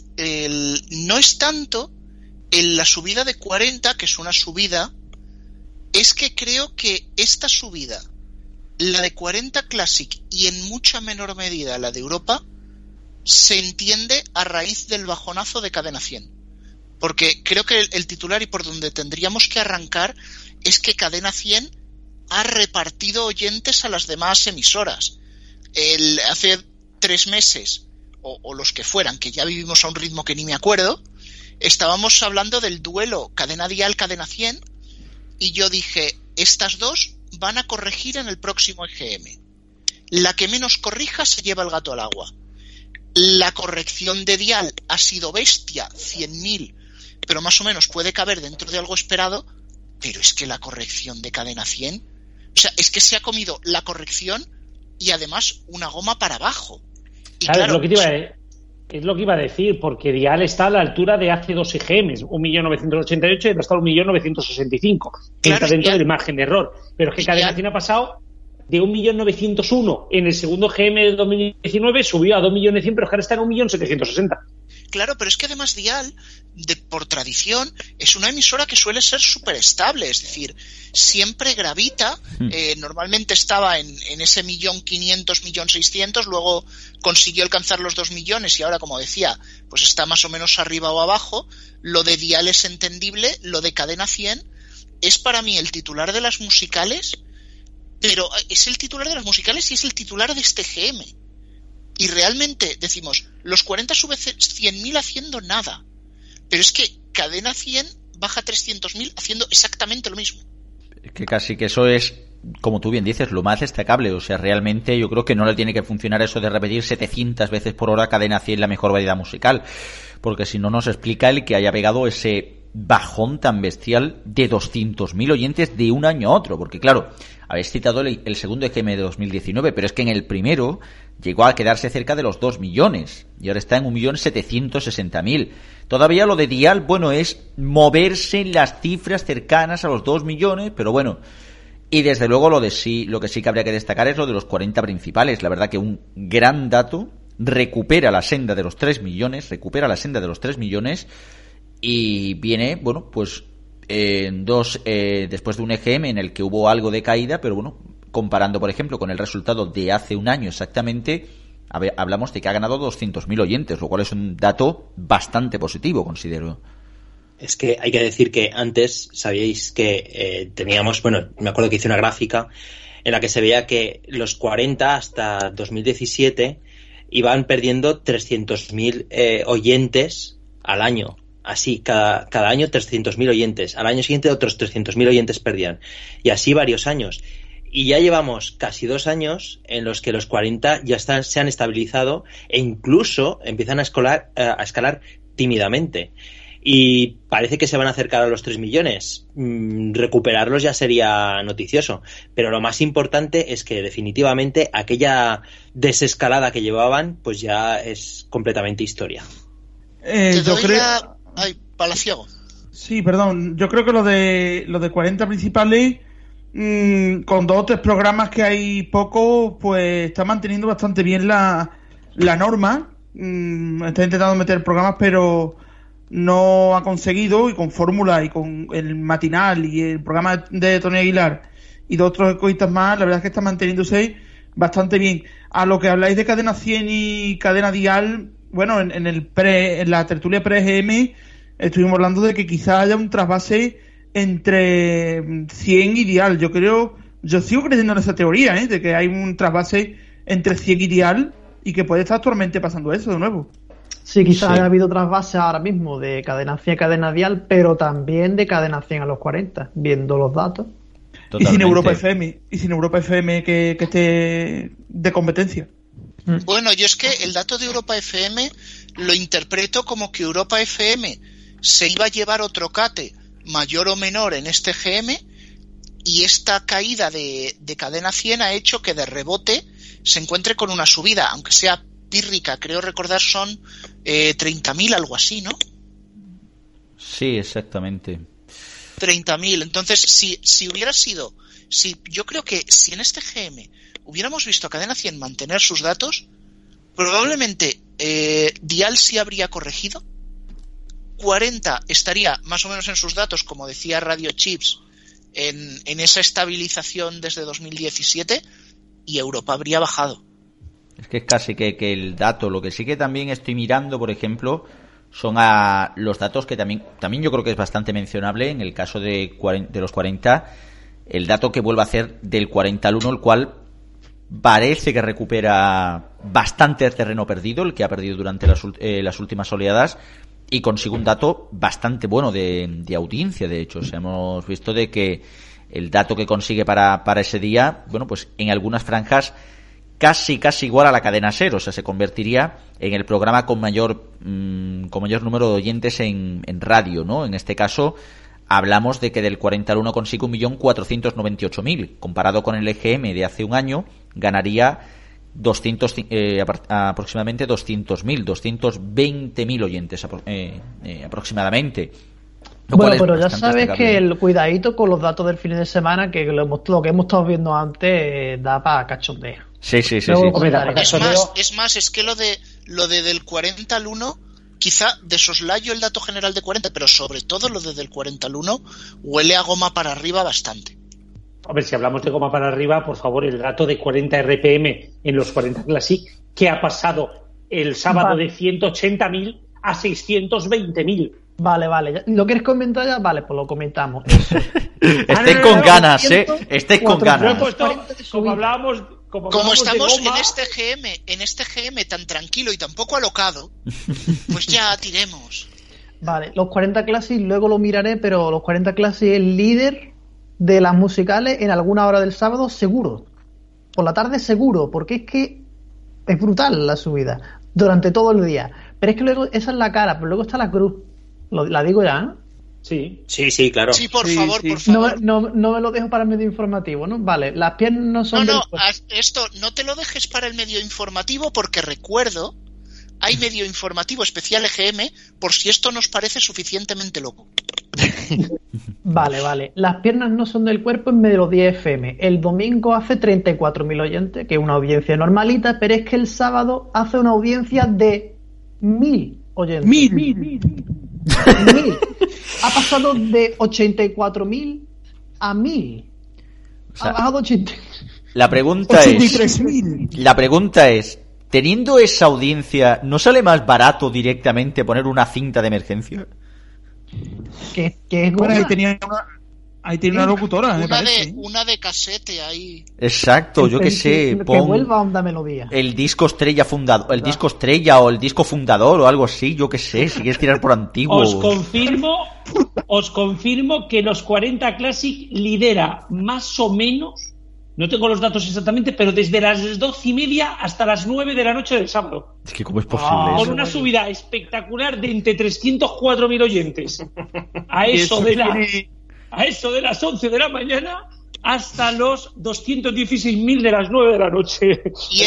no es tanto en la subida de 40, que es una subida, es que creo que esta subida, la de 40 Classic y en mucha menor medida la de Europa, se entiende a raíz del bajonazo de Cadena 100. Porque creo que el titular y por donde tendríamos que arrancar es que Cadena 100 ha repartido oyentes a las demás emisoras. Hace 3 meses, o los que fueran, que ya vivimos a un ritmo que ni me acuerdo, estábamos hablando del duelo Cadena Dial, Cadena 100, y yo dije, estas dos van a corregir en el próximo EGM. La que menos corrija se lleva el gato al agua. La corrección de Dial ha sido bestia, 100.000, pero más o menos puede caber dentro de algo esperado, pero es que la corrección de Cadena 100, o sea, es que se ha comido la corrección y además una goma para abajo. Y claro, es lo que iba a decir, porque Dial está a la altura de hace 2 EGMs, 1.988 y ahora está 1.965, que está dentro del margen de error. Pero es que Cadena 100 ha pasado de 1.901 en el segundo EGM de 2019, subió a 2.100.000, pero ahora está en 1.760.000. Claro, pero es que además Dial, por tradición, es una emisora que suele ser súper estable, es decir, siempre gravita, normalmente estaba en ese 1.500.000, 1.600.000, luego consiguió alcanzar los 2 millones y ahora, como decía, pues está más o menos arriba o abajo. Lo de Dial es entendible, lo de Cadena 100 es para mí el titular de las musicales, pero es el titular de las musicales y es el titular de este GM. Y realmente decimos, los 40 sube 100.000 haciendo nada. Pero es que Cadena 100 baja 300.000 haciendo exactamente lo mismo. Es que casi que eso es, como tú bien dices, lo más destacable. O sea, realmente yo creo que no le tiene que funcionar eso de repetir 700 veces por hora Cadena 100 la mejor variedad musical. Porque si no nos explica el que haya pegado ese bajón tan bestial de 200.000 oyentes de un año a otro. Porque claro, habéis citado el segundo EGM de 2019, pero es que en el primero llegó a quedarse cerca de los 2 millones y ahora está en 1.760.000. Todavía lo de Dial, bueno, es moverse en las cifras cercanas a los 2 millones, pero bueno. Y desde luego lo que sí que habría que destacar es lo de los 40 principales. La verdad que un gran dato, recupera la senda de los 3 millones, y viene, bueno, pues después de un EGM en el que hubo algo de caída, pero bueno, comparando por ejemplo con el resultado de hace un año exactamente, hablamos de que ha ganado 200.000 oyentes, lo cual es un dato bastante positivo, considero. Es que hay que decir que antes sabíais que teníamos, bueno, me acuerdo que hice una gráfica en la que se veía que los 40 hasta 2017 iban perdiendo 300.000 oyentes al año. Así, cada año 300.000 oyentes. Al año siguiente otros 300.000 oyentes perdían. Y así varios años. Y ya llevamos casi 2 años en los que los 40 ya se han estabilizado e incluso empiezan a escalar tímidamente. Y parece que se van a acercar a los 3 millones. Recuperarlos ya sería noticioso. Pero lo más importante es que definitivamente aquella desescalada que llevaban pues ya es completamente historia. Yo creo... Ay, Palaciego. Sí, perdón. Yo creo que lo de 40 principales, con 2 o 3 programas que hay poco, pues está manteniendo bastante bien la norma. Está intentando meter programas, pero no ha conseguido, y con Fórmula y con el matinal y el programa de Tony Aguilar y de otros cositas más, la verdad es que está manteniéndose bastante bien. A lo que habláis de Cadena 100 y Cadena Dial, bueno, en la tertulia pre-GM estuvimos hablando de que quizá haya un trasvase entre 100 y Dial. Yo sigo creyendo en esa teoría, de que hay un trasvase entre 100 y Dial y que puede estar actualmente pasando eso de nuevo. Sí, quizás haya habido trasvase ahora mismo de Cadena 100 a Cadena Dial, pero también de Cadena 100 a los 40, viendo los datos. Totalmente. Y sin Europa FM que esté de competencia. Bueno, yo es que el dato de Europa FM lo interpreto como que Europa FM se iba a llevar otro cate mayor o menor en este GM, y esta caída de Cadena 100 ha hecho que de rebote se encuentre con una subida, aunque sea pírrica, creo recordar son 30.000, algo así, ¿no? Sí, exactamente. 30.000. Entonces, yo creo que si en este GM hubiéramos visto a Cadena 100 mantener sus datos, probablemente Dial sí habría corregido, 40 estaría más o menos en sus datos, como decía Radio Chips, en esa estabilización desde 2017, y Europa habría bajado. Es que es casi que el dato, lo que sí que también estoy mirando, por ejemplo, son a los datos que también yo creo que es bastante mencionable en el caso de los 40, el dato que vuelve a hacer del 40 al 1, el cual parece que recupera bastante terreno perdido, el que ha perdido durante las últimas oleadas, y consigue un dato bastante bueno de audiencia. De hecho, hemos visto de que el dato que consigue para ese día, bueno, pues en algunas franjas casi igual a la cadena SER, o sea, se convertiría en el programa con mayor número de oyentes en radio, ¿no? En este caso hablamos de que del 40 al 1 consigue 1.498.000, comparado con el EGM de hace un año ganaría aproximadamente 200.000, 220.000 oyentes aproximadamente. Bueno, pero ya sabes que el cuidadito con los datos del fin de semana, que lo que hemos estado viendo antes, da para cachondeo. Sí. Es más, es que lo de del 40 al 1 quizá de soslayo el dato general de 40, pero sobre todo lo del 40 al 1 huele a goma para arriba bastante. A ver, si hablamos de goma para arriba, por favor, el dato de 40 RPM en los 40 Classic, que ha pasado el sábado de 180.000 a 620.000. Vale. ¿Lo quieres comentar ya? Vale, pues lo comentamos. Estés con ganas, estés con ganas. Como hablábamos... Como estamos en este GM tan tranquilo y tan poco alocado, pues ya tiremos. Vale, los 40 Classic luego lo miraré, pero los 40 Classic es líder de las musicales en alguna hora del sábado seguro. Por la tarde seguro, porque es que es brutal la subida durante todo el día. Pero es que luego esa es la cara, pero luego está la cruz. ¿La digo ya? ¿No? Sí, claro. Sí, por favor. No me lo dejo para el medio informativo, ¿no? Vale, las piernas no son... Esto no te lo dejes para el medio informativo porque recuerdo, hay medio informativo especial EGM por si esto nos parece suficientemente loco. Vale. Las piernas no son del cuerpo en Melodía FM. El domingo hace 34.000 oyentes, que es una audiencia normalita, pero es que el sábado hace una audiencia de 1.000 oyentes. 1.000. Ha pasado de 84.000 a 1.000. Ha bajado 80. La pregunta es, teniendo esa audiencia, ¿no sale más barato directamente poner una cinta de emergencia? Que es bueno, ahí tenía una locutora, me parece. Una de casete ahí. Exacto, yo qué sé, que vuelva a Onda Melodía. El disco estrella fundador, disco estrella o el disco fundador o algo así, yo qué sé, si quieres tirar por antiguo. Os confirmo que los 40 Classic lidera más o menos, no tengo los datos exactamente, pero desde las 12:30 hasta las 9 de la noche del sábado. Es que cómo es posible con eso. Una subida espectacular de entre 304.000 oyentes. A eso de las 11 de la mañana hasta los 216.000 de las 9 de la noche. Y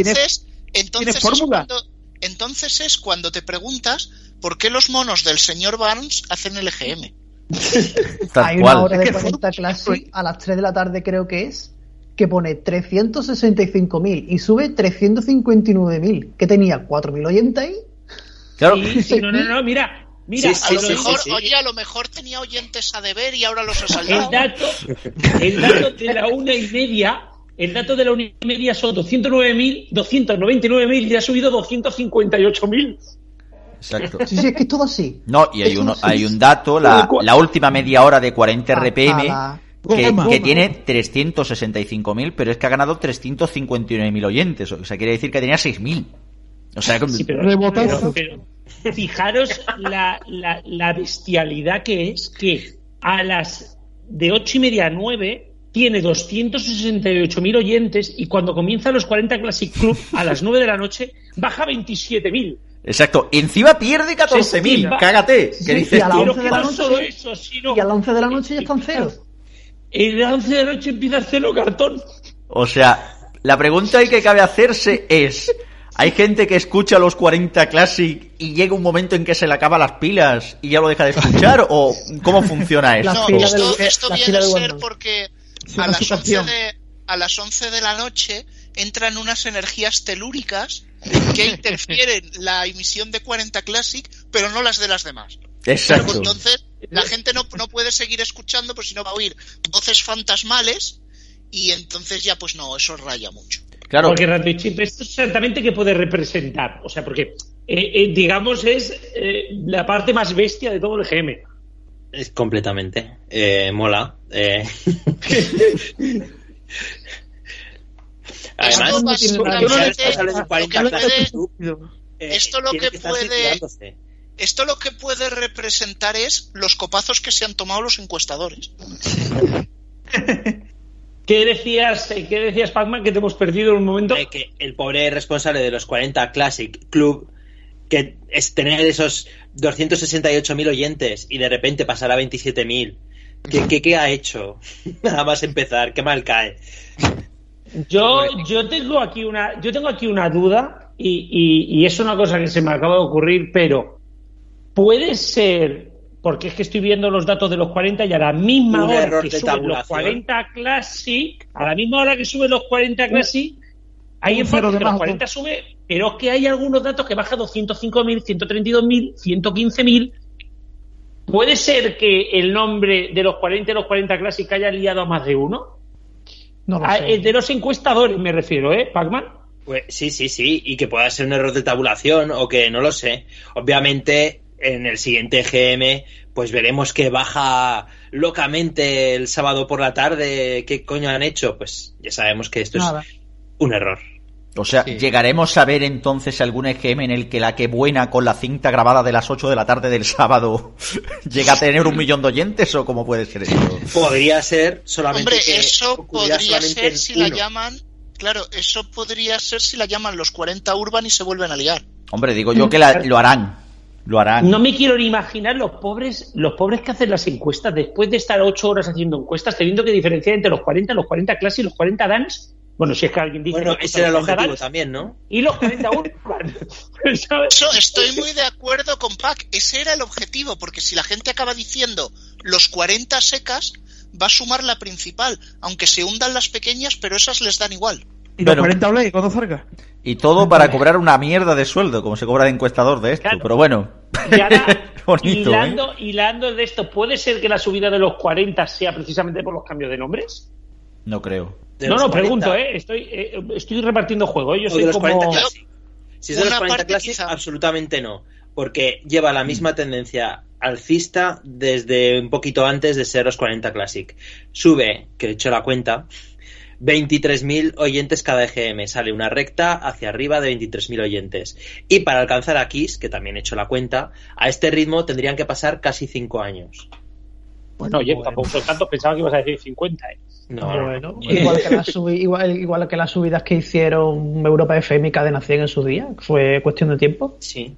entonces es cuando te preguntas por qué los monos del señor Barnes hacen el EGM. Hay una hora de 40 Classic a las 3 de la tarde creo que es, que pone 365.000 y sube 359.000, que tenía 4.000 oyentes ahí. Claro. Sí, no, mira. A lo mejor tenía oyentes a deber y ahora los ha saldado. El dato de la 1:30, son 299.000 y ha subido 258.000. Exacto. Sí, es que es todo así. No, y hay un dato, la última media hora de 40 RPM que tiene 365.000, pero es que ha ganado 359.000 oyentes. O sea, quiere decir que tenía 6.000. O sea, pero fijaros la bestialidad que es que a las de 8:30 a 9 tiene 268.000 oyentes y cuando comienza los 40 Classic Club a las 9 de la noche baja 27.000. Exacto, encima pierde 14.000, cágate. Sí, y a las 11 de la noche, y a las 11 de la noche ya están cero. Y a las 11 de la noche empieza a cero cartón. O sea, la pregunta que cabe hacerse es: ¿hay gente que escucha los 40 Classic y llega un momento en que se le acaban las pilas y ya lo deja de escuchar? ¿O cómo funciona esto? No, esto viene a ser porque a las 11 de la noche entran unas energías telúricas que interfieren la emisión de 40 Classic, pero no las de las demás. Exacto. Pero entonces la gente no puede seguir escuchando, pues si no va a oír voces fantasmales y entonces ya pues no, eso raya mucho. Claro. Porque Radio Chip, ¿esto exactamente qué puede representar? O sea, porque digamos es la parte más bestia de todo el GM. Es completamente. Mola. Además, esto lo que puede representar es los copazos que se han tomado los encuestadores. ¿Qué decías, Pac-Man, que te hemos perdido en un momento? Que el pobre responsable de los 40 Classic Club, que es tener esos 268.000 oyentes y de repente pasar a 27.000. ¿Qué ha hecho? Nada más empezar, qué mal cae. Yo tengo aquí una duda y es una cosa que se me acaba de ocurrir, pero puede ser, porque es que estoy viendo los datos de los 40 y a la misma hora que suben los 40 Classic, hay empate, pero los 40 sube pero es que hay algunos datos que baja 205.000, 132.000, 115.000. ¿Puede ser que el nombre de los 40 y los 40 Classic haya liado a más de uno? No lo sé. De los encuestadores me refiero, Pac-Man. Pues sí, y que pueda ser un error de tabulación o que no lo sé. Obviamente, en el siguiente EGM, pues veremos que baja locamente el sábado por la tarde. ¿Qué coño han hecho? Pues ya sabemos que esto es un error. O sea, ¿llegaremos a ver entonces algún EGM en el que la que buena con la cinta grabada de las 8 de la tarde del sábado llega a tener 1 millón de oyentes o cómo puede ser eso? Podría ser solamente. Hombre, que eso podría ser si la uno. llaman. Claro, eso podría ser si la llaman los 40 Urban y se vuelven a liar. Hombre, digo yo que lo harán. Lo harán. No me quiero ni imaginar los pobres que hacen las encuestas después de estar 8 horas haciendo encuestas, teniendo que diferenciar entre los 40 Classic y los 40 Dance. Bueno, si es que alguien dice... Bueno, ese era el objetivo también, ¿no? Y los 40 Urban. Eso estoy muy de acuerdo con Pac. Ese era el objetivo, porque si la gente acaba diciendo los 40 secas, va a sumar la principal, aunque se hundan las pequeñas, pero esas les dan igual. Y los 40 Play, cuando salga. Y todo para cobrar una mierda de sueldo, como se cobra de encuestador de esto. Claro. Pero bueno. Y ahora, bonito, hilando de esto, ¿puede ser que la subida de los 40 sea precisamente por los cambios de nombres? No creo. No, pregunto, estoy repartiendo juego. Yo soy como... Si es de los 40 Classic, absolutamente no. Porque lleva la misma tendencia alcista desde un poquito antes de ser los 40 Classic. Sube, que he hecho la cuenta, 23.000 oyentes cada EGM. Sale una recta hacia arriba de 23.000 oyentes. Y para alcanzar a Kiss, que también he hecho la cuenta, a este ritmo tendrían que pasar casi 5 años. Bueno, oye, tampoco son tantos, pensaba que ibas a decir 50, No, bueno, igual que las subidas que hicieron Europa FM y Cadena 100 en su día, fue cuestión de tiempo. Sí,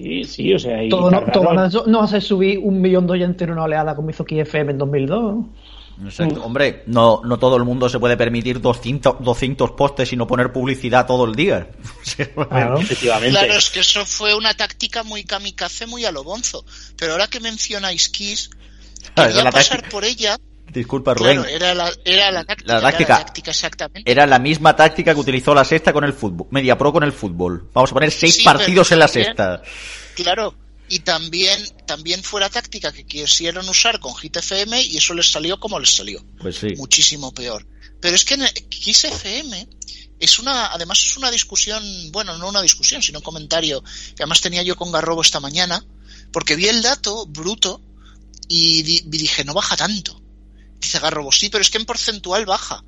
o sea... Todo no hace subir 1 millón de oyentes en una oleada como hizo Kiss FM en 2002. Exacto. Hombre, no todo el mundo se puede permitir 200 postes y no poner publicidad todo el día. Claro. Efectivamente. Claro, es que eso fue una táctica muy kamikaze, muy a lo bonzo. Pero ahora que mencionáis Kiss, quería pasar por ella. Disculpa, Rubén. Claro, era la táctica, exactamente. Era la misma táctica que utilizó la Sexta con el fútbol, Mediapro con el fútbol. Vamos a poner 6 partidos en la Sexta. Claro, y también fue la táctica que quisieron usar con Hit FM y eso les salió como les salió. Pues sí. Muchísimo peor. Pero es que en Kiss FM además es una discusión, bueno, no una discusión, sino un comentario que además tenía yo con Garrobo esta mañana, porque vi el dato bruto y dije, no baja tanto. Dice Garrobo, sí, pero es que en porcentual baja.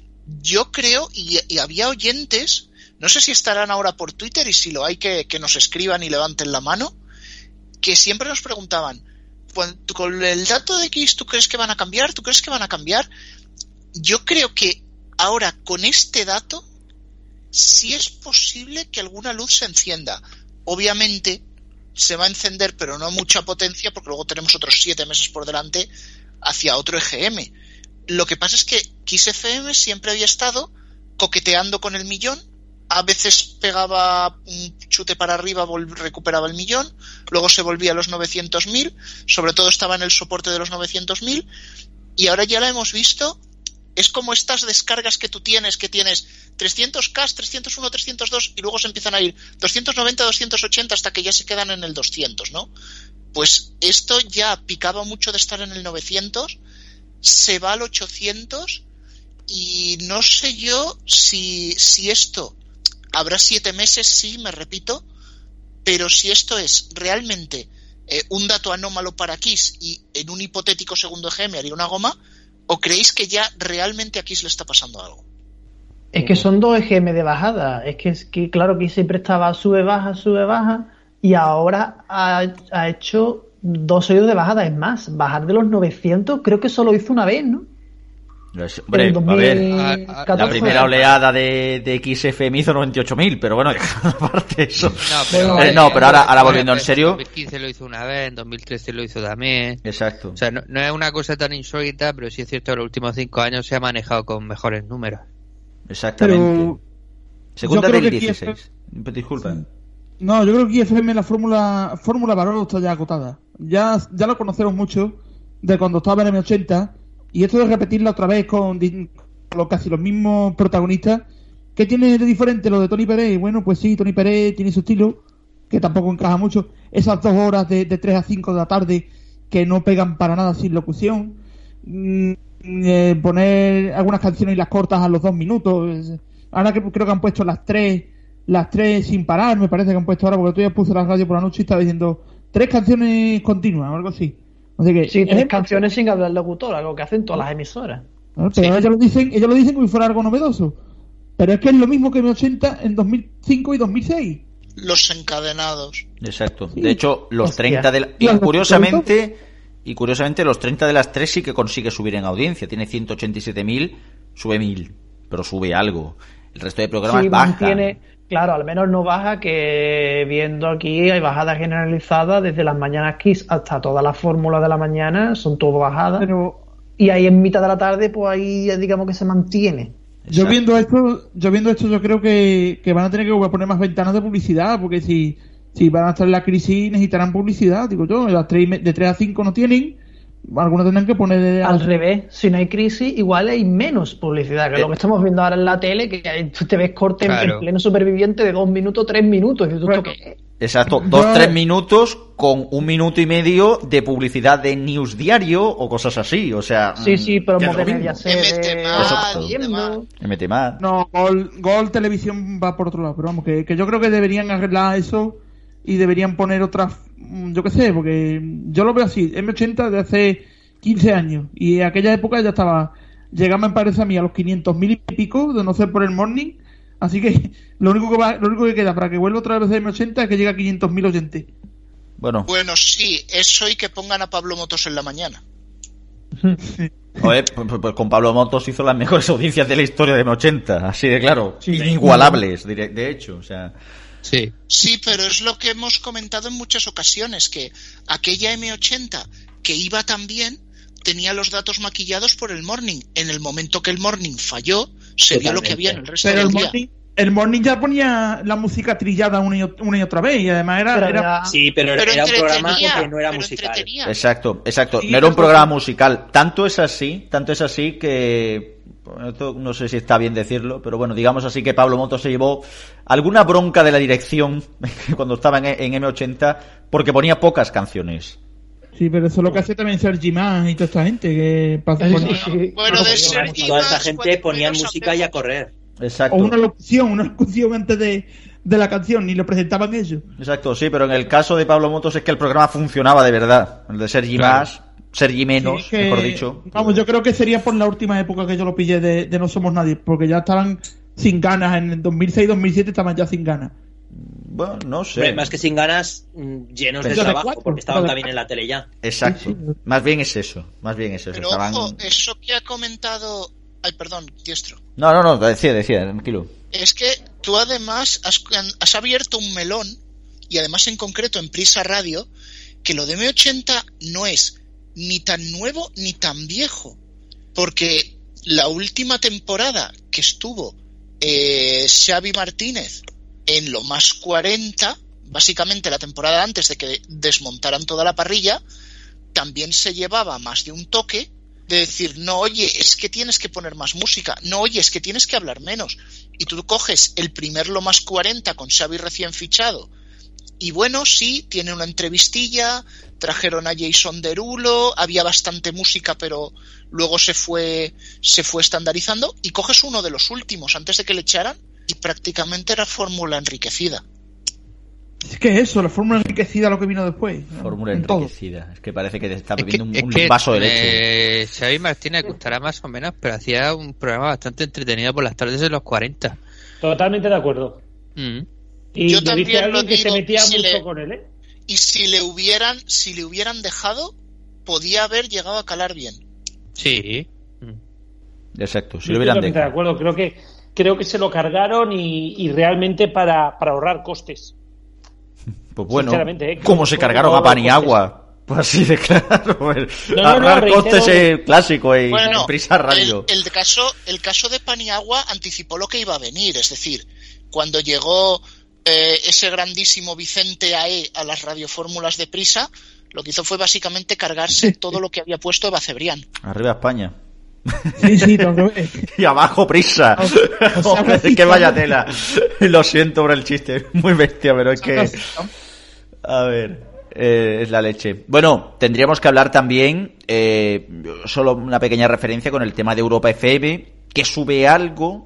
Yo creo, y había oyentes, no sé si estarán ahora por Twitter, y si lo hay que nos escriban y levanten la mano, que siempre nos preguntaban, con el dato de X, ¿tú crees que van a cambiar? ¿Tú crees que van a cambiar? Yo creo que ahora, con este dato, sí es posible que alguna luz se encienda. Obviamente, se va a encender, pero no a mucha potencia, porque luego tenemos otros 7 meses por delante hacia otro EGM. Lo que pasa es que Kiss FM siempre había estado coqueteando con el millón, a veces pegaba un chute para arriba, recuperaba el millón, luego se volvía a los 900.000, sobre todo estaba en el soporte de los 900.000, y ahora ya la hemos visto. Es como estas descargas que tú tienes, 300K, 301, 302, y luego se empiezan a ir 290, 280 hasta que ya se quedan en el 200, ¿no? Pues esto ya picaba mucho de estar en el 900, se va al 800, y no sé yo si esto habrá 7 meses, sí, me repito, pero si esto es realmente un dato anómalo para Kiss y en un hipotético segundo EGM haría una goma, ¿o creéis que ya realmente a Kiss le está pasando algo? Es que son 2 EGM de bajada. Es que claro, que siempre estaba sube, baja, y ahora ha hecho 2 seguidos de bajada. Es más, bajar de los 900 creo que solo hizo una vez, ¿no? Hombre, a ver, la primera oleada de XFM hizo 98.000, pero bueno, aparte eso. Pero ahora volviendo en serio. En 2015 lo hizo una vez, en 2013 lo hizo también. Exacto. O sea, no es una cosa tan insólita, pero sí es cierto que en los últimos 5 años se ha manejado con mejores números. Exactamente. Pero segunda del 16. Disculpa. No, yo creo que XFM la fórmula Barolo está ya agotada. Ya lo conocemos mucho de cuando estaba en M80. Y esto de repetirla otra vez con casi los mismos protagonistas, ¿qué tiene de diferente lo de Tony Pérez? Bueno, pues sí, Tony Pérez tiene su estilo, que tampoco encaja mucho. Esas 2 horas de 3 a 5 de la tarde que no pegan para nada sin locución. Poner algunas canciones y las cortas a los 2 minutos. Ahora que creo que han puesto las tres sin parar, me parece que han puesto ahora, porque tú ya puse la radio por la noche y estaba diciendo 3 canciones continuas o algo así. Así que, sí, 3 canciones sin hablar locutor, algo que hacen todas las emisoras. Pero sí. ellos lo dicen como si fuera algo novedoso. Pero es que es lo mismo que M80 en 2005 y 2006. Los encadenados. Exacto. Sí. De hecho, los 30 de y curiosamente los 30 de las 3 sí que consigue subir en audiencia. Tiene 187.000, sube 1.000, pero sube algo. El resto de programas baja. Claro, al menos no baja, que viendo aquí hay bajadas generalizadas desde las mañanas Kiss hasta todas las fórmulas de la mañana, son todo bajadas. Y ahí en mitad de la tarde, pues ahí digamos que se mantiene. Yo viendo esto, yo creo que van a tener que poner más ventanas de publicidad, porque si van a estar en la crisis necesitarán publicidad, digo yo. De 3 a 5 no tienen, algunos tendrán que poner al revés. Si no hay crisis, igual hay menos publicidad, que es lo que estamos viendo ahora en la tele, que tú te ves corte en pleno Superviviente de 2 minutos, 3 minutos. Y tú, exacto, 2-3 minutos con 1 minuto y medio de publicidad de news diario o cosas así, o sea... Sí, pero Media MT más. No, Gol Televisión va por otro lado, pero vamos, que yo creo que deberían arreglar eso y deberían poner otras, yo qué sé, porque yo lo veo así, M80 de hace 15 años, y en aquella época ya llegaba, me parece a mí, a los 500.000 y pico, de no ser por el morning. Así que lo único que queda para que vuelva otra vez de M80 es que llegue a 500.000 oyentes. Bueno, sí, eso y que pongan a Pablo Motos en la mañana. Oye, pues con Pablo Motos hizo las mejores audiencias de la historia de M80, así de claro, inigualables, de hecho, o sea... Sí, pero es lo que hemos comentado en muchas ocasiones, que aquella M80 que iba tan bien tenía los datos maquillados por el morning. En el momento que el morning falló, se vio lo que había en el resto del día. El morning ya ponía la música trillada una y otra vez, y además era... Sí, pero era un programa que no era musical. Exacto. Sí, no era un programa musical. Tanto es así que... Esto no sé si está bien decirlo, pero bueno, digamos así que Pablo Motos se llevó alguna bronca de la dirección cuando estaba en M80 porque ponía pocas canciones. Sí, pero eso es lo que hace también Sergi Mas y toda esta gente que toda esta gente ponía música y a correr. Exacto. O una locución antes de la canción, ni lo presentaban ellos. Exacto, sí, pero en el caso de Pablo Motos es que el programa funcionaba de verdad. El de Sergi Mas, Sergi menos, sí, mejor dicho. Vamos, yo creo que sería por la última época que yo lo pillé de No Somos Nadie, porque ya estaban sin ganas. En el 2006-2007 estaban ya sin ganas. Bueno, no sé. Pero más que sin ganas, llenos de trabajo, porque estaban también en la tele ya. Exacto. Sí. Más bien es eso. Pero ojo, eso que ha comentado... Ay, perdón, Diestro. No, decía, tranquilo. Es que tú además has abierto un melón, y además en concreto en Prisa Radio, que lo de M80 no es ni tan nuevo ni tan viejo, porque la última temporada que estuvo Xavi Martínez en lo más 40, básicamente la temporada antes de que desmontaran toda la parrilla, también se llevaba más de un toque de decir, no, oye, es que tienes que poner más música, no, oye, es que tienes que hablar menos. Y tú coges el primer lo más 40 con Xavi recién fichado, y bueno, sí, tiene una entrevistilla, trajeron a Jason Derulo, había bastante música, pero luego se fue estandarizando, y coges uno de los últimos antes de que le echaran, y prácticamente era fórmula enriquecida. Es que eso, la fórmula enriquecida, lo que vino después. Fórmula enriquecida. Todo. Es que parece que te está bebiendo un vaso de leche. Xavi Martínez gustará más o menos, pero hacía un programa bastante entretenido por las tardes de los 40. Totalmente de acuerdo. Y yo también lo digo, que se metía mucho con él, ¿eh? Y si le hubieran dejado, podía haber llegado a calar bien. Sí. Exacto, si lo hubieran dejado. De acuerdo, creo que se lo cargaron y realmente para ahorrar costes. Pues bueno, ¿cómo se cargaron a Paniagua? Pues así de claro. Ahorrar costes clásico en Prisa Radio. El caso de Paniagua anticipó lo que iba a venir, es decir, cuando llegó ese grandísimo Vicente Ae a las radiofórmulas de Prisa, lo que hizo fue básicamente cargarse todo lo que había puesto Eva Cebrián. Arriba España. Sí, todo. Y abajo prisa. Que vaya tela. Lo siento por el chiste, muy bestia, pero es que... A ver, es la leche. Bueno, tendríamos que hablar también, solo una pequeña referencia con el tema de Europa FM, que sube algo,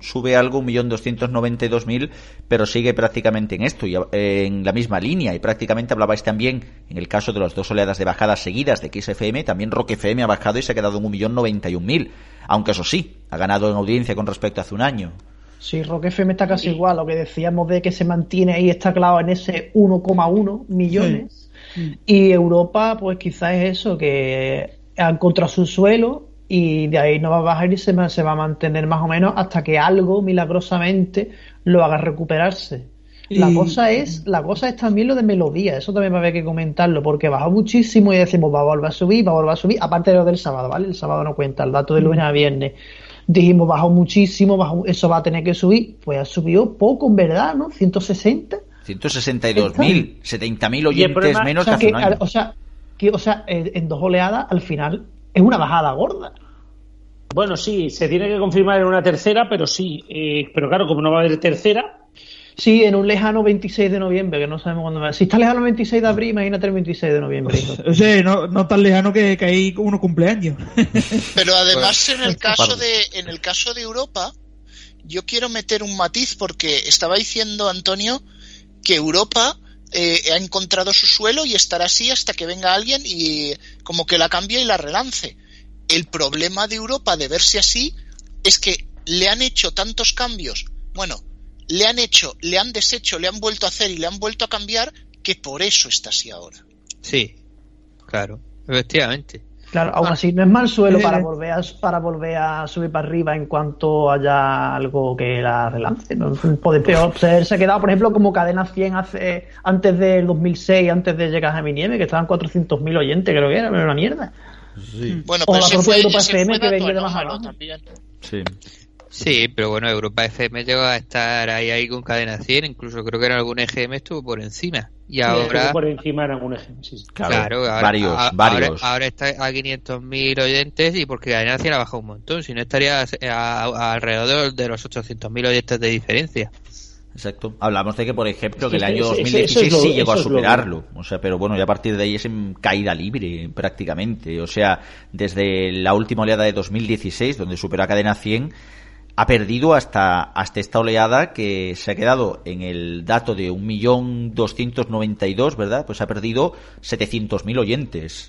1.292.000, pero sigue prácticamente en esto, y en la misma línea, y prácticamente hablabais también, en el caso de las 2 oleadas de bajadas seguidas de XFM, también Rock FM ha bajado y se ha quedado en 1.091.000, aunque eso sí, ha ganado en audiencia con respecto a hace un año. Sí, Rock FM está casi igual, lo que decíamos de que se mantiene ahí, está clavado en ese 1,1 millones, y Europa, pues quizás es eso, que ha encontrado su suelo, y de ahí no va a bajar y se va a mantener más o menos hasta que algo milagrosamente lo haga recuperarse. La cosa es también lo de melodía, eso también va a haber que comentarlo, porque bajó muchísimo y decimos va a volver a subir, aparte de lo del sábado, ¿vale? El sábado no cuenta, el dato de lunes a viernes. Dijimos bajó muchísimo, eso va a tener que subir, pues ha subido poco en verdad, ¿no? 160. 162.000, 70.000 oyentes menos que hace un año. O sea, en 2 oleadas al final es una bajada gorda. Bueno, sí, se tiene que confirmar en una tercera, pero sí. Pero claro, como no va a haber tercera... Sí, en un lejano 26 de noviembre, que no sabemos cuándo va a ser. Si está lejano el 26 de abril, imagínate el 26 de noviembre. O sea, no tan lejano que hay uno cumpleaños. Pero además, en el caso de Europa, yo quiero meter un matiz, porque estaba diciendo Antonio que Europa ha encontrado su suelo y estará así hasta que venga alguien y como que la cambie y la relance. El problema de Europa de verse así es que le han hecho tantos cambios, bueno, le han deshecho, le han vuelto a hacer y le han vuelto a cambiar, que por eso está así ahora. Sí, claro, efectivamente. Claro, aún así no es mal suelo para volver a subir para arriba en cuanto haya algo que la relance. No puede peor. Se ha quedado, por ejemplo, como Cadena 100 antes del 2006, antes de llegar a mi nieve, que estaban 400.000 oyentes, creo que era, pero una mierda. Sí. Bueno, o pues la propia Europa FM que venía de más abajo. También. Sí, pero bueno, Europa FM llegó a estar ahí con Cadena 100, incluso creo que en algún EGM estuvo por encima. Y ahora... Estuvo por encima en algún EGM, sí. Claro, varios. Ahora está a 500.000 oyentes y porque Cadena 100 ha bajado un montón, si no estaría alrededor de los 800.000 oyentes de diferencia. Exacto. Hablamos de que, por ejemplo, que el año 2016 sí llegó a superarlo. O sea, pero bueno, ya a partir de ahí es en caída libre, prácticamente. O sea, desde la última oleada de 2016, donde superó a Cadena 100, ha perdido hasta esta oleada que se ha quedado en el dato de 1.292.000, ¿verdad? Pues ha perdido 700.000 oyentes.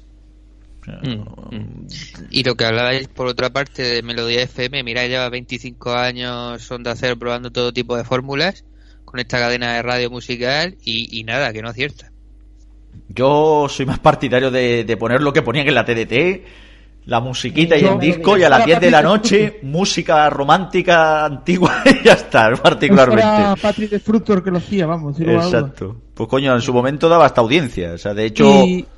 Y lo que hablabais por otra parte de Melodía FM, mira, lleva 25 años Onda Cero probando todo tipo de fórmulas con esta cadena de radio musical y nada, que no acierta. Yo soy más partidario de poner lo que ponían en la TDT, la musiquita y el disco, y a las 10 de la noche música romántica antigua y ya está, particularmente. Era Patrick de Fructor que lo hacía, vamos. Exacto. Pues coño, en su momento daba hasta audiencia, o sea, de hecho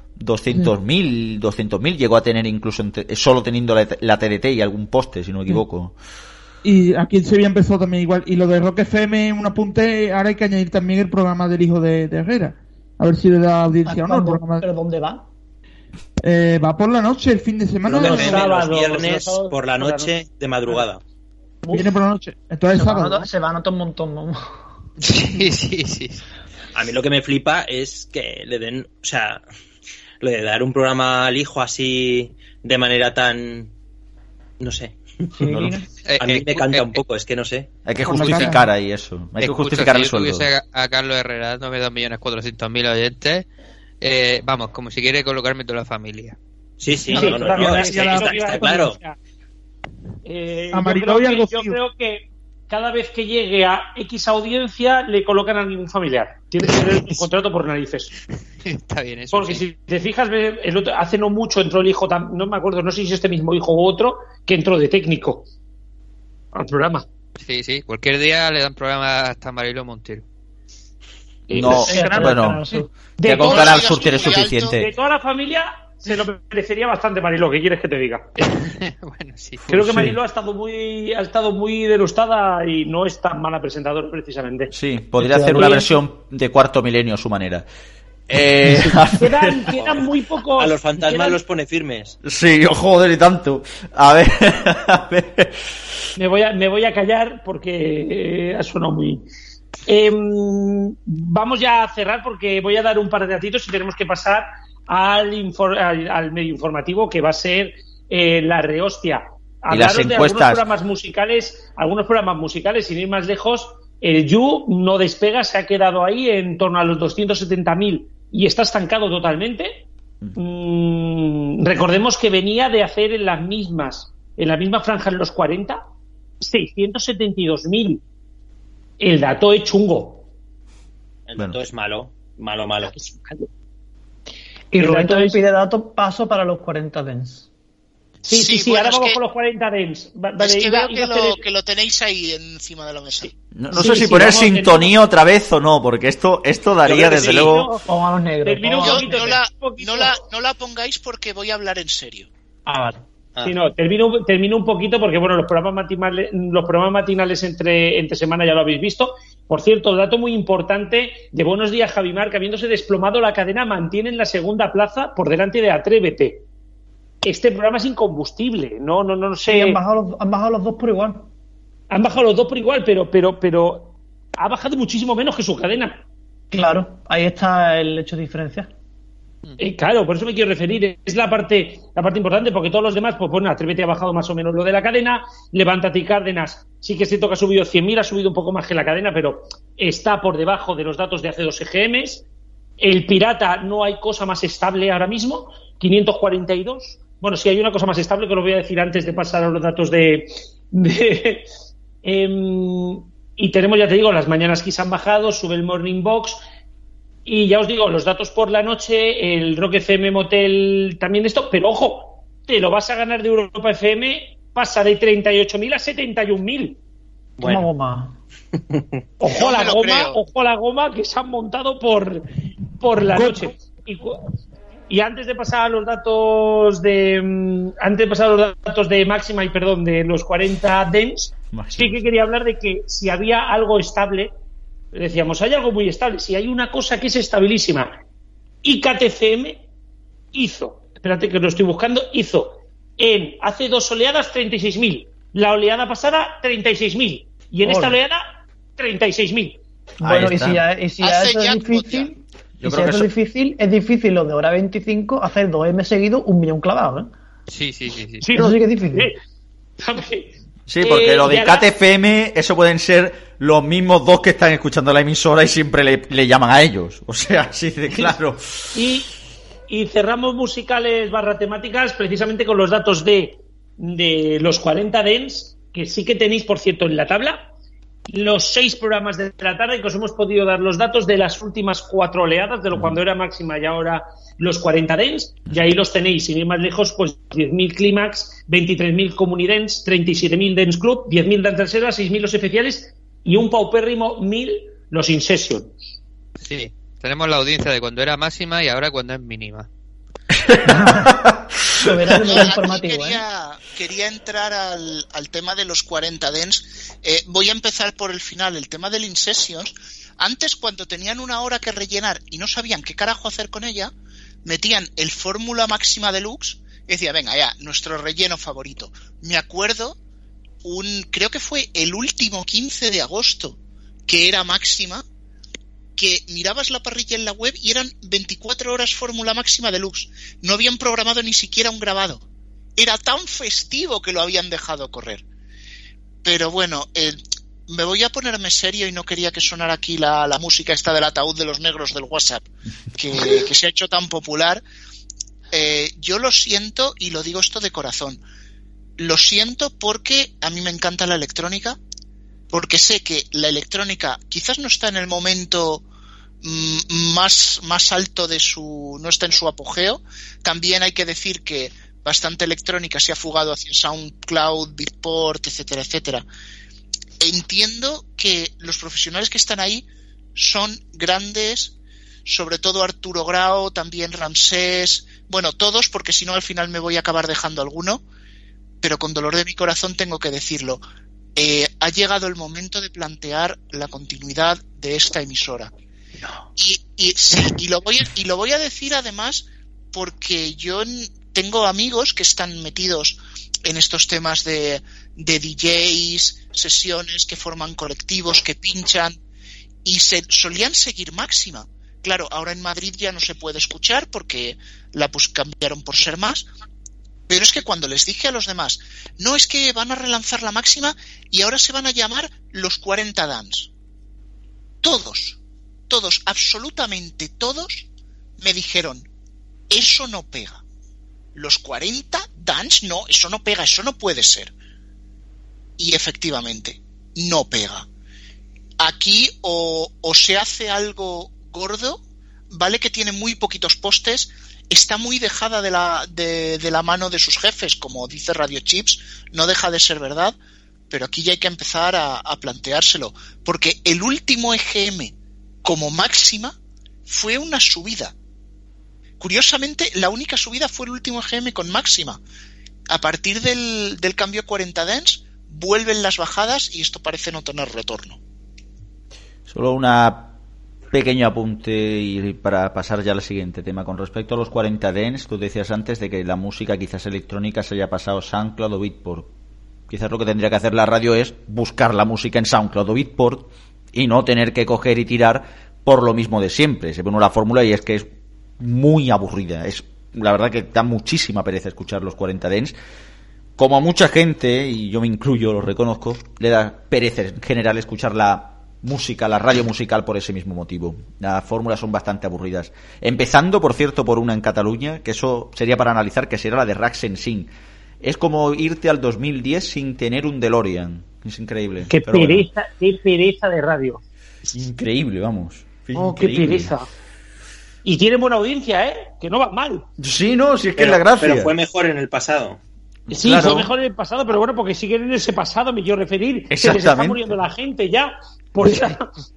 200.000 llegó a tener incluso solo teniendo la TDT y algún poste, si no me equivoco. Y aquí en Sevilla empezó también igual. Y lo de Rock FM, un apunte, ahora hay que añadir también el programa del hijo de Herrera. A ver si le da audiencia o no. ¿Pero dónde va? Va por la noche, el fin de semana. Los viernes por la noche de madrugada. Viene por la noche. Entonces sábado. Se va a notar un montón, ¿no? Sí. A mí lo que me flipa es que le den, o sea, lo de dar un programa al hijo así de manera tan, no sé. Sí. A mí me canta un poco, es que no sé. Hay que justificar ahí eso. Hay que justificar el sueldo. Si tuviese a Carlos Herrera dándome 2.400.000 oyentes, vamos, como si quiere colocarme toda la familia. Sí, está claro. Yo creo que cada vez que llegue a X audiencia le colocan a ningún familiar. Tiene que tener un contrato por narices. Está bien eso. Porque si te fijas, hace no mucho entró el hijo, no me acuerdo, no sé si es este mismo hijo u otro, que entró de técnico al programa. Sí, cualquier día le dan programa hasta Mariló Montero. No, bueno, ya con Canal Sur tiene suficiente. De toda la familia se lo merecería bastante Mariló, ¿qué quieres que te diga? Bueno, sí. Creo que Mariló ha estado muy denostada y no es tan mala presentadora precisamente. Sí, podría hacer una versión de Cuarto Milenio a su manera. Quedan muy pocos. A los fantasmas los pone firmes. Sí, joder, y tanto. A ver. Me voy a callar porque ha sonado muy... vamos ya a cerrar porque voy a dar un par de datitos y tenemos que pasar al medio informativo, que va a ser la rehostia. Hablaron de algunos programas musicales, sin ir más lejos. El You no despega, se ha quedado ahí en torno a los 270.000 y está estancado totalmente. Recordemos que venía de hacer en la misma franja en los 40, 672.000. El dato es chungo. El dato es malo. Y Rubén también pide datos paso para los 40 Dents. Sí, bueno, ahora vamos con los 40 Dents. Es que veo que lo tenéis ahí encima de la mesa. Sí. No sé si poner sintonía otra vez o no, porque esto daría desde luego... No la pongáis porque voy a hablar en serio. Vale. Sí, no, termino un poquito porque, bueno, los programas matinales entre semana ya lo habéis visto. Por cierto, dato muy importante de Buenos Días, Javimar, que habiéndose desplomado la cadena, mantienen la segunda plaza por delante de Atrévete. Este programa es incombustible, no sé. Sí, han bajado los dos por igual. Han bajado los dos por igual, pero ha bajado muchísimo menos que su cadena. Claro, ahí está el hecho de diferencia. Claro, por eso me quiero referir. Es la parte importante, porque todos los demás, pues bueno, Atrévete ha bajado más o menos lo de la cadena. Levántate y Cárdenas, sí que es cierto que ha subido 100.000, ha subido un poco más que la cadena, pero está por debajo de los datos de hace 2 EGMs. El Pirata, no hay cosa más estable ahora mismo, 542. Bueno, sí hay una cosa más estable que lo voy a decir antes de pasar a los datos y tenemos, ya te digo, las mañanas Kiss han bajado, sube el Morning Box. Y ya os digo, los datos por la noche, el Rock FM Motel también esto, pero ojo, te lo vas a ganar de Europa FM, pasa de 38.000 a 71.000. Bueno. Goma. Ojo a la goma que se han montado por la noche. Y antes de pasar a los datos de Máxima y de los 40 Dents, sí que quería hablar de que si había algo estable. Decíamos, hay algo muy estable. Si hay una cosa que es estabilísima, ICAT-FM hizo, espérate que lo estoy buscando, hace 2 oleadas 36.000, la oleada pasada 36.000 y en esta oleada 36.000. Bueno, y si ya eso es difícil, es difícil lo de hora 25 hacer 2M seguidos, 1 millón clavado, ¿eh? Sí. Eso sí que es difícil. Sí, porque lo de ICAT FM, eso pueden ser los mismos 2 que están escuchando la emisora y siempre le llaman a ellos. O sea, así de claro. Y cerramos musicales / temáticas precisamente con los datos de los 40 Dents, que sí que tenéis, por cierto, en la tabla. Los 6 programas de la tarde, que os hemos podido dar los datos de las últimas 4 oleadas, de lo cuando era Máxima y ahora los 40 Dents, y ahí los tenéis, sin ir más lejos, pues 10.000 Clímax, 23.000 Comunidents, 37.000 Dance Club, 10.000 Dance Reservas, 6.000 los especiales y un paupérrimo 1.000 los In Session. Sí, tenemos la audiencia de cuando era máxima y ahora cuando es mínima. Quería entrar al tema de los 40 Dents. Voy a empezar por el final, el tema del In Sessions. Antes, cuando tenían una hora que rellenar y no sabían qué carajo hacer con ella, metían el Fórmula Máxima Deluxe y decía, venga ya, nuestro relleno favorito. Me acuerdo, creo que fue el último 15 de agosto, que era Máxima, que mirabas la parrilla en la web y eran 24 horas Fórmula Máxima Deluxe. No habían programado ni siquiera un grabado. Era tan festivo que lo habían dejado correr. Pero bueno, me voy a ponerme serio y no quería que sonara aquí la música esta del ataúd de los negros del WhatsApp, que se ha hecho tan popular. Yo lo siento y lo digo esto de corazón. Lo siento porque a mí me encanta la electrónica, porque sé que la electrónica quizás no está en el momento más alto no está en su apogeo. También hay que decir que bastante electrónica se ha fugado hacia SoundCloud, Beatport, etcétera, etcétera. Entiendo que los profesionales que están ahí son grandes, sobre todo Arturo Grau, también Ramsés, bueno, todos, porque si no al final me voy a acabar dejando alguno, pero con dolor de mi corazón tengo que decirlo. Ha llegado el momento de plantear la continuidad de esta emisora. Y lo voy a decir además porque yo tengo amigos que están metidos en estos temas de DJs, sesiones que forman colectivos, que pinchan, y solían seguir Máxima. Claro, ahora en Madrid ya no se puede escuchar porque la cambiaron por Ser Más, pero es que cuando les dije a los demás, no, es que van a relanzar la Máxima y ahora se van a llamar los 40 Dance. Todos, absolutamente todos, me dijeron, eso no pega. Los 40 Dance, no, eso no pega, eso no puede ser. Y efectivamente, no pega. Aquí o se hace algo gordo, ¿vale? Que tiene muy poquitos postes, está muy dejada de la mano de sus jefes, como dice Radio Chips, no deja de ser verdad, pero aquí ya hay que empezar a planteárselo, porque el último EGM como Máxima fue una subida. Curiosamente, la única subida fue el último EGM con Máxima. A partir del cambio 40 Dance, vuelven las bajadas y esto parece no tener retorno. Solo una pequeño apunte y para pasar ya al siguiente tema. Con respecto a los 40 Dance, tú decías antes de que la música quizás electrónica se haya pasado SoundCloud o Beatport. Quizás lo que tendría que hacer la radio es buscar la música en SoundCloud o Beatport y no tener que coger y tirar por lo mismo de siempre. Se pone la fórmula y es que es muy aburrida. Es la verdad que da muchísima pereza escuchar los 40 Dance. Como a mucha gente, y yo me incluyo, lo reconozco, le da pereza en general escuchar la música, la radio musical por ese mismo motivo. Las fórmulas son bastante aburridas. Empezando, por cierto, por una en Cataluña, que eso sería para analizar, que será la de Rax en Sing. Es como irte al 2010 sin tener un DeLorean. Es increíble. Qué pereza, bueno. Qué pereza de radio. Increíble, vamos. Oh, qué pereza. Y tiene buena audiencia, ¿eh? Que no va mal. Sí, no, si es que es la gracia. Pero fue mejor en el pasado. Sí, claro. Fue mejor en el pasado, pero bueno, porque siguen en ese pasado, me quiero referir. Que se les está muriendo la gente ya. Por eso.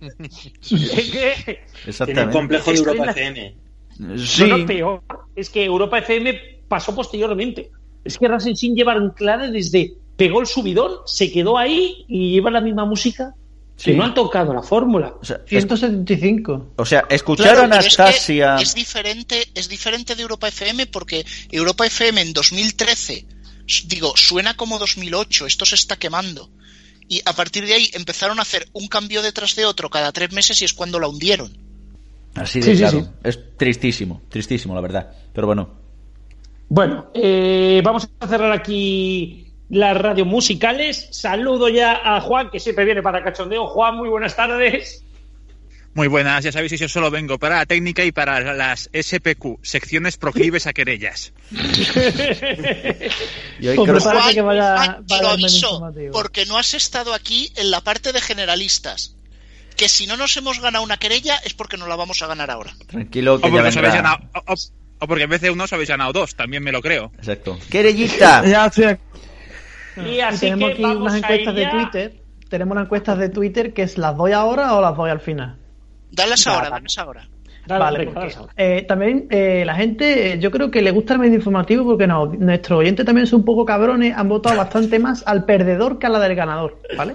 Exactamente. Tiene el complejo de Europa FM. Sí. No, peor. Es que Europa FM pasó posteriormente. Es que Rasen Sin lleva anclada desde pegó el subidón, se quedó ahí y lleva la misma música. Sí. Que no han tocado la fórmula. O sea, 175. O sea, escucharon a Anastasia. Es diferente de Europa FM porque Europa FM en 2013, suena como 2008, esto se está quemando. Y a partir de ahí empezaron a hacer un cambio detrás de otro cada 3 meses y es cuando la hundieron. Así de claro. Sí. Es tristísimo, la verdad. Pero bueno. Bueno, vamos a cerrar aquí las radios musicales. Saludo ya a Juan, que siempre viene para cachondeo. Juan, muy buenas tardes. Muy buenas, ya sabéis que yo solo vengo para la técnica y para las SPQ, secciones proclives a querellas. Juan, te lo aviso, porque no has estado aquí en la parte de generalistas. Que si no nos hemos ganado una querella es porque nos la vamos a ganar ahora. Tranquilo, que o porque, ya ganado, o porque en vez de uno os habéis ganado 2, también me lo creo. Exacto. ¡Querellita! Ya estoy aquí. Y así tenemos aquí unas encuestas de Twitter. Tenemos unas encuestas de Twitter que ¿las doy ahora o las doy al final? Dalas ahora. Vale, porque, también la gente, yo creo que le gusta el medio informativo porque nuestros oyentes también son un poco cabrones, han votado bastante más al perdedor que a la del ganador, ¿vale?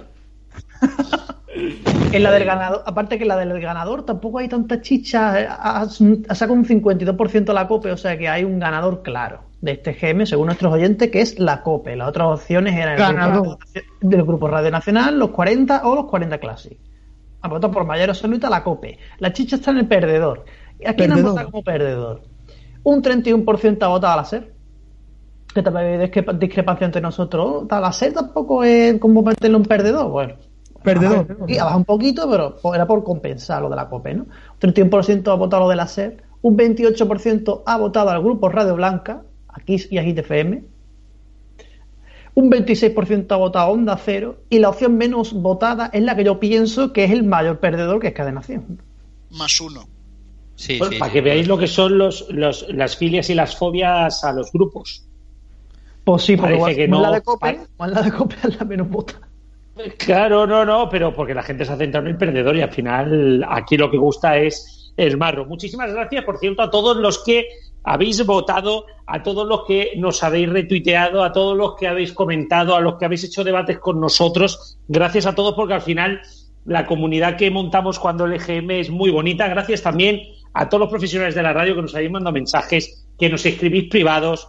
En la del ganador, aparte que en la del ganador tampoco hay tanta chicha, ha sacado un 52% la COPE, o sea que hay un ganador claro de este GM, según nuestros oyentes, que es la COPE. Las otras opciones eran el grupo Radio Nacional, los 40 o los 40 Classic. Han votado por mayoría absoluta la COPE. La chicha está en el perdedor. ¿A quién han votado como perdedor? Un 31% ha votado a la SER. Que también hay discrepancia entre nosotros. La SER tampoco es como meterle un perdedor. Bueno, perdedor. Y ha bajado un poquito, pero era por compensar lo de la COPE, ¿no? Un 31% ha votado lo de la SER. Un 28% ha votado al grupo Radio Blanca, a Kiss y a Hit FM. Un 26% ha votado a Onda Cero. Y la opción menos votada es la que yo pienso que es el mayor perdedor, que es Cadena 100. +1. Sí, bueno, sí, para que veáis lo que son las filias y las fobias a los grupos. Pues sí, porque igual, que no, la de COPE es la menos votada. Claro, no, pero porque la gente se ha centrado en el perdedor y al final aquí lo que gusta es el marro. Muchísimas gracias, por cierto, a todos los que habéis votado, a todos los que nos habéis retuiteado, a todos los que habéis comentado, a los que habéis hecho debates con nosotros. Gracias a todos porque al final La comunidad que montamos cuando el EGM es muy bonita. Gracias también a todos los profesionales de la radio que nos habéis mandado mensajes, que nos escribís privados.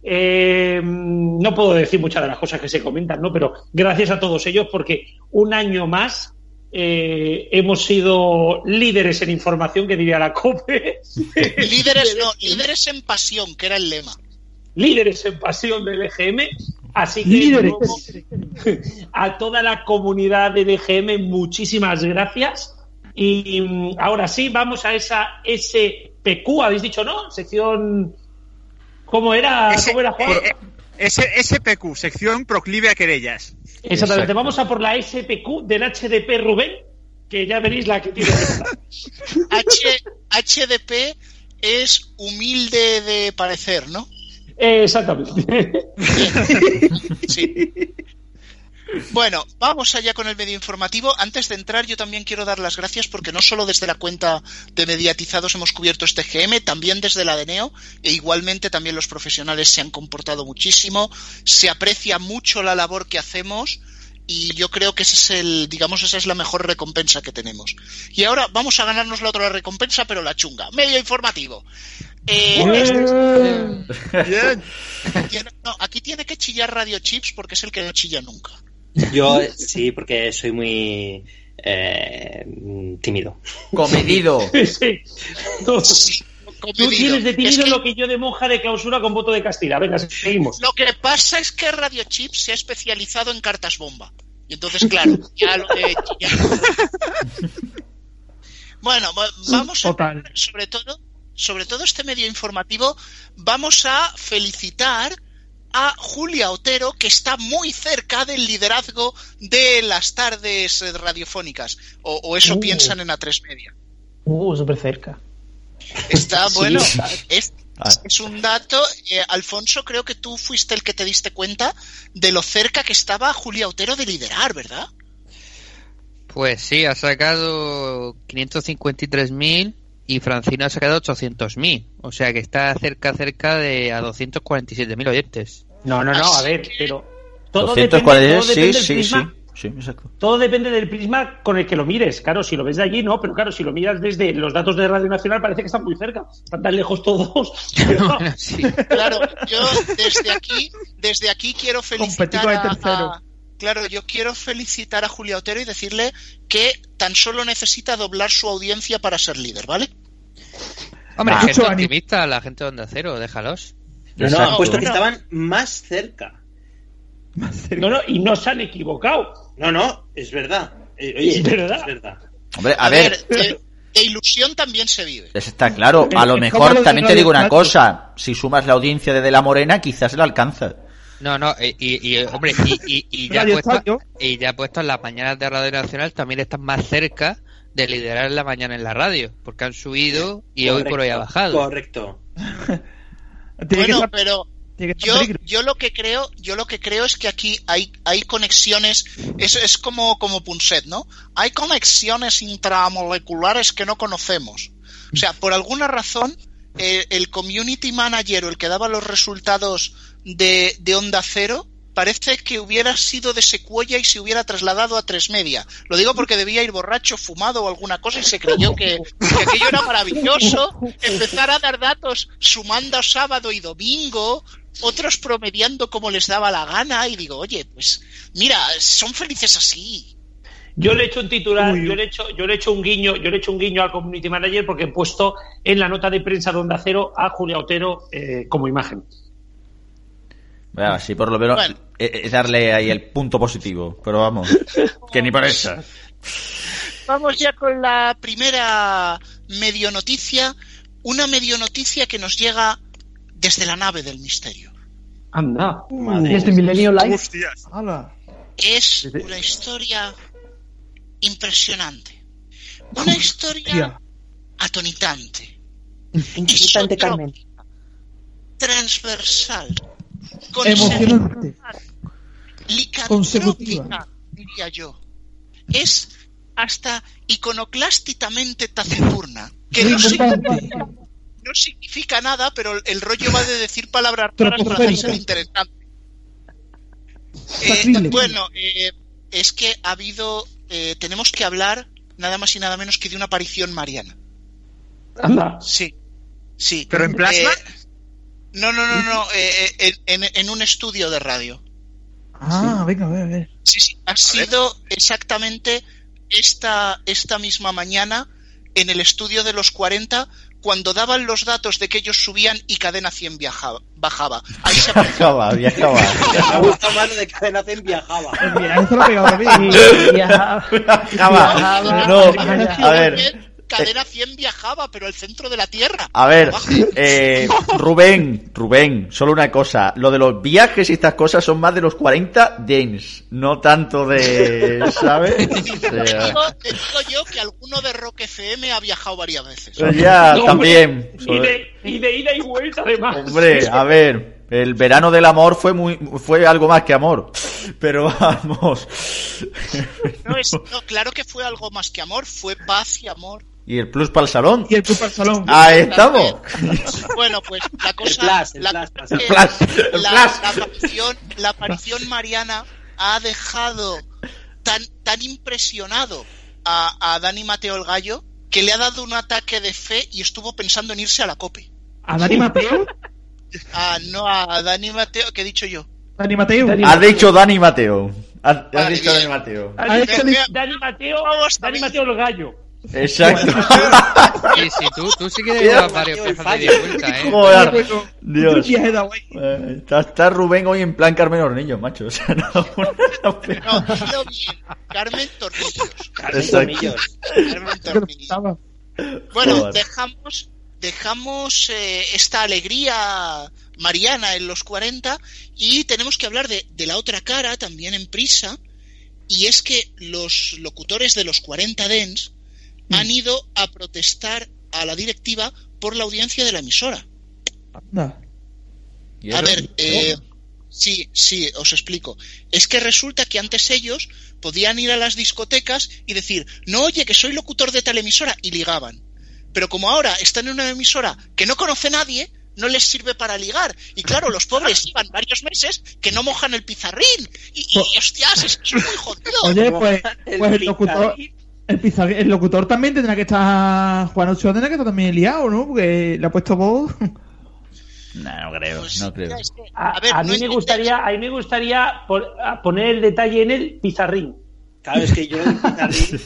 No puedo decir muchas de las cosas que se comentan, ¿no? Pero gracias a todos ellos, porque un año más hemos sido líderes en información, que diría la COPE. líderes en pasión, que era el lema. Líderes en pasión del EGM. Así que a toda la comunidad del EGM, muchísimas gracias. Y ahora sí, vamos a esa SPQ, habéis dicho, ¿no? Sección... ¿Cómo era, Juan? SPQ, sección proclive a querellas. Exactamente. Exacto. Vamos a por la SPQ del HDP Rubén, que ya veréis la que tiene. HDP es humilde de parecer, ¿no? Exactamente. Sí. Bueno, vamos allá con el medio informativo. Antes de entrar, yo también quiero dar las gracias porque no solo desde la cuenta de Mediatizados hemos cubierto este GM, también desde la de Neo, e igualmente también los profesionales se han comportado muchísimo, se aprecia mucho la labor que hacemos y yo creo que esa es la mejor recompensa que tenemos. Y ahora vamos a ganarnos la otra recompensa, pero la chunga. Medio informativo. Bien. No, aquí tiene que chillar Radio Chips porque es el que no chilla nunca. Yo sí, porque soy muy tímido. Comedido. Sí. Tú tienes de tímido lo que yo de monja de clausura con voto de Castilla. Venga, seguimos. Lo que pasa es que Radio Chips se ha especializado en cartas bomba. Y entonces, claro, ya lo de chillar. Bueno, vamos a sobre todo este medio informativo, vamos a felicitar a Julia Otero, que está muy cerca del liderazgo de las tardes radiofónicas, o eso piensan en A3 Media. Súper cerca. Está bueno, Sí. es un dato. Alfonso, creo que tú fuiste el que te diste cuenta de lo cerca que estaba Julia Otero de liderar, ¿verdad? Pues sí, ha sacado 553.000 y Francina ha sacado 800.000. O sea que está cerca de a 247.000 oyentes. No, a ver, pero todo 240, depende del sí, prisma. Sí, exacto. Todo depende del prisma con el que lo mires. Claro, si lo ves de allí, no, pero claro, si lo miras desde los datos de Radio Nacional parece que están muy cerca. Están tan lejos todos. Bueno, sí. Claro, yo desde aquí quiero felicitar yo quiero felicitar a Julia Otero y decirle que tan solo necesita doblar su audiencia para ser líder, ¿vale? Hombre, gente optimista, la gente de Onda Cero, déjalos. No, han puesto que estaban más cerca. No, y no se han equivocado. No, es verdad. Oye, es verdad. Hombre, a ver. De ilusión también se vive. Eso está claro. A lo mejor también te digo una cosa. Si sumas la audiencia de La Morena, quizás la alcanza. No, hombre, y ya puesto en las mañanas de Radio Nacional también están más cerca de liderar en la mañana en la radio, porque han subido y hoy por hoy ha bajado. Correcto. Bueno, pero yo lo que creo es que aquí hay conexiones, es como Punset, ¿no? Hay conexiones intramoleculares que no conocemos. O sea, por alguna razón el community manager o el que daba los resultados de Onda Cero parece que hubiera sido de Secuoya y se hubiera trasladado a A3 Media. Lo digo porque debía ir borracho, fumado o alguna cosa y se creyó que aquello era maravilloso. Empezar a dar datos sumando sábado y domingo, otros promediando como les daba la gana, y digo, oye, pues mira, son felices así. Yo le he hecho un titular, yo le he hecho un guiño al community manager porque he puesto en la nota de prensa de Onda Cero a Julia Otero como imagen. Bueno, sí, por lo menos es darle ahí el punto positivo, pero vamos, que ni por eso. Vamos ya con la primera medio noticia, una medio noticia que nos llega desde la nave del misterio. Anda, desde Milenio Live. Es una historia impresionante, una historia atonitante, Carmen, transversal, emocionante, licantrópica, diría yo. Es hasta iconoclásticamente taciturna, que no significa nada, pero el rollo va de decir palabras raras para hacerse interesante. Es que ha habido tenemos que hablar nada más y nada menos que de una aparición mariana. Anda. Sí. ¿Pero en plasma? No. En un estudio de radio. Ah, venga, a ver. Sí. Ha sido exactamente esta misma mañana en el estudio de los 40, cuando daban los datos de que ellos subían y Cadena 100 bajaba. Ahí se viajaba. Me gusta más lo de Cadena 100 viajaba. Mira, eso lo ha pegado a mí. Viajaba. No, a ver. Cadena 100 viajaba, pero al centro de la Tierra. A ver, Rubén, solo una cosa. Lo de los viajes y estas cosas son más de los 40 Dens, no tanto de... ¿sabes? Te digo yo que alguno de Rock FM ha viajado varias veces. Ya, no, también. Y de ida y vuelta, además. Hombre, a ver... El verano del amor fue algo más que amor. Pero vamos... No, claro que fue algo más que amor, fue paz y amor. ¿Y el plus para el salón? Ahí estamos. Bueno, pues la cosa la aparición mariana ha dejado tan impresionado a Dani Mateo el Gallo que le ha dado un ataque de fe y estuvo pensando en irse a la COPE. ¿A Dani Mateo? No, a Dani Mateo, ¿qué he dicho yo? Dani Mateo. Ha dicho Dani Mateo. Ha dicho Dani Mateo. Dani Mateo el Gallo. Exacto. Sí, tú sí que debes dar varios viajes de vuelta, Joder, Dios. Está Rubén hoy en plan Carmen Hornillos, macho. O sea, no, bien. Carmen Tornillos. Carmen Tornillos. Bueno, dejamos esta alegría mariana en los 40 y tenemos que hablar de la otra cara también en Prisa, y es que los locutores de los 40 Dens han ido a protestar a la directiva por la audiencia de la emisora. Anda. A ver, sí, os explico. Es que resulta que antes ellos podían ir a las discotecas y decir, no, oye, que soy locutor de tal emisora, y ligaban. Pero como ahora están en una emisora que no conoce nadie, no les sirve para ligar. Y claro, los pobres llevan varios meses que no mojan el pizarrín. Y hostias, eso es muy jodido. Oye, pues el locutor también tendrá que estar... Juan Ochoa tendrá que estar también liado, ¿no? Porque le ha puesto voz... No creo. A mí me gustaría poner el detalle en el pizarrín. Claro, es que yo el pizarrín...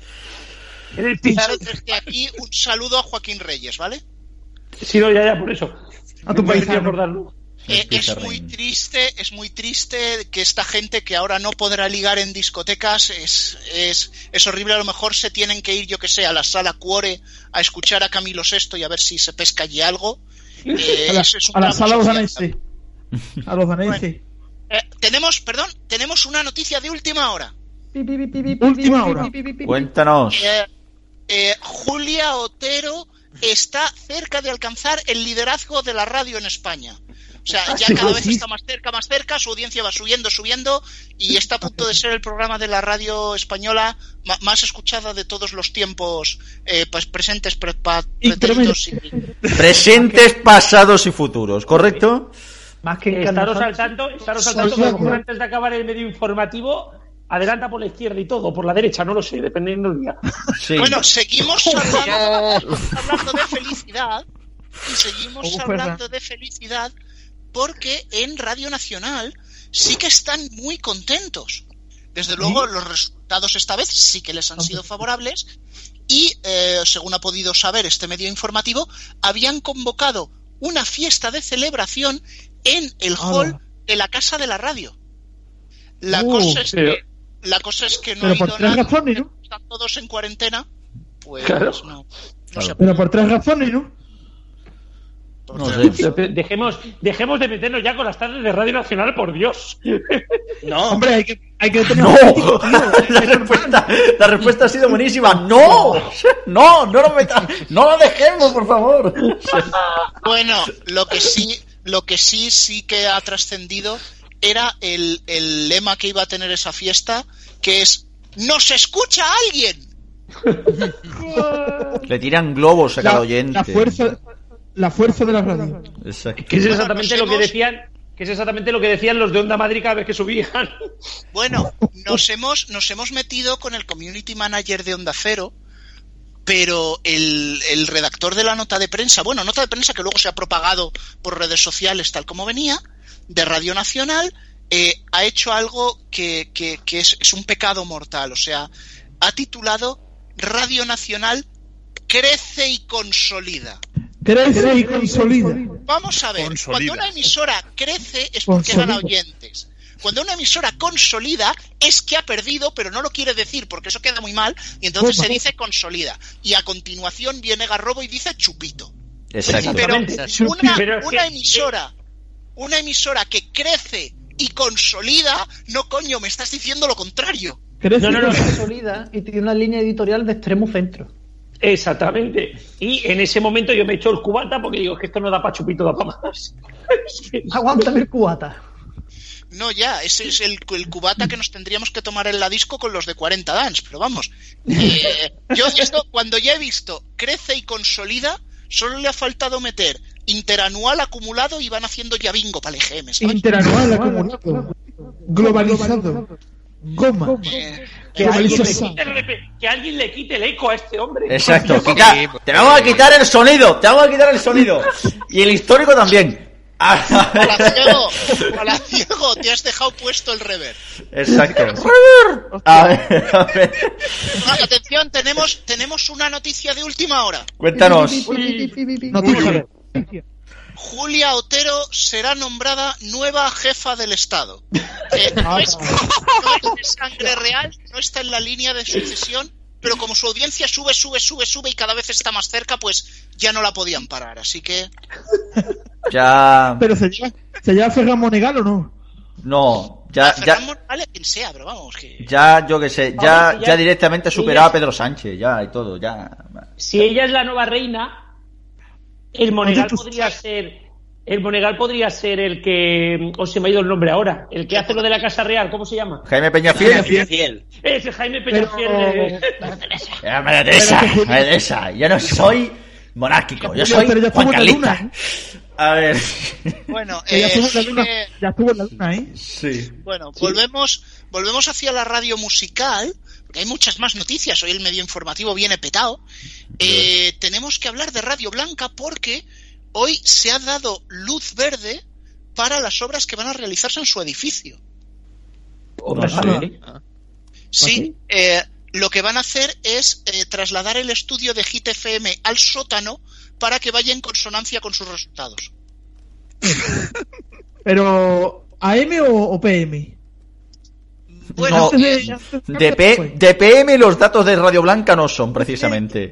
Desde aquí un saludo a Joaquín Reyes, ¿vale? Sí, no, ya, por eso. A tu paisano. Por darlo. Es muy triste que esta gente que ahora no podrá ligar en discotecas es horrible. A lo mejor se tienen que ir, yo que sé, a la sala Cuore a escuchar a Camilo VI y a ver si se pesca allí algo. A la sala Osanese. A los daneses. Tenemos una noticia de última hora. Última hora. Cuéntanos. Julia Otero está cerca de alcanzar el liderazgo de la radio en España. O sea, ya cada vez está más cerca, su audiencia va subiendo y está a punto de ser el programa de la radio española más escuchada de todos los tiempos, presentes, pretéritos presentes, pasados y futuros, ¿correcto? Más que estaros al tanto que antes de acabar el medio informativo adelanta por la izquierda y todo, por la derecha, no lo sé, dependiendo del día. Sí. Bueno, seguimos hablando de felicidad y seguimos hablando de felicidad porque en Radio Nacional sí que están muy contentos. Desde luego los resultados esta vez sí que les han sido favorables y, según ha podido saber este medio informativo, habían convocado una fiesta de celebración en el hall de la Casa de la Radio. La cosa es que no ha ido nada, razones, ¿no? Están todos en cuarentena, pues claro. no Pero por 3 razones, ¿no? No sé. Dejemos de meternos ya con las tardes de Radio Nacional, por Dios. No, hombre, hay que tener... ¡No! La respuesta ha sido buenísima. ¡No! ¡No! ¡No lo dejemos, por favor! Bueno, lo que sí que ha trascendido era el lema que iba a tener esa fiesta, que es ¡nos escucha alguien! Le tiran globos a cada oyente. La fuerza de la radio. Exacto. Que es exactamente lo que decían que es exactamente lo que decían los de Onda Madrid cada vez que subían. Bueno, nos hemos metido con el community manager de Onda Cero, pero el redactor de la nota de prensa que luego se ha propagado por redes sociales tal como venía, de Radio Nacional, ha hecho algo que es un pecado mortal. O sea, ha titulado Radio Nacional crece y consolida. Crece y consolida. Vamos a ver, cuando una emisora crece es porque gana oyentes. Cuando una emisora consolida es que ha perdido, pero no lo quiere decir porque eso queda muy mal, y entonces se dice consolida. Y a continuación viene Garrobo y dice chupito. Exacto. Pero una emisora que crece y consolida, no coño, me estás diciendo lo contrario. No. Consolida y tiene una línea editorial de extremo centro. Exactamente. Y en ese momento yo me echo el cubata porque digo, es que esto no da para chupito, da para más. Aguántame el cubata. No, ya, ese es el cubata que nos tendríamos que tomar en la disco con los de 40 Dance, pero vamos. Yo esto, cuando ya he visto crece y consolida, solo le ha faltado meter interanual acumulado y van haciendo ya bingo para el EGM, ¿sabes? Interanual acumulado. Globalizado. Goma. Que alguien le quite el eco a este hombre. Exacto. Te vamos a quitar el sonido. Y el histórico también. Hola, Diego, te has dejado puesto el reverb. Exacto. A ver. Atención, tenemos una noticia de última hora. Cuéntanos. Julia Otero será nombrada nueva jefa del Estado. No es de sangre real, no está en la línea de sucesión, pero como su audiencia sube y cada vez está más cerca, pues ya no la podían parar, así que... Ya... ¿Pero se llama Ferran Monegal o no? No, ya... Vale, quien sea, pero vamos que... Ya, yo que sé, ya directamente superaba a Pedro Sánchez, ya y todo, ya... Si ella es la nueva reina... El Monegal podría ser el que... O se me ha ido el nombre ahora. El que hace lo de la Casa Real. ¿Cómo se llama? Jaime Peñafiel. Ese Jaime Peñafiel. María Teresa. Yo no soy monárquico. Yo soy Juan Carlista. A ver. Bueno, ya estuvo en la luna, ¿eh? Sí. Bueno, volvemos hacia la radio musical, porque hay muchas más noticias. Hoy el medio informativo viene petado. Tenemos que hablar de Radio Blanca porque hoy se ha dado luz verde para las obras que van a realizarse en su edificio. Sí, lo que van a hacer es trasladar el estudio de Hit FM al sótano para que vaya en consonancia con sus resultados. ¿Pero AM o PM? Bueno, de PM los datos de Radio Blanca no son precisamente.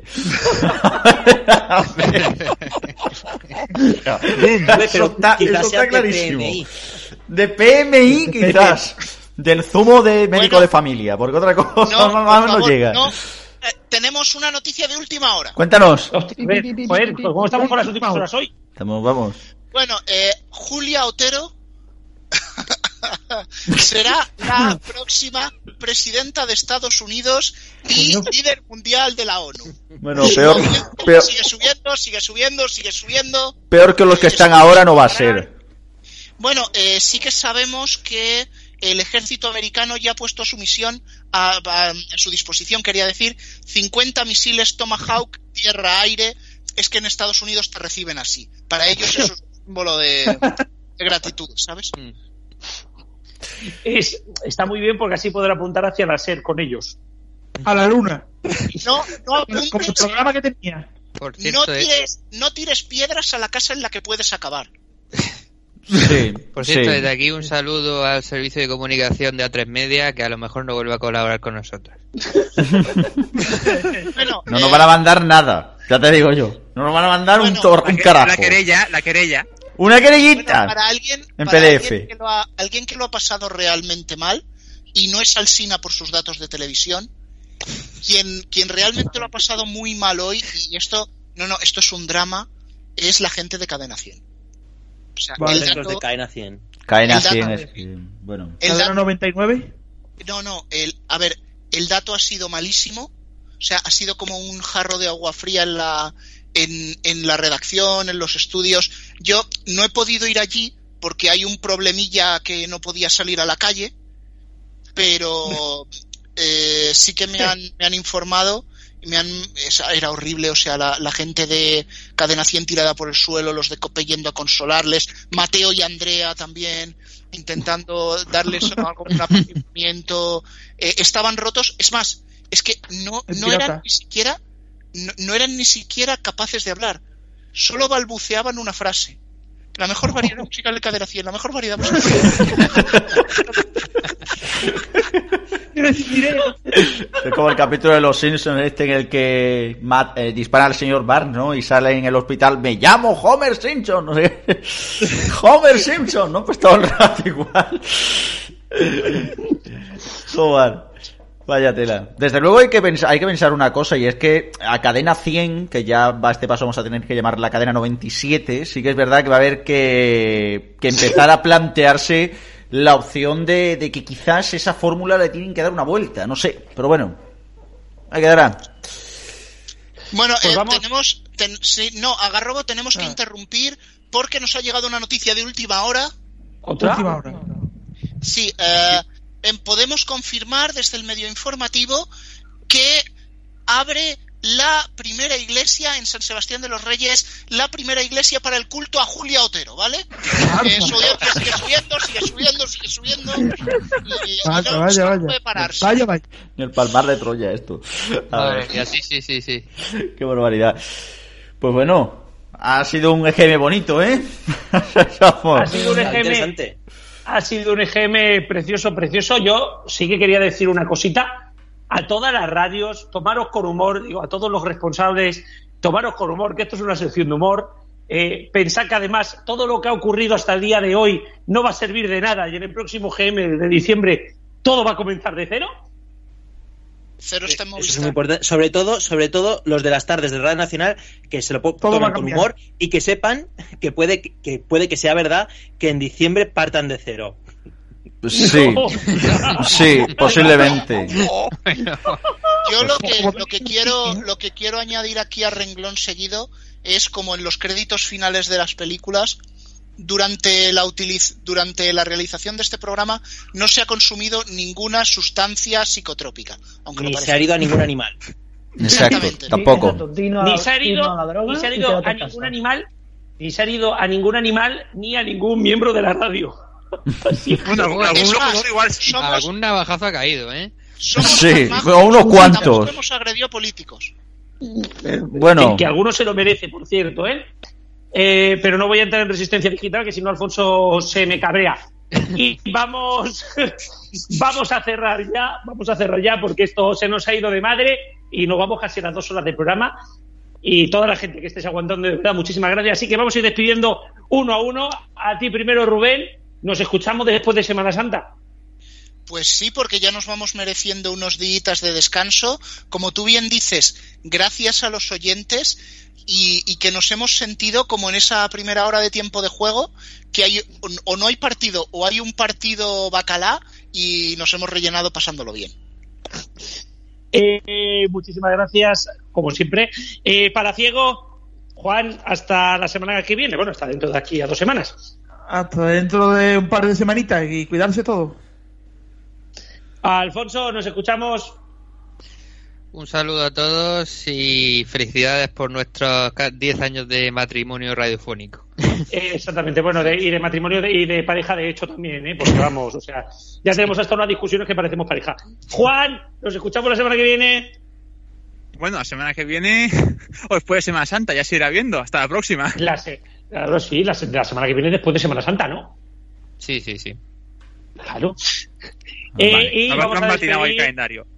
Eso está clarísimo. De PMI quizás. Del zumo de médico de familia, porque otra cosa no llega. Tenemos una noticia de última hora. Cuéntanos. Joder, ¿cómo estamos con las últimas horas hoy? Vamos. Bueno, Julia Otero será la próxima presidenta de Estados Unidos y líder mundial de la ONU. Bueno, peor. Sigue subiendo. Peor que los que están ahora no va a ser. Bueno, sí que sabemos que el ejército americano ya ha puesto a su misión a su disposición, quería decir, 50 misiles Tomahawk tierra-aire. Es que en Estados Unidos te reciben así. Para ellos eso es un símbolo de gratitud, ¿sabes? Está muy bien porque así podrá apuntar hacia la SER con ellos. A la luna. No apuntes. Como el programa que tenía. No tires piedras a la casa en la que puedes acabar. Sí, por cierto, desde aquí un saludo al servicio de comunicación de A3 Media, que a lo mejor no vuelve a colaborar con nosotros. Bueno, no nos van a mandar nada, ya te digo yo. No nos van a mandar un carajo. La querella. Una querellita. Bueno, para alguien PDF. Alguien que lo ha pasado realmente mal y no es Alsina por sus datos de televisión. Quien realmente lo ha pasado muy mal hoy, y esto es un drama, es la gente de Cadena 100. O sea, el dato de Cadena 100. Cadena 100 es bueno. ¿El dato 99? No, el dato ha sido malísimo. O sea, ha sido como un jarro de agua fría en la redacción, en los estudios. Yo no he podido ir allí porque hay un problemilla que no podía salir a la calle, pero sí que me han informado. Era horrible, o sea, la gente de Cadena 100 tirada por el suelo, los de COPE yendo a consolarles, Mateo y Andrea también intentando darles algún apaciguamiento, estaban rotos. Es más, es que no eran ni siquiera capaces de hablar, solo balbuceaban una frase: la mejor variedad musical de Cadena 100, la mejor variedad musical. Es como el capítulo de Los Simpsons en el que Matt dispara al señor Barnes, ¿no? Y sale en el hospital: me llamo Homer Simpson, no sé. Homer Simpson, ¿no? Pues todo el rato igual. Joder. Vaya tela. Desde luego hay que pensar una cosa, y es que a Cadena 100, que ya va a este paso vamos a tener que llamar la Cadena 97, sí que es verdad que va a haber que empezar a plantearse la opción de que quizás esa fórmula le tienen que dar una vuelta, no sé, pero bueno, ahí quedará. Bueno, pues a Garrobo tenemos que interrumpir porque nos ha llegado una noticia de última hora. ¿Otra? Última hora. Sí, podemos confirmar desde el medio informativo que abre la primera iglesia en San Sebastián de los Reyes, la primera iglesia para el culto a Julia Otero, ¿vale? Sigue subiendo y Vaya. puede pararse. Vaya. El palmar de Troya esto. Sí. Qué barbaridad. Pues bueno, ha sido un EGM bonito, ¿eh? Ha sido un EGM interesante. Ha sido un EGM precioso. Yo sí que quería decir una cosita. A todas las radios, tomaros con humor, digo, a todos los responsables, tomaros con humor, que esto es una sección de humor. Pensad que además todo lo que ha ocurrido hasta el día de hoy no va a servir de nada, y en el próximo GM de diciembre todo va a comenzar de cero. Cero está en Movistar. Eso es muy importante. Sobre todo los de las tardes de Radio Nacional, que se lo tomen con humor y que sepan que puede que sea verdad que en diciembre partan de cero. Sí, posiblemente. Yo lo que quiero añadir aquí a renglón seguido es, como en los créditos finales de las películas, durante la realización de este programa no se ha consumido ninguna sustancia psicotrópica, aunque ni se ha herido a ningún animal. Exacto, tampoco. Ni se ha herido a ningún animal, ni a ningún miembro de la radio. Algún navajazo ha caído, ¿eh? Sí, unos cuantos. Tampoco hemos agredido políticos. Bueno, que algunos se lo merece, por cierto, ¿eh? Pero no voy a entrar en resistencia digital, que si no Alfonso se me cabrea. Y vamos a cerrar ya, porque esto se nos ha ido de madre y nos vamos casi a las 2 horas del programa. Y toda la gente que estés aguantando, de verdad, muchísimas gracias. Así que vamos a ir despidiendo uno a uno. A ti primero, Rubén. ¿Nos escuchamos después de Semana Santa? Pues sí, porque ya nos vamos mereciendo unos días de descanso. Como tú bien dices, gracias a los oyentes, y que nos hemos sentido como en esa primera hora de tiempo de juego, que hay o no hay partido o hay un partido bacalá, y nos hemos rellenado pasándolo bien. Muchísimas gracias, como siempre. Palaciego, Juan, hasta la semana que viene. Bueno, hasta dentro de aquí a 2 semanas. Hasta dentro de un par de semanitas, y cuidarse todo. Alfonso, nos escuchamos. Un saludo a todos y felicidades por nuestros 10 años de matrimonio radiofónico. Exactamente, bueno, y de matrimonio y de pareja, de hecho, también, porque vamos, o sea, ya tenemos hasta unas discusiones que parecemos pareja. Juan, nos escuchamos la semana que viene. Bueno, la semana que viene, o después de Semana Santa, ya se irá viendo. Hasta la próxima. Claro, sí, la semana que viene después de Semana Santa, ¿no? Sí. Claro. Vale, y vamos a despedir el calendario.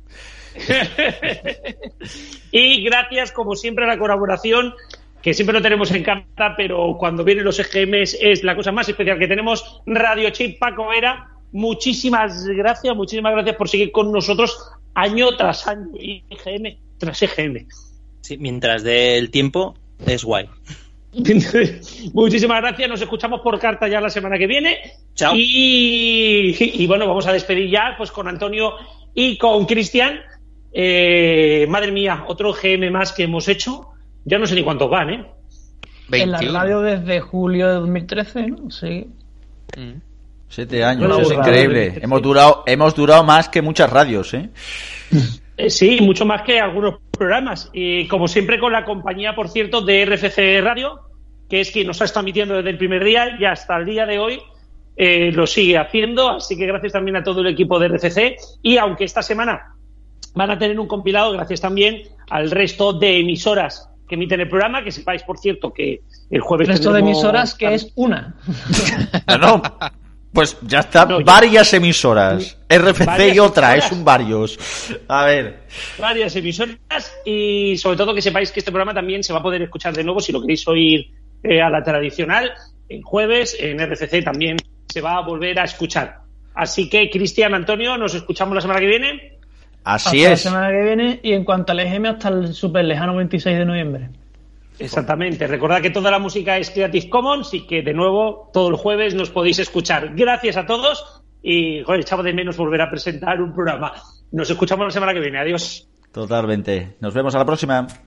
Y gracias, como siempre, a la colaboración, que siempre lo tenemos en carta, pero cuando vienen los EGMs es la cosa más especial que tenemos. Radio Chip, Paco Vera, muchísimas gracias por seguir con nosotros año tras año, y EGM tras EGM. Sí, mientras dé el tiempo, es guay. Muchísimas gracias, nos escuchamos por carta ya la semana que viene. Chao. Y bueno, vamos a despedir ya pues con Antonio y con Cristian. Madre mía, otro GM más que hemos hecho. Ya no sé ni cuántos van, 21. En la radio desde julio de 2013, ¿no? Sí. 7 años, No, es no, increíble. no, Hemos durado más que muchas radios, ¿eh? Sí, mucho más que algunos programas. Y como siempre con la compañía, por cierto, de RFC Radio, que es quien nos ha estado emitiendo desde el primer día y hasta el día de hoy lo sigue haciendo. Así que gracias también a todo el equipo de RFC. Y aunque esta semana van a tener un compilado, gracias también al resto de emisoras que emiten el programa, que sepáis, por cierto, que el jueves... El resto de emisoras, que es una. No, pues ya está, varias emisoras. RFC varias y otra, emisoras. es un varios. A ver. Varias emisoras y sobre todo que sepáis que este programa también se va a poder escuchar de nuevo si lo queréis oír a la tradicional, en jueves, en RFC también se va a volver a escuchar. Así que, Cristian, Antonio, nos escuchamos la semana que viene. Así hasta es. la semana que viene, y en cuanto al EGM, hasta el súper lejano 26 de noviembre. Exactamente. Recordad que toda la música es Creative Commons y que de nuevo todo el jueves nos podéis escuchar. Gracias a todos y, joder, echaba de menos volver a presentar un programa. Nos escuchamos la semana que viene. Adiós. Totalmente. Nos vemos a la próxima.